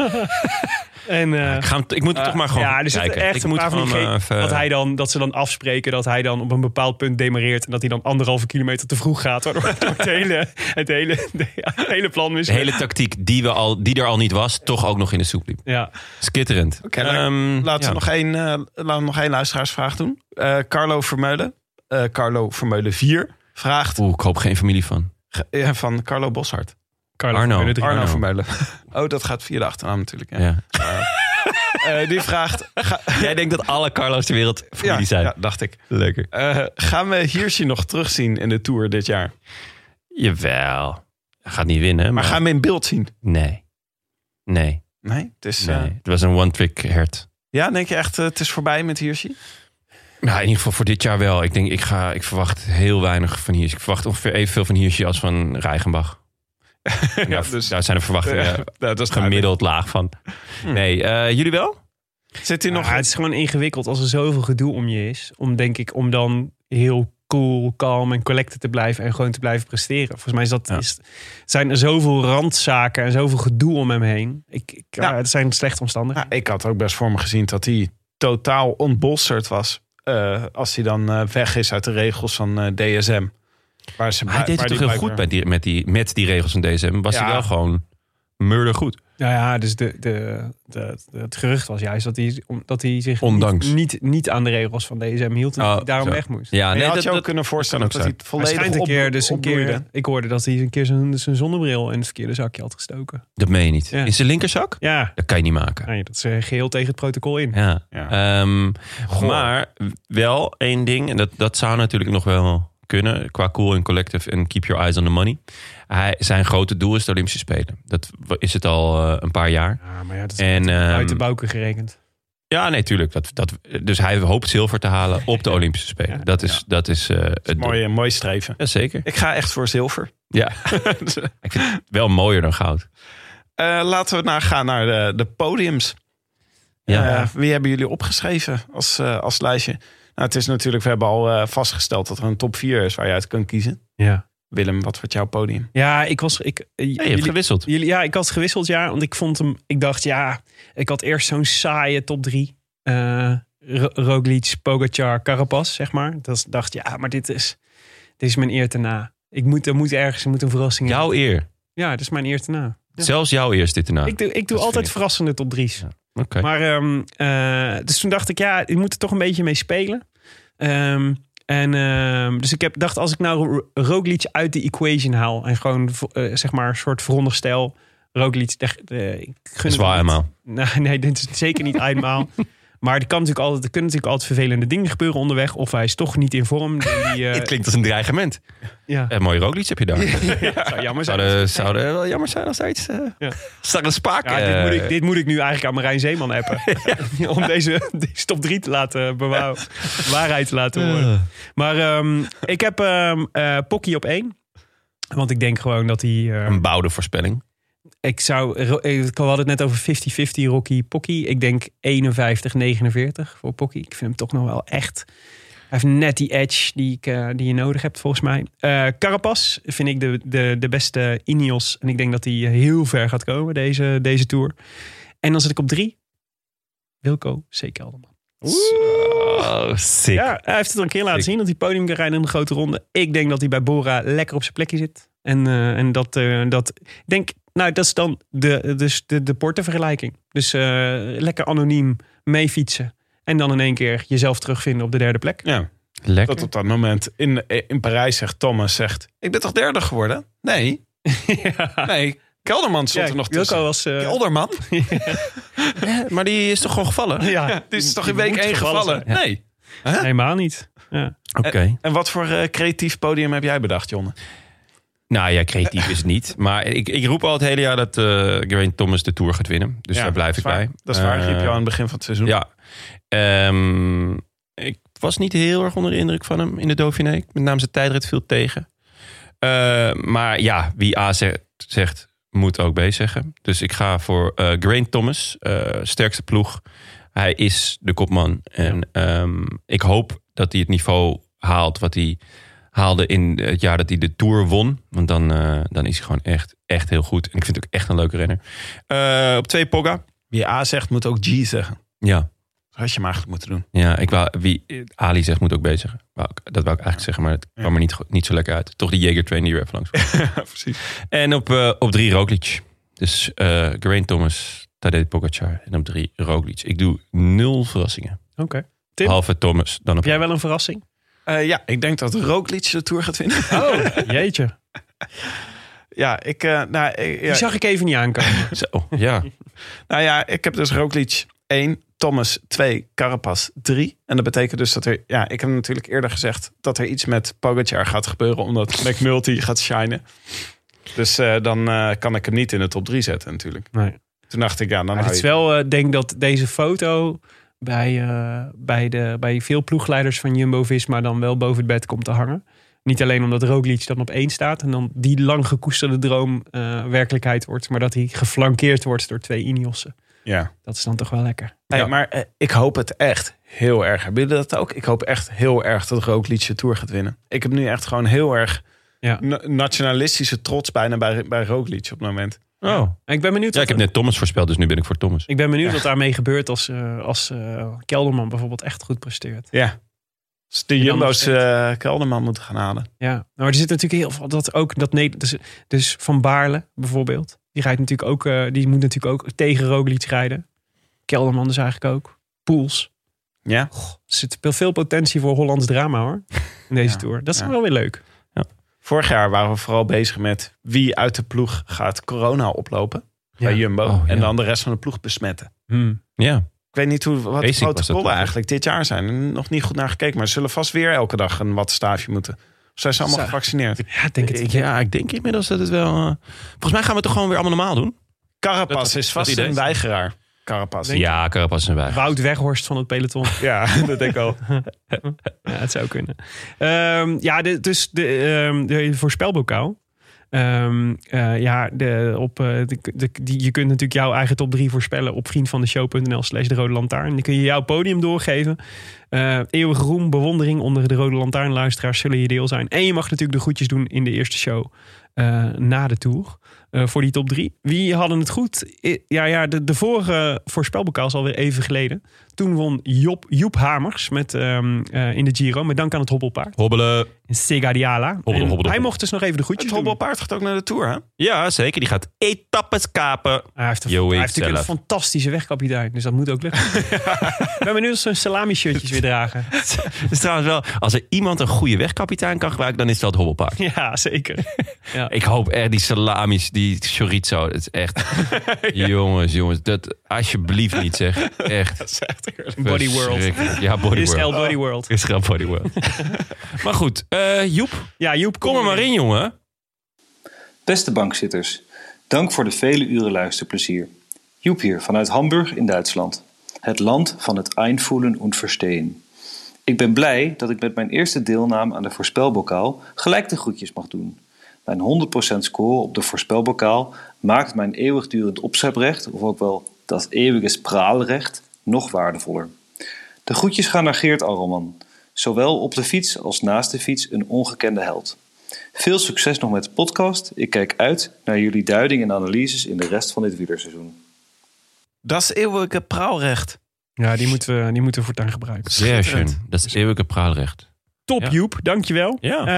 En, ik moet het toch maar gewoon dus kijken. Echt ik moet gewoon dat ze dan afspreken dat hij dan op een bepaald punt demareert en dat hij dan 1,5 kilometer te vroeg gaat. Waardoor het hele plan mislukt. De hele tactiek die er al niet was, toch ook nog in de soep liep. Ja. Skitterend. Laten we nog één luisteraarsvraag doen. Carlo Vermeulen. Carlo Vermeulen 4 vraagt... ik hoop geen familie van. Van Carlo Boshart. Arno Vermeulen. Oh, dat gaat via de achternaam natuurlijk. Ja. Die vraagt... Jij denkt dat alle Carlo's ter wereld familie zijn? Ja, dacht ik. Lekker. Gaan we Hirschi nog terugzien in de Tour dit jaar? Jawel. Hij gaat niet winnen. Maar gaan we hem in beeld zien? Nee. Nee? Het was een one-trick hert. Ja, denk je echt het is voorbij met Hirschi? Nou, in ieder geval voor dit jaar wel. Ik denk, ik verwacht heel weinig van Hirschi. Ik verwacht ongeveer evenveel van Hirschi als van Reichenbach. Dus daar zijn de verwachtingen gemiddeld laag van. Nee, jullie wel? Zit u nog? Het is gewoon ingewikkeld als er zoveel gedoe om je is. Om dan heel cool, kalm en collected te blijven en gewoon te blijven presteren. Volgens mij zijn er zoveel randzaken en zoveel gedoe om hem heen. Het zijn slechte omstandigheden. Ja, ik had ook best voor me gezien dat hij totaal ontbolsterd was. Als hij dan weg is uit de regels van DSM. Hij deed het toch heel goed met die regels van DSM. Was hij wel gewoon murder goed. Ja, dus het gerucht was juist dat hij zich niet aan de regels van DSM hield. En daarom weg moest. Ja, had je ook kunnen voorstellen dat hij het volledig opbloeide. Ik hoorde dat hij een keer zijn zonnebril in het verkeerde zakje had gestoken. Dat meen je niet. Ja. In zijn linkerzak? Ja. Dat kan je niet maken. Nee, dat is geheel tegen het protocol in. Ja. Maar wel één ding, en dat zou natuurlijk nog wel kunnen, qua cool en collective en keep your eyes on the money. Zijn grote doel is de Olympische Spelen. Dat is het al een paar jaar. Ja, maar dat is uit de bouken gerekend. Ja, nee, tuurlijk. Dus hij hoopt zilver te halen op de Olympische Spelen. Dat is het mooi streven. Ja, zeker. Ik ga echt voor zilver. Ja, ik vind het wel mooier dan goud. Laten we gaan naar de podiums. Ja. Wie hebben jullie opgeschreven als lijstje? Nou, het is natuurlijk, we hebben al vastgesteld dat er een top 4 is waar je uit kan kiezen. Ja. Willem, wat wordt jouw podium? Ja, je hebt gewisseld. Ik had gewisseld, ja. Want ik dacht, ik had eerst zo'n saaie top 3. Roglic, Pogacar, Carapaz, zeg maar. Dus dacht, maar dit is mijn eer te na. Er moet een verrassing in. Jouw eer? Ja, dat is mijn eer te na. Ja. Zelfs jouw eer is dit te na? Ik doe altijd verrassende top 3's. Ja. Okay. Maar dus toen dacht ik, je moet er toch een beetje mee spelen. Dus ik dacht, als ik nou Roglic uit de equation haal... en gewoon zeg maar een soort veronderstel... Roglic, ik gun Dat is wel eenmaal. Nee, dit is zeker niet eenmaal. Maar er kunnen natuurlijk altijd vervelende dingen gebeuren onderweg. Of hij is toch niet in vorm. Het klinkt als een dreigement. Ja. Mooie Roglic heb je daar. Zou jammer zijn. Zou wel jammer zijn als er iets... Als daar een spaak... Ja, dit moet ik nu eigenlijk aan Marijn Zeeman appen. Om deze top 3 te laten waarheid te laten worden. Maar ik heb Pocky op 1. Want ik denk gewoon dat hij... een bouwde voorspelling. We hadden het net over 50-50 Rocky Pocky. Ik denk 51-49 voor Pocky. Ik vind hem toch nog wel echt... Hij heeft net die edge die je nodig hebt, volgens mij. Carapaz vind ik de beste Ineos. En ik denk dat hij heel ver gaat komen, deze Tour. En dan zit ik op 3. Wilco C. Kelderman. Sick. Ja, hij heeft het al een keer laten zien dat hij podium kan rijden in de grote ronde. Ik denk dat hij bij Bora lekker op zijn plekje zit. En dat denk... Nou, dat is dan de Porte-vergelijking. Dus lekker anoniem mee fietsen. En dan in één keer jezelf terugvinden op de derde plek. Ja, Lekker. tot op dat moment in Parijs zegt ik ben toch derde geworden? Nee. Nee, Kelderman stond er nog tussen. Wilco was... Kelderman? Maar die is toch gewoon gevallen? Ja, Die is toch in week 1 gevallen? Ja. Nee. helemaal niet. Ja. Oké. En wat voor creatief podium heb jij bedacht, Jonne? Nou ja, creatief is het niet. Maar ik roep al het hele jaar dat Geraint Thomas de Tour gaat winnen. Dus daar blijf ik bij. Dat is waar, riep je al aan het begin van het seizoen. Ja. Ik was niet heel erg onder de indruk van hem in de Dauphiné. Met name zijn tijdrit viel tegen. Maar ja, wie A zegt, moet ook B zeggen. Dus ik ga voor Geraint Thomas. Sterkste ploeg. Hij is de kopman. En ik hoop dat hij het niveau haalt wat hij haalde in het jaar dat hij de Tour won. Want dan is hij gewoon echt heel goed. En ik vind het ook echt een leuke renner. Op 2 Pogga. Wie A zegt, moet ook G zeggen. Ja. Dat had je maar eigenlijk moeten doen. Ja, wie Ali zegt, moet ook B zeggen. Dat wou ik eigenlijk zeggen, maar het kwam er niet zo lekker uit. Toch die Jägertrain die er even langs kwam. Precies. En op 3 Roglic. Dus Geraint Thomas, Tadej Pogacar. En op 3 Roglic. Ik doe 0 verrassingen. Oké. Tim, Behalve Thomas. Dan op heb jij wel een verrassing? Ja, ik denk dat Roglic de Tour gaat winnen. Oh, jeetje. Ja, Die zag ik even niet aankomen. Zo, ja. Nou ja, ik heb dus Roglic 1, Thomas 2, Carapaz 3. En dat betekent dus dat er... Ja, ik heb natuurlijk eerder gezegd dat er iets met Pogacar gaat gebeuren, omdat McNulty gaat shinen. Dus dan kan ik hem niet in de top 3 zetten natuurlijk. Nee. Toen dacht ik, ja, dan Maar het is wel, denk dat deze foto bij veel ploegleiders van Jumbo-Visma dan wel boven het bed komt te hangen. Niet alleen omdat Roglic dan op 1 staat en dan die lang gekoesterde droom werkelijkheid wordt, maar dat hij geflankeerd wordt door 2 Ineossen. Ja. Dat is dan toch wel lekker. Hey, Ja. maar ik hoop het echt heel erg. Hebben jullie dat ook? Ik hoop echt heel erg dat Roglic de Tour gaat winnen. Ik heb nu echt gewoon heel erg nationalistische trots bijna bij Roglic op het moment. Oh. En ik ben benieuwd. Ja, ik heb net Thomas voorspeld, dus nu ben ik voor Thomas. Ik ben benieuwd wat daarmee gebeurt als Kelderman bijvoorbeeld echt goed presteert. Ja. Dus de Jumbo's Kelderman moeten gaan halen. Ja, maar er zit natuurlijk heel veel dus Van Baarle bijvoorbeeld. Die rijdt natuurlijk ook. Die moet natuurlijk ook tegen Roglic rijden. Kelderman dus eigenlijk ook. Poels. Ja. Er zit veel potentie voor Hollands drama hoor. In deze Tour. Dat is wel weer leuk. Vorig jaar waren we vooral bezig met wie uit de ploeg gaat corona oplopen bij Jumbo. Oh, ja. En dan de rest van de ploeg besmetten. Ja. Ik weet niet wat de Basic was dat protocollen toch? eigenlijk dit jaar zijn. Er nog niet goed naar gekeken. Maar ze zullen vast weer elke dag een wattenstaafje moeten. Of zijn ze allemaal gevaccineerd? Ja, ik denk het. Ik denk inmiddels dat het wel... Volgens mij gaan we het toch gewoon weer allemaal normaal doen? Carapaz is vast idee een weigeraar. Carapaz. Ja, Carapaz is een wij. Wout Weghorst van het peloton. Ja, dat denk ik wel. Ja, het zou kunnen. De voorspelbokaal. Je kunt natuurlijk jouw eigen top 3 voorspellen op vriendvandeshow.nl/de Rode Lantaarn. Dan kun je jouw podium doorgeven. Eeuwige roem, bewondering onder de Rode Lantaarnluisteraars zullen je deel zijn. En je mag natuurlijk de groetjes doen in de eerste show na de Tour. Voor die top 3. Wie hadden het goed? De vorige voorspelbokaal is alweer even geleden. Toen won Joep Hamers in de Giro. Met dank aan het hobbelpaard. Hobbelen. in Segadiala. Hobbel. Hij mocht dus nog even de goedjes Het doen. hobbelpaard gaat ook naar de Tour, hè? Ja, zeker. Die gaat etappes kapen. Hij heeft, Yo, hij ik heeft natuurlijk zelf. een fantastische wegkapitein. Dus dat moet ook lukken. We hebben nu zo'n salami-shirtjes weer dragen. Dus trouwens wel, als er iemand een goede wegkapitein kan gebruiken, dan is dat het hobbelpaard. Ja, zeker. Ja. Ik hoop echt die salamis, die chorizo. Dat is echt... Jongens. Dat alsjeblieft niet, zeg. Echt. Dat is echt heerlijk. Body World. Verschrikkelijk. Ja, Body Israël World. Body World. Israël Body World. Maar goed, Joep, Ja, Joep, kom er maar in, jongen. Beste bankzitters, dank voor de vele uren luisterplezier. Joep hier vanuit Hamburg in Duitsland. Het land van het Einvoelen und Verstehen. Ik ben blij dat ik met mijn eerste deelname aan de voorspelbokaal gelijk de groetjes mag doen. Mijn 100% score op de voorspelbokaal maakt mijn eeuwigdurend opscheprecht, of ook wel dat eeuwige spraalrecht, nog waardevoller. De groetjes gaan naar Geert Arrelman. Zowel op de fiets als naast de fiets een ongekende held. Veel succes nog met de podcast. Ik kijk uit naar jullie duiding en analyses in de rest van dit wielerseizoen. Dat is eeuwige praalrecht. Ja, die moeten we voortaan gebruiken. Zeer schön. Dat is eeuwige praalrecht. Top, Ja. Joep. Dankjewel.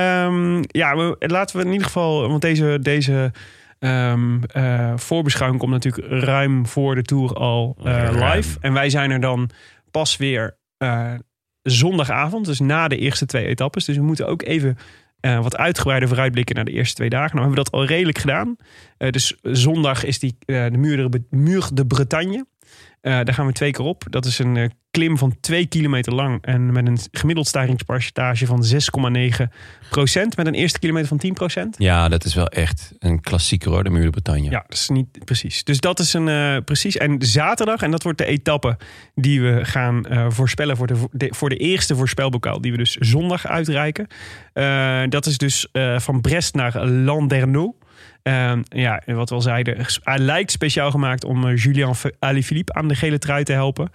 Ja. Laten we in ieder geval... Want deze voorbeschouwing komt natuurlijk ruim voor de Tour al live. En wij zijn er dan pas weer zondagavond. Dus na de eerste 2 etappes. Dus we moeten ook even wat uitgebreider vooruitblikken naar de eerste 2 dagen. Nou hebben we dat al redelijk gedaan. Dus zondag is de Muur de Bretagne. Daar gaan we 2 keer op. Dat is een klim van 2 kilometer lang. En met een gemiddeld stijgingspercentage van 6,9%. Met een eerste kilometer van 10%. Ja, dat is wel echt een klassieker hoor, de Muur de Bretagne. Ja, dat is niet precies. Dus dat is precies. En zaterdag, en dat wordt de etappe die we gaan voorspellen voor de eerste voorspelbokaal. Die we dus zondag uitreiken. Dat is dus van Brest naar Landerneau. Ja, wat we al zeiden, hij lijkt speciaal gemaakt om Julian Alaphilippe aan de gele trui te helpen.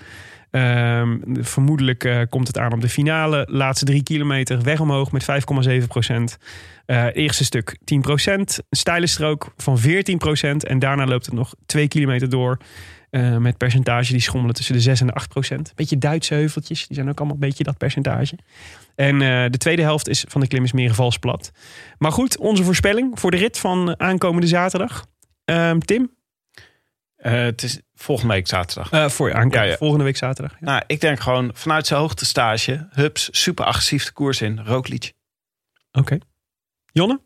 Vermoedelijk komt het aan op de finale. Laatste 3 kilometer, weg omhoog met 5,7%. Eerste stuk 10%. Een steile strook van 14%. En daarna loopt het nog 2 kilometer door. Met percentage die schommelen tussen de 6 en de 8%. Beetje Duitse heuveltjes, die zijn ook allemaal een beetje dat percentage. En de tweede helft van de klim is meer vals plat. Maar goed, onze voorspelling voor de rit van aankomende zaterdag. Tim? Het is volgende week zaterdag. Volgende week zaterdag. Ja. Nou, ik denk gewoon vanuit zijn hoogtestage. Hups, super agressief de koers in. Roglic. Oké. Jonne?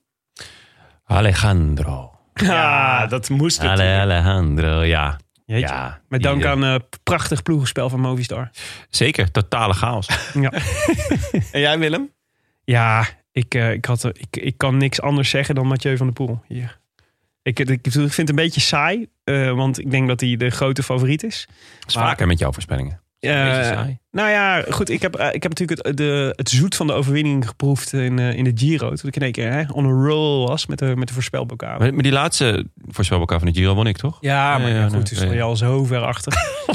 Alejandro. Ja, dat moest het. Alejandro, ja. Jeetje. Ja, Met die, dank aan prachtig ploegenspel van Movistar. Zeker, totale chaos. Ja, En jij, Willem? ja ik kan niks anders zeggen dan Mathieu van der Poel hier. Ik vind het een beetje saai, want ik denk dat hij de grote favoriet is. Dat is vaker met jouw voorspellingen. Een beetje saai. Nou ja, goed. Ik heb natuurlijk het zoet van de overwinning geproefd in de Giro. Toen ik in één keer on a roll was met de voorspelbokaal. Maar die laatste voorspelbokaal van de Giro won ik, toch? Ja, maar Ja, goed, toen stond je al zo ver achter.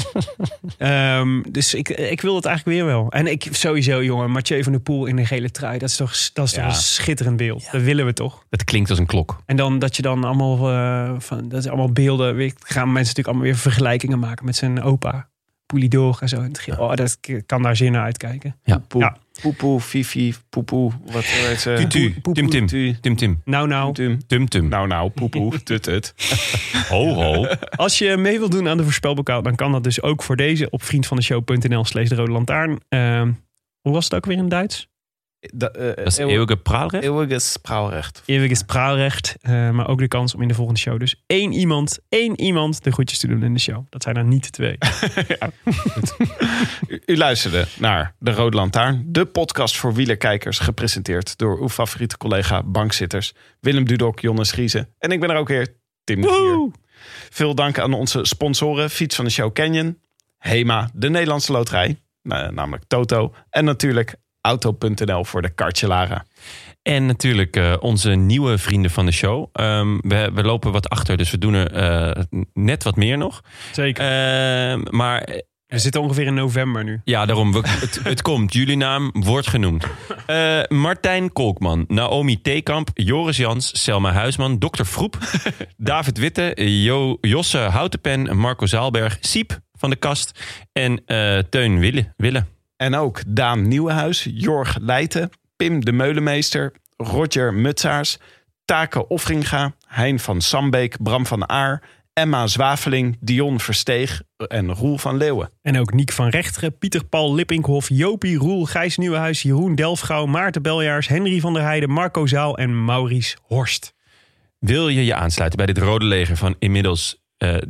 Dus ik wil het eigenlijk weer wel. En sowieso, jongen, Mathieu van der Poel in de gele trui. Dat is toch een schitterend beeld. Ja. Dat willen we toch? Het klinkt als een klok. En dan dat je dan allemaal dat is allemaal beelden. Gaan mensen natuurlijk allemaal weer vergelijkingen maken met zijn opa. Poulidor en zo. Oh, dat kan daar zin naar uitkijken. Ja. Poepoe, Fifi, poepoe. Wat heet ze? Tim. Nou, poepoe, tut. Ho. Als je mee wilt doen aan de voorspelbokaal, dan kan dat dus ook voor deze op vriendvandeshow.nl/de Rode Lantaarn. Hoe was het ook weer in Duits? Dat is eeuwige praalrecht? Eeuwige spraalrecht. Eeuwige spraalrecht. Maar ook de kans om in de volgende show dus één iemand de groetjes te doen in de show. Dat zijn er niet 2. Ja, goed. U luisterde naar De Rode Lantaarn, de podcast voor wielerkijkers, gepresenteerd door uw favoriete collega bankzitters Willem Dudok, Jonne Schrieze. En ik ben er ook weer, Tim de Gier. Veel dank aan onze sponsoren, Fiets van de Show Canyon, HEMA, de Nederlandse Loterij, namelijk Toto, en natuurlijk Auto.nl voor de kartje-Lara. En natuurlijk onze nieuwe vrienden van de show. We lopen wat achter, dus we doen er net wat meer nog. Zeker. Maar we zitten ongeveer in november nu. ja, daarom. Het komt. Jullie naam wordt genoemd. Martijn Kolkman, Naomi Theekamp, Joris Jans, Selma Huisman, Dr. Vroep, David Witte, Josse Houtenpen, Marco Zaalberg, Siep van de Kast en Teun Wille. En ook Daan Nieuwenhuis, Jorg Leijten, Pim de Meulemeester, Roger Mutsaars, Take Offringa, Hein van Sambeek, Bram van Aar, Emma Zwaveling, Dion Versteeg en Roel van Leeuwen. En ook Niek van Rechteren, Pieter Paul Lippinkhoff, Jopie, Roel, Gijs Nieuwenhuis, Jeroen Delfgauw, Maarten Beljaars, Henry van der Heijden, Marco Zaal en Maurice Horst. Wil je je aansluiten bij dit Rode Leger van inmiddels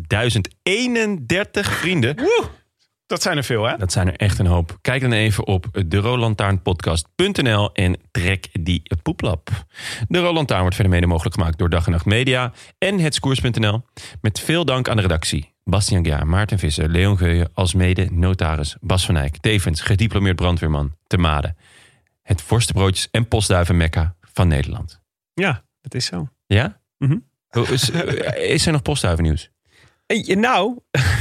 1031 vrienden? Woe! Dat zijn er veel, hè? Dat zijn er echt een hoop. Kijk dan even op deroodlantaarnpodcast.nl en trek die poeplap. De Rode Lantaarn wordt verder mede mogelijk gemaakt door Dag en Nacht Media en hetskoers.nl. Met veel dank aan de redactie. Bastiaan Gjaar, Maarten Visser, Leon Geuyen, alsmede notaris Bas van Eyck, tevens gediplomeerd brandweerman te Maden. Het worstenbroodjes en postduiven Mekka van Nederland. Ja, dat is zo. Ja? Mm-hmm. Is er nog postduivennieuws? Nou,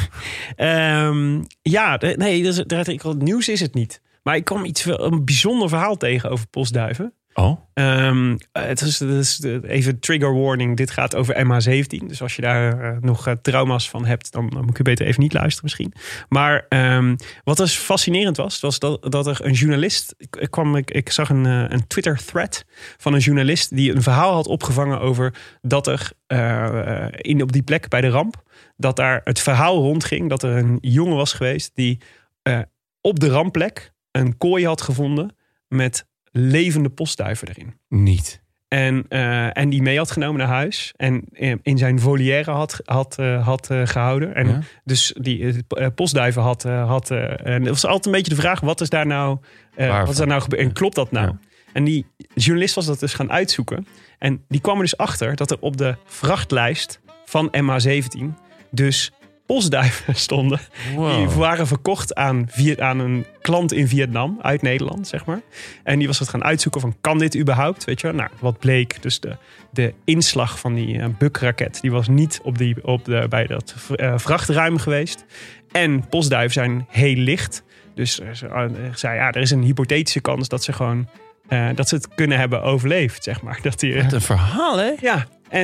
het nieuws is het niet. Maar ik kwam een bijzonder verhaal tegen over postduiven. Oh? Het is even trigger warning. Dit gaat over MH17. Dus als je daar nog trauma's van hebt, dan moet je beter even niet luisteren misschien. Maar wat dus fascinerend was dat er een journalist... Ik zag een Twitter thread van een journalist die een verhaal had opgevangen over dat er op die plek bij de ramp, dat daar het verhaal rondging dat er een jongen was geweest die op de rampplek een kooi had gevonden met levende postduiven erin. Niet. En die mee had genomen naar huis. En in zijn volière had gehouden. En ja? Dus die postduiven had. En het was altijd een beetje de vraag: wat is daar nou gebeurd? En klopt dat nou? Ja. En die journalist was dat dus gaan uitzoeken. En die kwam er dus achter dat er op de vrachtlijst van MH17 dus postduiven stonden. Wow. Die waren verkocht aan een klant in Vietnam, uit Nederland, zeg maar. En die was het gaan uitzoeken van, kan dit überhaupt? Weet je wel? Nou, wat bleek? Dus de inslag van die Buk-raket, die was niet bij dat vrachtruim geweest. En postduiven zijn heel licht. Dus ze zei, er is een hypothetische kans dat ze gewoon dat ze het kunnen hebben overleefd, zeg maar. Wat een verhaal, hè? Ja.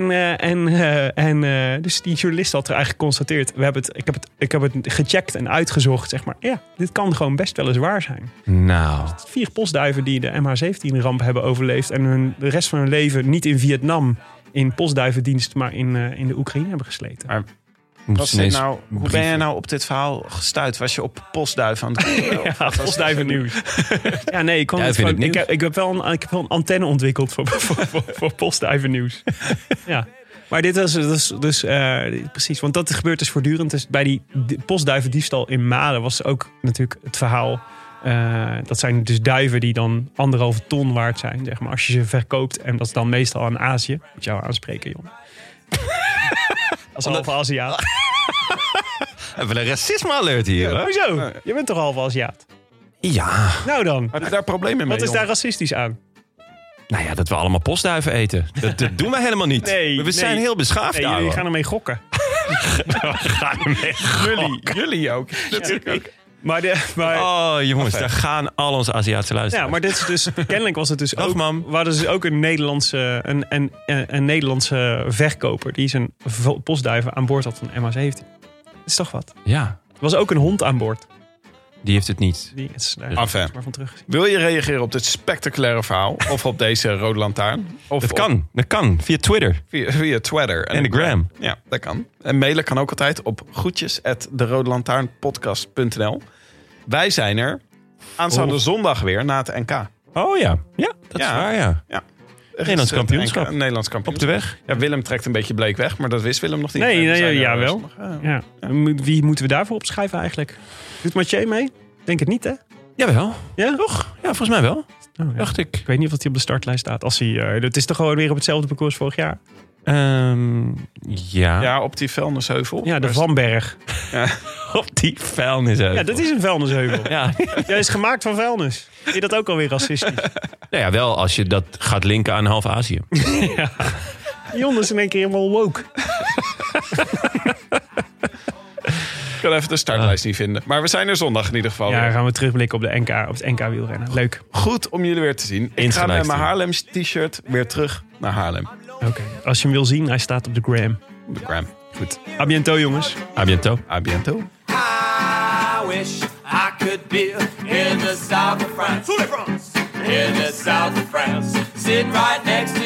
Dus die journalist had er eigenlijk geconstateerd. Ik heb het gecheckt en uitgezocht, zeg maar. Ja, dit kan gewoon best wel eens waar zijn. Nou. 4 postduiven die de MH17-ramp hebben overleefd en de rest van hun leven niet in Vietnam in postduivendienst, maar in de Oekraïne hebben gesleten. Maar hoe ben je nou op dit verhaal gestuurd? Was je op postduiven aan het kijken? Ja, postduivennieuws. Ja, nee, ik heb wel een antenne ontwikkeld voor postduivennieuws. Ja. Maar dit was dus precies, want dat gebeurt dus voortdurend. Dus bij die postduivendiefstal in Maden was ook natuurlijk het verhaal. Dat zijn dus duiven die dan 1,5 ton waard zijn, zeg maar, als je ze verkoopt. En dat is dan meestal aan Azië. Moet jou aanspreken, Jon. Als halve Aziat. Hebben we een racisme-alert hier, hoor. Hoezo? Je bent toch halve Aziat? Ja. Nou dan. Had je daar problemen mee? Wat is daar racistisch aan? Nou ja, dat we allemaal postduiven eten. Dat doen we helemaal niet. We zijn heel beschaafd, ouwe. Jullie gaan ermee gokken. Jullie ook. Natuurlijk ook. Oh jongens, daar gaan al onze Aziatische luisteraars. Ja, maar dit is dus, kennelijk was het dus ook, we hadden dus ook een Nederlandse verkoper die zijn postduiven aan boord had van MH17. Dat is toch wat? Ja. Er was ook een hond aan boord. Die heeft het niet. Die is daar maar van terug. Wil je reageren op dit spectaculaire verhaal? Of op deze Rode Lantaarn? Dat kan. Via Twitter. Via Twitter. En de Gram. Ja, dat kan. En mailen kan ook altijd op groetjes@derodelantaarnpodcast.nl. Wij zijn er aanstaande zondag weer na het NK. Oh ja. Ja, dat is waar, ja. Nederlands kampioenschap. Nederlands kampioenschap. Op de weg. Ja, Willem trekt een beetje bleek weg, maar dat wist Willem nog niet. Nee, wel. Ja. Wie moeten we daarvoor opschrijven eigenlijk? Doet Mathieu mee? Denk het niet, hè? Jawel. Ja? Toch? Ja, volgens mij wel. Oh, ja. Dacht ik. Ik weet niet of hij op de startlijst staat. Het is toch gewoon weer op hetzelfde parcours vorig jaar? Ja. Ja, op die vuilnisheuvel. Ja, de Vanberg. Ja. Op die vuilnisheuvel. Ja, dat is een vuilnisheuvel. Ja. Ja, is gemaakt van vuilnis. Vind je dat ook alweer racistisch? Nou ja, wel als je dat gaat linken aan half Azië. Ja. Jon is in één keer helemaal woke. Ik kan even de startlijst niet vinden. Maar we zijn er zondag in ieder geval. Ja, dan gaan we terugblikken op het NK wielrennen. Leuk. Goed om jullie weer te zien. Ik ga met mijn Haarlem t-shirt weer terug naar Haarlem. Oké. Als je hem wil zien, hij staat op de Gram. De Gram. Goed. A bientôt, jongens. A bientôt. A bientôt. I wish I could be in the south of France. In the south of France. Sitting right next to